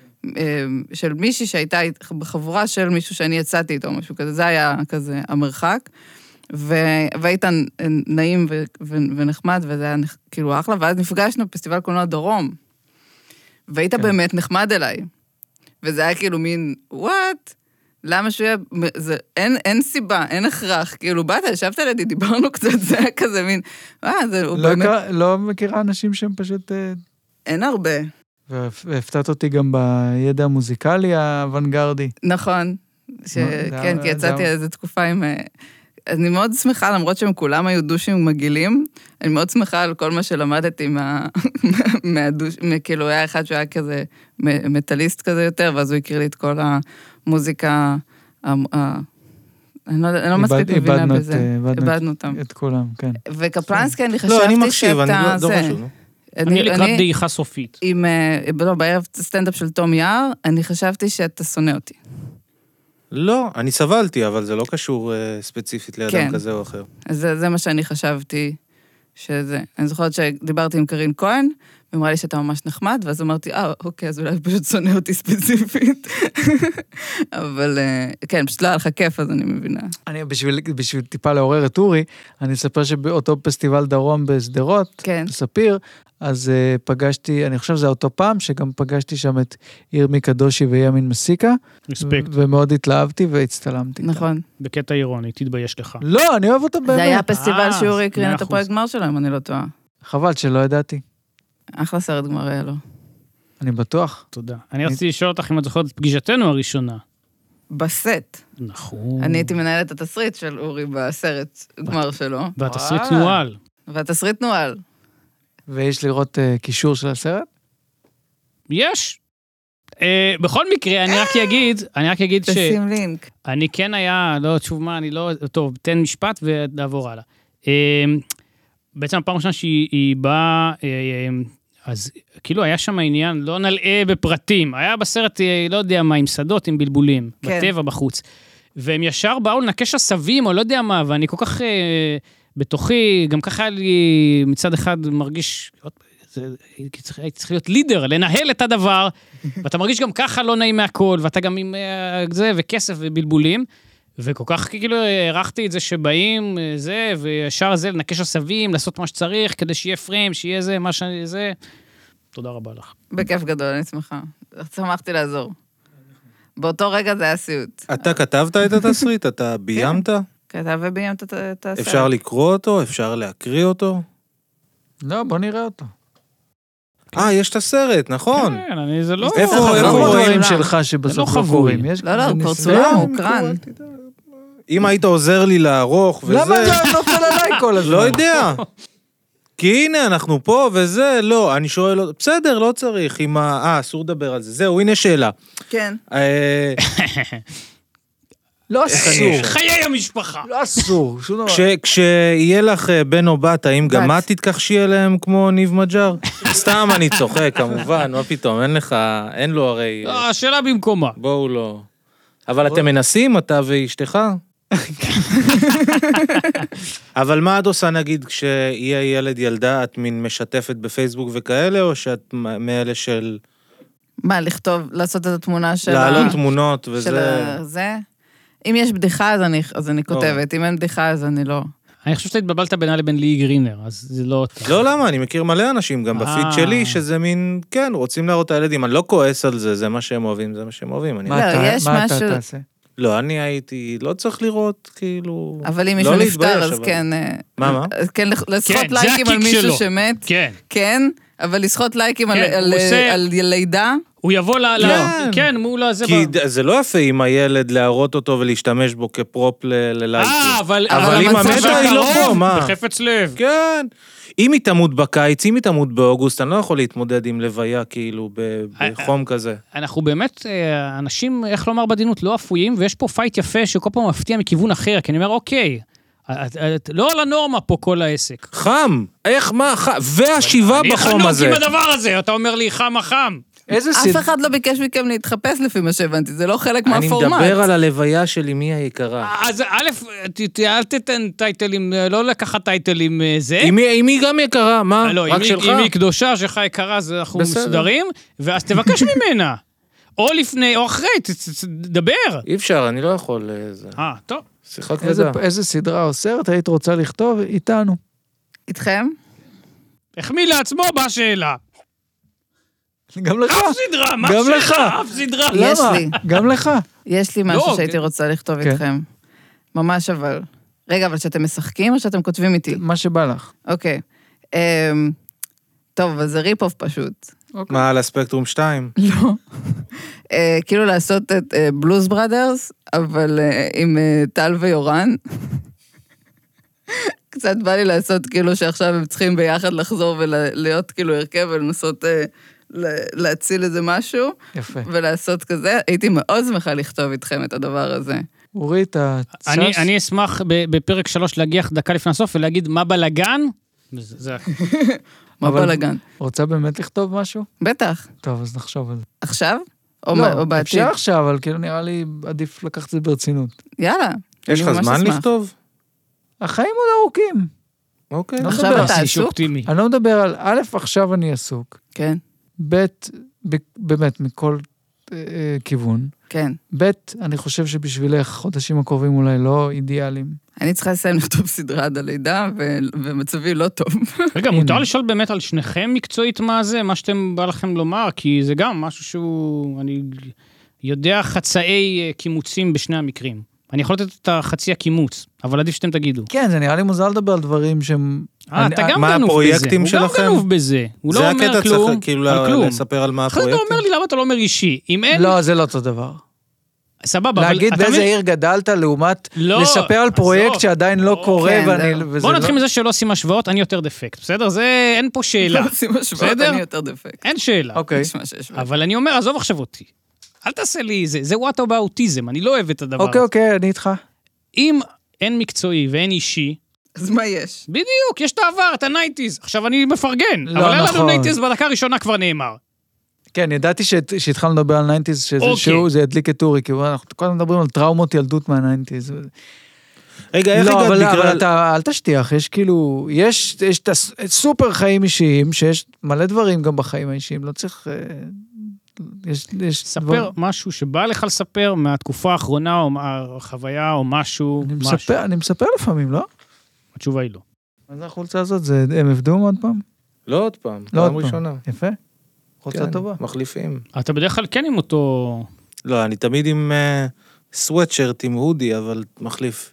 של מישהי שהייתה בחבורה של מישהו שאני יצאתי איתו, משהו כזה, זה היה כזה המרחק, ו... והיית נעים ו... ו... ונחמד, וזה היה כאילו אחלה, ואז נפגשנו בפסטיבל קולנוע דרום, והיית כן. באמת נחמד אליי, וזה היה כאילו מין, וואט? למה שהוא יהיה, זה, אין, אין סיבה, אין הכרח, כאילו, באת, ישבת לידי, דיברנו קצת, זה היה כזה מין, אה, זה, הוא לא, באמת... הכר, לא מכירה אנשים שהם פשוט... אה, אין הרבה. והפתעת אותי גם בידע המוזיקלי האוונגרדי. נכון. כן, כי יצאתי איזו תקופה עם... אני מאוד שמחה, למרות שהם כולם היו דושים מגעילים, אני מאוד שמחה על כל מה שלמדתי מהדוש... כאילו, היה אחד שהיה כזה מטליסט כזה יותר, ואז הוא הכיר לי את כל המוזיקה... אני לא מספיק מבינה בזה. איבדנו אותם. את כולם, כן. וקפלנסקי, אני חשבתי שאתה... לא, אני מקשיב, אני לא חשוב. אני לקראת דעיכה סופית. לא, בערב סטנדאפ של תום יער, אני חשבתי שאתה שונא אותי. לא, אני סבלתי, אבל זה לא קשור ספציפית לאדם כזה או אחר. אז זה מה שאני חשבתי שזה. אני זוכרת שדיברתי עם קרין כהן, ואמרה לי שאתה ממש נחמד, ואז אמרתי, אה, אוקיי, אז אולי פשוט שונא אותי ספציפית. אבל כן, פשוט לא היה לך כיף, אז אני מבינה. אני, בשביל, בשביל טיפה לעורר את אורי, אני אספר שבאותו פסטיבל דרום בסדרות, כן. בספיר, אז uh, פגשתי, אני חושב שזה אותו פעם, שגם פגשתי שם את ירמי קדושי וימין מסיקה. רספקט. ומאוד התלהבתי והצטלמתי. נכון. בקטע אירוני, תתבייש לך. לא, אני אוהב אותו באמת. זה היה פסטיבל שאורי הקרין את הפרויקט גמר שלהם, אני לא טועה. חבל שלא ידעתי. אחלה סרט גמר היה לו. אני בטוח. תודה. אני רציתי לשאול אותך אם את זוכרת את פגישתנו הראשונה. בסט. נכון. אני הייתי מנהלת את התסריט של אורי בסרט גמר שלו. והתסריט נועל. והתסריט נועל. ויש לראות uh, קישור של הסרט? יש. Uh, בכל מקרה, אני רק אגיד, אני רק אגיד ש... תשים לינק. אני כן היה, לא, תשוב מה, אני לא... טוב, תן משפט ונעבור הלאה. Uh, בעצם הפעם ראשונה שהיא באה, uh, אז כאילו היה שם העניין, לא נלאה בפרטים. היה בסרט, לא יודע מה, עם שדות, עם בלבולים, כן. בטבע, בחוץ. והם ישר באו לנקש עשבים, או לא יודע מה, ואני כל כך... Uh, בתוכי, גם ככה היה לי מצד אחד מרגיש, הייתי צריך להיות לידר, לנהל את הדבר, ואתה מרגיש גם ככה לא נעים מהכל, ואתה גם עם זה, וכסף ובלבולים, וכל כך כאילו הערכתי את זה שבאים, זה, וישר זה, לנקש עשבים, לעשות מה שצריך, כדי שיהיה פריים, שיהיה זה, מה שזה. תודה רבה לך. בכיף גדול, אני שמחה. שמחתי לעזור. באותו רגע זה היה סיוט. אתה כתבת את התסריט? אתה ביימת? כתב וביימת את הסרט. אפשר לקרוא אותו? אפשר להקריא אותו? לא, בוא נראה אותו. אה, יש את הסרט, נכון. כן, אני, זה לא... איפה, איפה רואים שלך שבסוף לא קוראים? לא, לא, הוא כבר צולם, הוא קרן. אם היית עוזר לי לערוך וזה... למה זה נופל עליי כל הזמן? לא יודע. כי הנה, אנחנו פה וזה, לא, אני שואל... בסדר, לא צריך, עם ה... אה, אסור לדבר על זה. זהו, הנה שאלה. כן. לא אסור. חיי המשפחה. לא אסור, שום דבר. כשיהיה לך בן או בת, האם גם את תתכחשי אליהם כמו ניב מג'ר? סתם אני צוחק, כמובן, מה פתאום, אין לך, אין לו הרי... לא, השאלה במקומה. בואו לא. אבל אתם מנסים, אתה ואשתך? אבל מה את עושה, נגיד, כשיהיה ילד ילדה, את מין משתפת בפייסבוק וכאלה, או שאת מאלה של... מה, לכתוב, לעשות את התמונה של... לעלות תמונות וזה... של זה? אם יש בדיחה, אז אני, אז אני כותבת. אם אין בדיחה, אז אני לא. אני חושב שאתה התבלבלת בינה לבין לי גרינר, אז זה לא... לא, למה? אני מכיר מלא אנשים, גם בפיד שלי, שזה מין, כן, רוצים להראות את הילדים. אני לא כועס על זה, זה מה שהם אוהבים, זה מה שהם אוהבים. מה אתה תעשה? לא, אני הייתי, לא צריך לראות, כאילו... אבל אם מישהו נפטר, אז כן... מה, מה? כן, לסחוט לייקים על מישהו שמת. כן. כן, אבל לסחוט לייקים על לידה. הוא יבוא ל... כן, מול הזה... כי זה לא יפה עם הילד להראות אותו ולהשתמש בו כפרופ ללייקים. אה, אבל... אבל אם המתה היא לא פה, מה? בחפץ לב. כן. אם היא תמות בקיץ, אם היא תמות באוגוסט, אני לא יכול להתמודד עם לוויה, כאילו, בחום כזה. אנחנו באמת, אנשים, איך לומר בדינות, לא אפויים, ויש פה פייט יפה שכל פעם מפתיע מכיוון אחר, כי אני אומר, אוקיי, לא על הנורמה פה כל העסק. חם, איך, מה, חם, והשיבה בחום הזה. אני חנוק עם הדבר הזה, אתה אומר לי, חם החם. אף אחד לא ביקש מכם להתחפש לפי מה שהבנתי, זה לא חלק מהפורמט. אני מדבר על הלוויה של אמי היקרה. אז א', אל תתן טייטלים, לא לקחת טייטלים זה. אמי גם יקרה, מה? רק שלך? אמי קדושה, שלך יקרה, זה אנחנו מסודרים, ואז תבקש ממנה. או לפני, או אחרי, תדבר. אי אפשר, אני לא יכול... אה, טוב. שיחה כבדה. איזה סדרה או סרט היית רוצה לכתוב איתנו? איתכם? החמיא לעצמו בשאלה. גם לך. אף סדרה, מה שלך? אף סדרה. יש לי. גם לך. יש לי משהו שהייתי רוצה לכתוב איתכם. ממש אבל. רגע, אבל שאתם משחקים או שאתם כותבים איתי? מה שבא לך. אוקיי. טוב, אבל זה ריפ-אוף פשוט. מה, על הספקטרום שתיים? לא. אה, כאילו לעשות את אה, בלוז בראדרס, אבל אה, עם אה, טל ויורן. קצת בא לי לעשות כאילו שעכשיו הם צריכים ביחד לחזור ולהיות כאילו הרכב ולנסות אה, להציל איזה משהו. יפה. ולעשות כזה. הייתי מאוד שמחה לכתוב איתכם את הדבר הזה. אורי, אתה צ'ש? אני, אני אשמח בפרק שלוש להגיח דקה לפני הסוף ולהגיד מה בלגן. זה, זה... מה בלגן? רוצה באמת לכתוב משהו? בטח. טוב, אז נחשוב על זה. עכשיו? או, לא, או בעתיד? אפשר עכשיו, אבל כאילו נראה לי עדיף לקחת את זה ברצינות. יאללה. יש לך זמן לכתוב? החיים עוד ארוכים. אוקיי. לא עכשיו מדבר- אתה עסוק? אופטימי. אני לא מדבר על, א', עכשיו אני עסוק. כן, ב', ב- באמת, מכל אה, אה, כיוון. כן. ב', אני חושב שבשבילך חודשים הקרובים אולי לא אידיאליים. אני צריכה לסיים לכתוב סדרה עד הלידה, ו- ומצבי לא טוב. רגע, הנה. מותר לשאול באמת על שניכם מקצועית מה זה, מה שאתם בא לכם לומר, כי זה גם משהו שהוא, אני יודע חצאי אה, קימוצים בשני המקרים. אני יכול לתת את החצי הקימוץ, אבל עדיף שאתם תגידו. כן, זה נראה לי מוזר לדבר על דברים שהם... אה, אני- אתה גם מה גנוב בזה. הפרויקטים הוא שלכם? גם גנוב בזה. הוא לא זה אומר הקטע, כלום, צריך כאילו על כלום. לספר על מה אחרי זה אתה הפרויקטים. אומר לי למה אתה לא אומר אישי. אם אין, לא, זה לא אותו דבר. סבבה, אבל... להגיד אתה באיזה מבין- עיר גדלת לעומת לא, לספר על פרויקט עזוב. שעדיין לא לא, קורה, כן, ואני... זהו. וזה בוא לא- נתחיל מזה שלא עושים השוואות, אני יותר דפקט, בסדר? זה, אין פה שאלה. לא עושים השוואות, בסדר? אני יותר דפק. אין שאלה. אוקיי. נשמע שיש... אבל אני אומר, עזוב עכשיו אותי. אל תעשה לי זה, זה וואטו באוטיזם, אני לא אוהב את הדבר אוקיי, הזה. אוקיי, אני איתך. אם אין מקצועי ואין אישי, אז מה יש? בדיוק, יש את העבר, את הנייטיז. עכשיו אני מפרגן, לא, אבל אין לנו נכון. נייטיז בדקה הראשונה כבר נאמר. כן, ידעתי שאת- שהתחלנו לדבר על ניינטיז, שזה אוקיי. שהוא, זה ידליק את אורי, כי אנחנו כל הזמן מדברים על טראומות ילדות מהניינטיז. רגע, איך לא, הגעת אבל אבל בגלל... אתה, אל תשטיח, יש כאילו, יש יש את הסופר חיים אישיים, שיש מלא דברים גם בחיים האישיים, לא צריך... אה, יש, יש ספר דבר- משהו שבא לך לספר מהתקופה האחרונה, או מהחוויה, או משהו, אני משהו. מספר, אני מספר לפעמים, לא? התשובה היא לא. מה זה החולצה הזאת? זה הם עבדו עוד פעם? לא עוד פעם, לא עוד פעם פעם. ראשונה. יפה. חולצה כן, טובה. מחליפים. אתה בדרך כלל כן עם אותו... לא, אני תמיד עם סוואטשרט, עם הודי, אבל מחליף.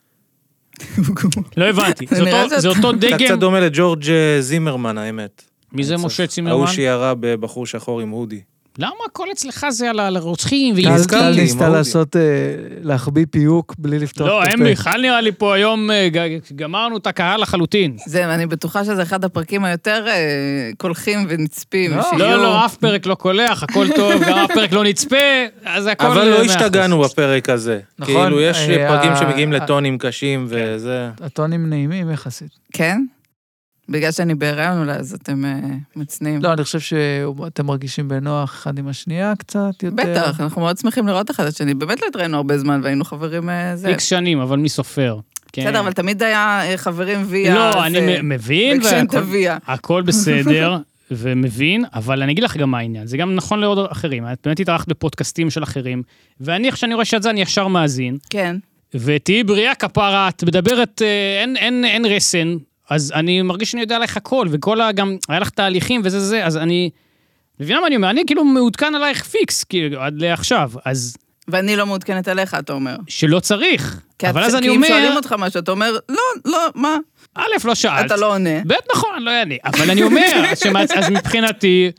לא הבנתי, זה נראה אותו- שאת- זה אותו אתה קצת דגם. דומה לג'ורג' זימרמן, האמת. מי זה משה ההוא צימרמן? שירה בבחור שחור עם הודי. למה הכל אצלך זה על הרוצחים טל ועסקים? הזכרתי, טל ניסתה עם לעשות, אה, להחביא פיוק בלי לפתוח לא, את הם הפה. בכלל נראה לי פה היום, אה, ג- גמרנו את הקהל לחלוטין. זה, אני בטוחה שזה אחד הפרקים היותר אה, קולחים ונצפים. לא, שיהיו- לא, לא, אף פרק לא קולח, הכל טוב, גם אף פרק לא נצפה, אז הכל... אבל אה, לא מאה השתגענו אחוז. בפרק הזה. נכון, כאילו, יש אה, פרקים אה, שמגיעים אה, לטונים קשים וזה... הטונים נעימים יחסית. כן? בגלל שאני בהיריון אולי, אז אתם אה, מצניעים. לא, אני חושב שאתם מרגישים בנוח אחד עם השנייה קצת יותר. בטח, אנחנו מאוד שמחים לראות אחד את שני. באמת לא התראינו הרבה זמן, והיינו חברים אה, זה. איקס שנים, אבל מי סופר? כן. בסדר, אבל תמיד היה אה, חברים ויה. לא, אני מ- מבין, וכשאנתה והכל- ויה. הכל בסדר, ומבין, אבל אני אגיד לך גם מה העניין, זה גם נכון לעוד אחרים, את באמת התארחת בפודקאסטים של אחרים, ואני, איך שאני רואה שאת זה, אני ישר מאזין, כן. ותהיי בריאה כפרה, את מדברת, אה, אין, אין, אין רסן, אז אני מרגיש שאני יודע עליך הכל, וכל ה... גם, היה לך תהליכים וזה זה, אז אני... מבינה מה אני אומר? אני כאילו מעודכן עלייך פיקס, כאילו, עד לעכשיו, אז ואני לא מעודכנת עליך, אתה אומר. שלא צריך. כי אבל את- אז אני כי אם אומר, שואלים אותך משהו, אתה אומר, לא, לא, מה? א', לא שאלת. אתה לא עונה. ב', נכון, אני לא אענה. אבל אני אומר, שמצ- אז מבחינתי,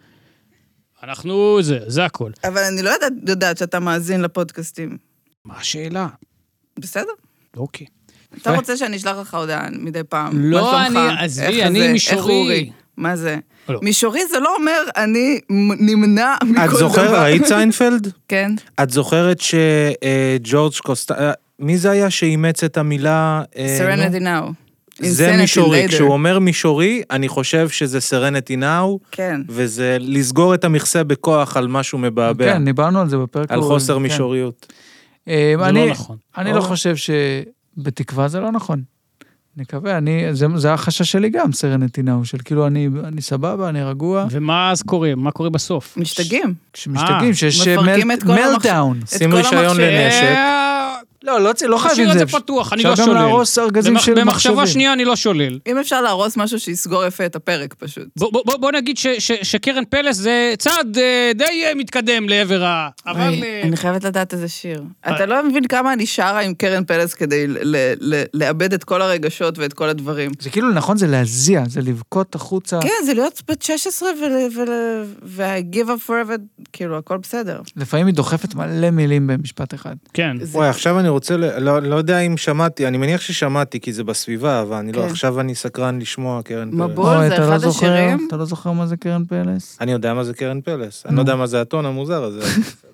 אנחנו, זה, זה הכל. אבל אני לא יודעת, יודעת שאתה מאזין לפודקאסטים. מה השאלה? בסדר? אוקיי. אתה רוצה שאני אשלח לך הודעה מדי פעם? לא, מה שלומך? אני- עזבי, איך אני זה? איך מישורי. אורי? מה זה? לא. מישורי זה לא אומר, אני נמנע מכל דבר. את זוכרת, ראית סיינפלד? כן. את זוכרת שג'ורג' קוסטה... מי זה היה שאימץ את המילה... אה, Serenity נו? Now. זה Insanity מישורי. later. כשהוא אומר מישורי, אני חושב שזה Serenity Now, כן. וזה לסגור את המכסה בכוח על משהו מבעבע. כן, דיברנו על זה בפרק. על הוא- חוסר כן. מישוריות. אה, זה אני- לא נכון. אני או. לא חושב שבתקווה זה לא נכון. נקווה, אני, זה, זה החשש שלי גם, סרנטי נאו, של כאילו אני, אני סבבה, אני רגוע. ומה אז קורה? מה קורה בסוף? משתגעים. כשמשתגעים, שיש מפרקים את כל המחשב. מלטאון. את שים כל רישיון המחשב. לנשק. אה, לא, לא, לא חייבים את זה. זה פתוח, אני לא אפשר שולל. גם להרוס ארגזים של מחשבים. במחשבה שנייה אני לא שולל. אם אפשר להרוס משהו שיסגור יפה את הפרק פשוט. בוא, בוא, בוא נגיד ש, ש, שקרן פלס זה צעד אה, די אה, מתקדם לעבר ה... אבל... אה... אני חייבת לדעת איזה שיר. אתה לא מבין כמה אני שרה עם קרן פלס כדי ל- ל- לאבד את כל הרגשות ואת כל הדברים. זה כאילו, נכון, זה להזיע, זה לבכות החוצה. כן, זה להיות בת שש עשרה ו-give up forever, כאילו, הכל בסדר. לפעמים היא דוחפת מלא מילים במשפט אחד. כן. וואי, עכשיו אני רוצה, לא, לא יודע אם שמעתי, אני מניח ששמעתי, כי זה בסביבה, אבל אני לא, עכשיו אני סקרן לשמוע קרן פלס. מבול זה אחד השירים. אתה לא זוכר מה זה קרן פלס? אני יודע מה זה קרן פלס, אני לא יודע מה זה הטון המוזר הזה.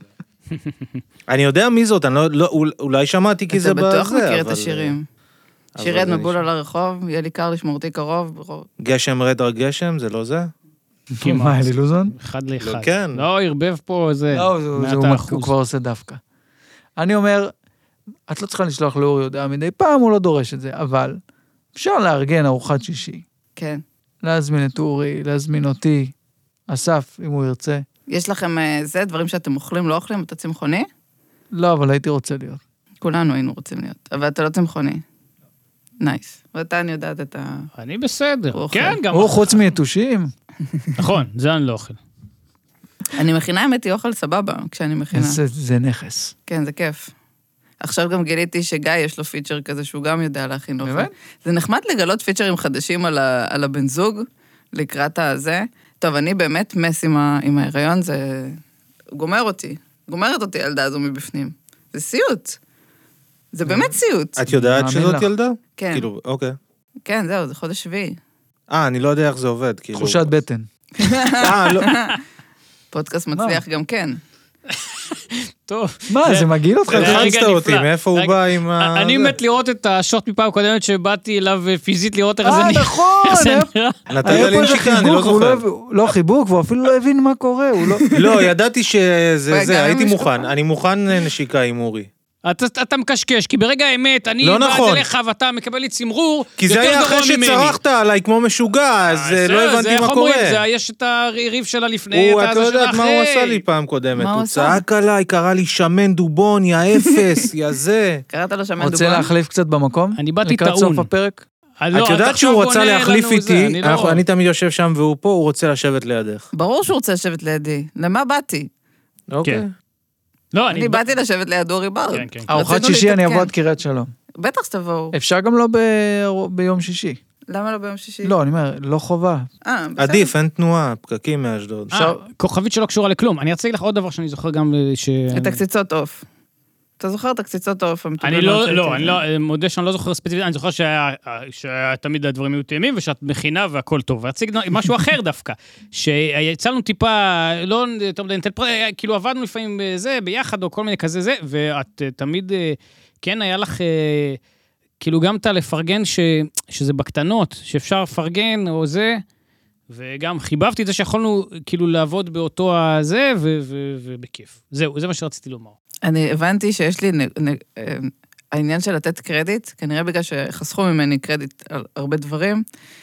אני יודע מי זאת, אני לא, אולי שמעתי כי זה בזה, אתה בטוח מכיר את השירים. שירי עד מבול על הרחוב, יהיה לי קר לשמורתי קרוב. גשם רד על גשם, זה לא זה? מה, אלי לוזון? אחד לאחד. כן. לא, ערבב פה זה... לא, הוא כבר עושה דווקא. אני אומר, את לא צריכה לשלוח לאורי הודעה מדי פעם, הוא לא דורש את זה, אבל אפשר לארגן ארוחת שישי. כן. להזמין את אורי, להזמין אותי, אסף, אם הוא ירצה. יש לכם זה, דברים שאתם אוכלים, לא אוכלים, אתה צמחוני? לא, אבל הייתי רוצה להיות. כולנו היינו רוצים להיות, אבל אתה לא צמחוני. נייס. ואתה אני יודעת את ה... אני בסדר. כן, גם... הוא חוץ מיתושים. נכון, זה אני לא אוכל. אני מכינה, האמת היא אוכל סבבה, כשאני מכינה. זה נכס. כן, זה כיף. עכשיו גם גיליתי שגיא יש לו פיצ'ר כזה, שהוא גם יודע להכין אוכל. זה נחמד לגלות פיצ'רים חדשים על הבן זוג, לקראת הזה. טוב, אני באמת מס עם ההיריון, זה גומר אותי. גומרת אותי ילדה הזו מבפנים. זה סיוט. זה באמת סיוט. את יודעת שזאת ילדה? כן. כאילו, אוקיי. כן, זהו, זה חודש שביעי. אה, אני לא יודע איך זה עובד, כאילו. תחושת בטן. אה, לא. פודקאסט מצליח גם כן. טוב. מה, זה מגעיל אותך? הרחצת אותי, מאיפה הוא בא עם ה... אני מת לראות את השוט מפעם קודמת שבאתי אליו פיזית לראות איך זה נראה. אה, נכון. נתת לי נשיקה, אני לא זוכר. לא חיבוק, והוא אפילו לא הבין מה קורה. לא, ידעתי שזה זה, הייתי מוכן. אני מוכן נשיקה עם אורי. אתה מקשקש, כי ברגע האמת, אני באת אליך ואתה מקבל לי צמרור, כי זה היה אחרי שצרחת עליי כמו משוגע, אז לא הבנתי מה קורה. יש את הריב שלה לפני, את לא יודעת מה הוא עשה לי פעם קודמת. הוא צעק עליי, קרא לי שמן דובון, יא אפס, יא זה. קראת לו שמן דובון? רוצה להחליף קצת במקום? אני באתי לקראת טעון. סוף הפרק? את יודעת שהוא רוצה להחליף איתי, אני תמיד יושב שם והוא פה, הוא רוצה לשבת לידך. ברור שהוא רוצה לשבת לידי. למה באתי? אוקיי. לא, אני באתי לשבת ליד אורי בר. ארוחת שישי אני אבוא עד קריית שלום. בטח שתבואו. אפשר גם לא ביום שישי. למה לא ביום שישי? לא, אני אומר, לא חובה. עדיף, אין תנועה, פקקים מאשדוד. כוכבית שלא קשורה לכלום. אני ארצה לך עוד דבר שאני זוכר גם ש... את הקציצות עוף. אתה זוכר את הקציצות העוף? אני לא, לא, אני לא, מודה שאני לא זוכר ספציפית, אני זוכר שתמיד הדברים היו תאימים, ושאת מכינה והכל טוב. ואציג משהו אחר דווקא, שיצאנו טיפה, לא, כאילו עבדנו לפעמים זה, ביחד, או כל מיני כזה זה, ואת תמיד, כן, היה לך, כאילו גם אתה לפרגן שזה בקטנות, שאפשר לפרגן או זה, וגם חיבבתי את זה שיכולנו כאילו לעבוד באותו הזה, ובכיף. זהו, זה מה שרציתי לומר. אני הבנתי שיש לי העניין של לתת קרדיט, כנראה בגלל שחסכו ממני קרדיט על הרבה דברים.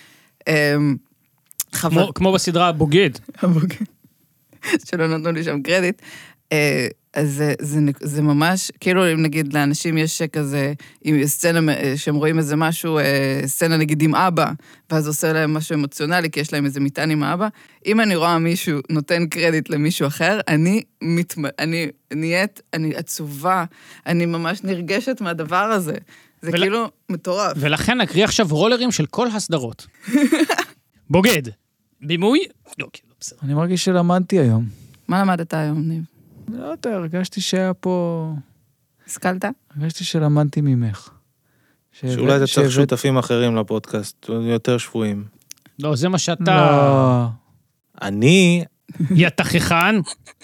כמו בסדרה הבוגד. הבוגד. שלא נתנו לי שם קרדיט. אז זה, זה, זה ממש, כאילו אם נגיד לאנשים יש כזה, עם סצנה שהם רואים איזה משהו, סצנה נגיד עם אבא, ואז עושה להם משהו אמוציונלי, כי יש להם איזה מיטן עם האבא, אם אני רואה מישהו נותן קרדיט למישהו אחר, אני, מת, אני נהיית, אני עצובה, אני ממש נרגשת מהדבר הזה. זה ול... כאילו מטורף. ולכן נקריא עכשיו רולרים של כל הסדרות. בוגד. בימוי? לא, כאילו, בסדר. אני מרגיש שלמדתי היום. מה למדת היום, ניב? לא יודע, הרגשתי שהיה פה... השכלת? הרגשתי שלמדתי ממך. שאולי אתה צריך שותפים אחרים לפודקאסט, יותר שפויים. לא, זה מה שאתה... לא. אני... יא תכחן.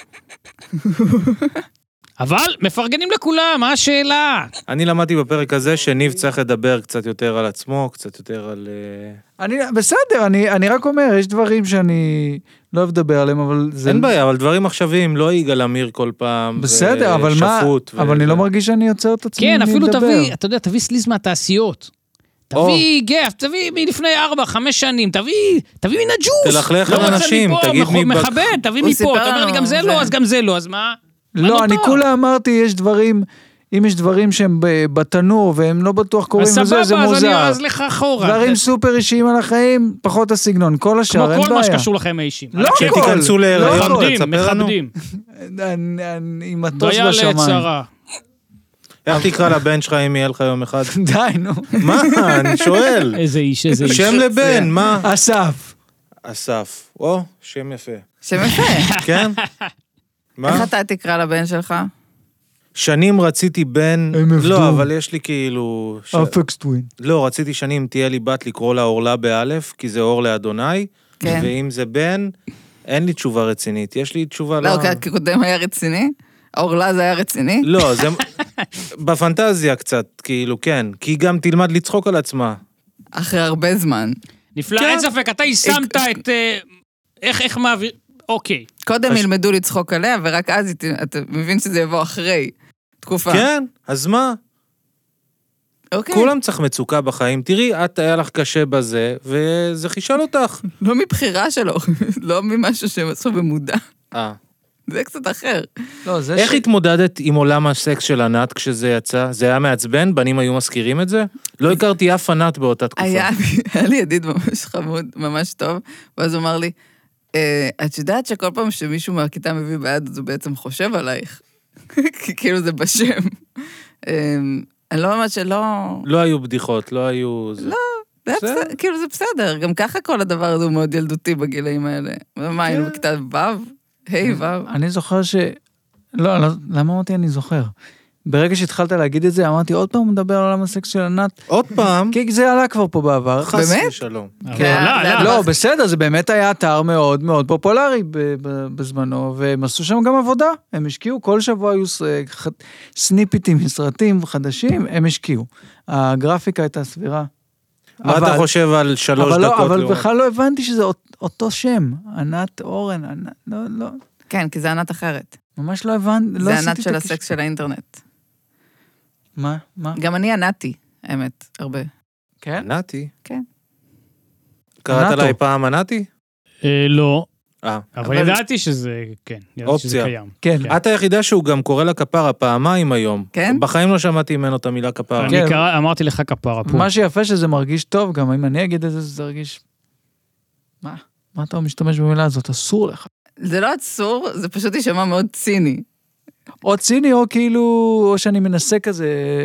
אבל מפרגנים לכולם, מה השאלה? אני למדתי בפרק הזה שניב צריך לדבר קצת יותר על עצמו, קצת יותר על... אני, בסדר, אני, אני רק אומר, יש דברים שאני לא אוהב לדבר עליהם, אבל זה... אין בעיה, אבל דברים עכשוויים, לא יגאל אמיר כל פעם. בסדר, אבל מה... ו... אבל אני לא מרגיש שאני יוצר את עצמי. כן, אפילו תביא, אתה יודע, תביא סליז מהתעשיות. תביא גף, תביא מלפני ארבע, חמש שנים, תביא, תביא מן הג'וס. תלכלך על אנשים, תגיד מי... מכבד, תביא מפה, אתה אומר לי גם זה לא, אז גם זה לא, אז מה? לא, אני כולה אמרתי, יש דברים, אם יש דברים שהם בתנור, והם לא בטוח קוראים לזה, זה סבבה, אז אני מוזר. אורז לך אחורה. דברים סופר אישיים על החיים, פחות הסגנון. כל השאר, אין בעיה. כמו כל מה שקשור לחיים האישיים. לא הכל. שתיכנסו להיריון, מכבדים, תספר לנו. מכבדים. עם מטוס דיה בשמיים. לצרה. איך תקרא לבן שלך אם יהיה לך יום אחד? די, נו. מה? אני שואל. איזה איש, איזה איש. שם לבן, מה? אסף. אסף. או, שם יפה. שם יפה. כן? איך מה? אתה תקרא לבן שלך? שנים רציתי בן... הם עבדו. לא, אבל יש לי כאילו... ש- אפקס טווין. לא, רציתי שנים, תהיה לי בת לקרוא לה אורלה באלף, כי זה אור לאדוני, כן. ואם זה בן, אין לי תשובה רצינית. יש לי תשובה לא... לא, כי הקודם היה רציני? האורלה זה היה רציני? לא, זה... בפנטזיה קצת, כאילו, כן. כי היא גם תלמד לצחוק על עצמה. אחרי הרבה זמן. נפלא, כן. אין ספק, אתה יישמת את... אה, איך, איך מעביר... אוקיי. קודם אז- ילמדו לצחוק עליה, ורק אז היא ת- אתה מבין שזה יבוא אחרי תקופה. כן, אז מה? אוקיי. כולם צריך מצוקה בחיים. תראי, את היה לך קשה בזה, וזה חישל אותך. לא מבחירה שלו, לא ממשהו שהם עשו במודע. אה. זה קצת אחר. לא, זה איך התמודדת עם עולם הסקס של ענת כשזה יצא? זה היה מעצבן? בנים היו מזכירים את זה? לא הכרתי אף ענת באותה תקופה. היה לי- היה לי ידיד ממש חמוד, ממש טוב, ואז הוא אמר לי, "אה, את יודעת שכל פעם שמישהו מהכיתה מביא ביד, אז הוא בעצם חושב עלייך. כי כאילו זה בשם. אה, אני לא אומרת שלא... לא היו בדיחות, לא היו... זה. לא. זה היה בסדר. בסדר, כאילו זה בסדר, גם ככה כל הדבר הזה הוא מאוד ילדותי בגילאים האלה. ומה, היינו כן. בכיתה ו'? היי, ו'. אני זוכר ש... לא, לא, למה אמרתי אני זוכר? ברגע שהתחלת להגיד את זה, אמרתי עוד פעם מדבר על עולם הסקס של ענת, עוד פעם, כי זה עלה כבר פה בעבר. חס באמת? ושלום. אבל כן, לא, זה- לא. לא, בסדר, זה באמת היה אתר מאוד מאוד פופולרי ב- ב- בזמנו, והם עשו שם גם עבודה. הם השקיעו, כל שבוע היו ס- ח- סניפיטים מסרטים חדשים, הם השקיעו. הגרפיקה הייתה סבירה. מה אבל- אתה חושב על שלוש אבל לא, דקות? אבל לעומת- בכלל לא הבנתי שזה אות- אותו שם, ענת אורן, ענת, לא, לא, כן, כי זה ענת אחרת. ממש לא הבנתי, לא זה עשיתי ענת את של הקישור. הסקס של האינטרנט. מה, מה? גם אני ענתי, האמת, הרבה. כן? ענתי? כן. קראת ענתו. עליי פעם ענתי? אה, לא, אה. אבל ידעתי שזה, כן, ידעתי שזה אופציה. קיים. כן. את היחידה שהוא גם קורא לה כפרה פעמיים היום. כן? בחיים לא שמעתי ממנו את המילה כפרה. אני כן. קרא- אמרתי לך כפרה פה. מה שיפה שזה מרגיש טוב, גם אם אני אגיד את זה, זה מרגיש... מה? מה אתה משתמש במילה הזאת? אסור לך. זה לא עצור, זה פשוט יישמע מאוד ציני. או ציני, או כאילו, או שאני מנסה כזה,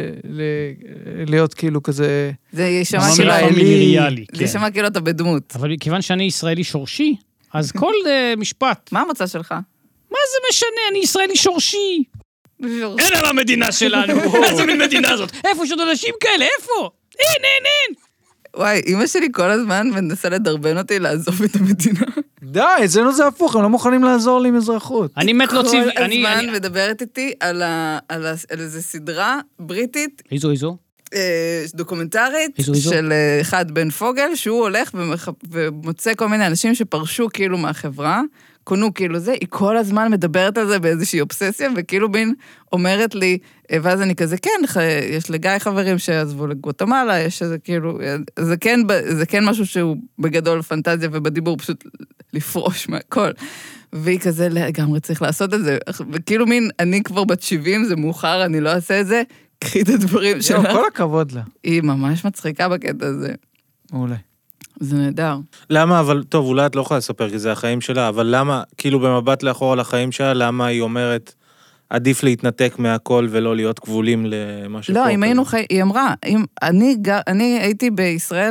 ל- להיות כאילו כזה... זה יישמע ממש כאילו... ישראלי. פמיליאלי, זה כן. יישמע כאילו אתה בדמות. אבל כיוון שאני ישראלי שורשי, אז כל אה, משפט, מה המוצא שלך? מה זה משנה, אני ישראלי שורשי. אין על המדינה שלנו, איזה מין מדינה זאת? איפה יש עוד אנשים כאלה, איפה? אין, אין, אין. וואי, אמא שלי כל הזמן מנסה לדרבן אותי לעזוב את המדינה. די, אצלנו זה הפוך, הם לא מוכנים לעזור לי עם אזרחות. אני מת להוציא... כל אני- הזמן אני- מדברת איתי על ה- על ה- על איזו סדרה בריטית, איזו, איזו? אה, דוקומנטרית, איזו, איזו? של אה, אחד בן פוגל, שהוא הולך ומח- ומוצא כל מיני אנשים שפרשו כאילו מהחברה, קונו כאילו זה, היא כל הזמן מדברת על זה באיזושהי אובססיה, וכאילו בין אומרת לי, אה, ואז אני כזה, כן, ח- יש לגיא חברים שעזבו לגואטמלה, יש איזה כאילו, אה, זה כן, ב- זה כן משהו שהוא בגדול פנטזיה ובדיבור פשוט לפרוש מהכל. והיא כזה, לגמרי צריך לעשות את זה, וכאילו מין, אני כבר בת שבעים, זה מאוחר, אני לא אעשה את זה, קחי את הדברים יו, שלך. כל הכבוד לה. היא ממש מצחיקה בקטע הזה. מעולה. זה נהדר. למה, אבל, טוב, אולי את לא יכולה לספר, כי זה החיים שלה, אבל למה, כאילו במבט לאחור על החיים שלה, למה היא אומרת, עדיף להתנתק מהכל ולא להיות כבולים למה שפה? לא, אם כזה? היינו חיים, היא אמרה, אם אני גר- אני הייתי בישראל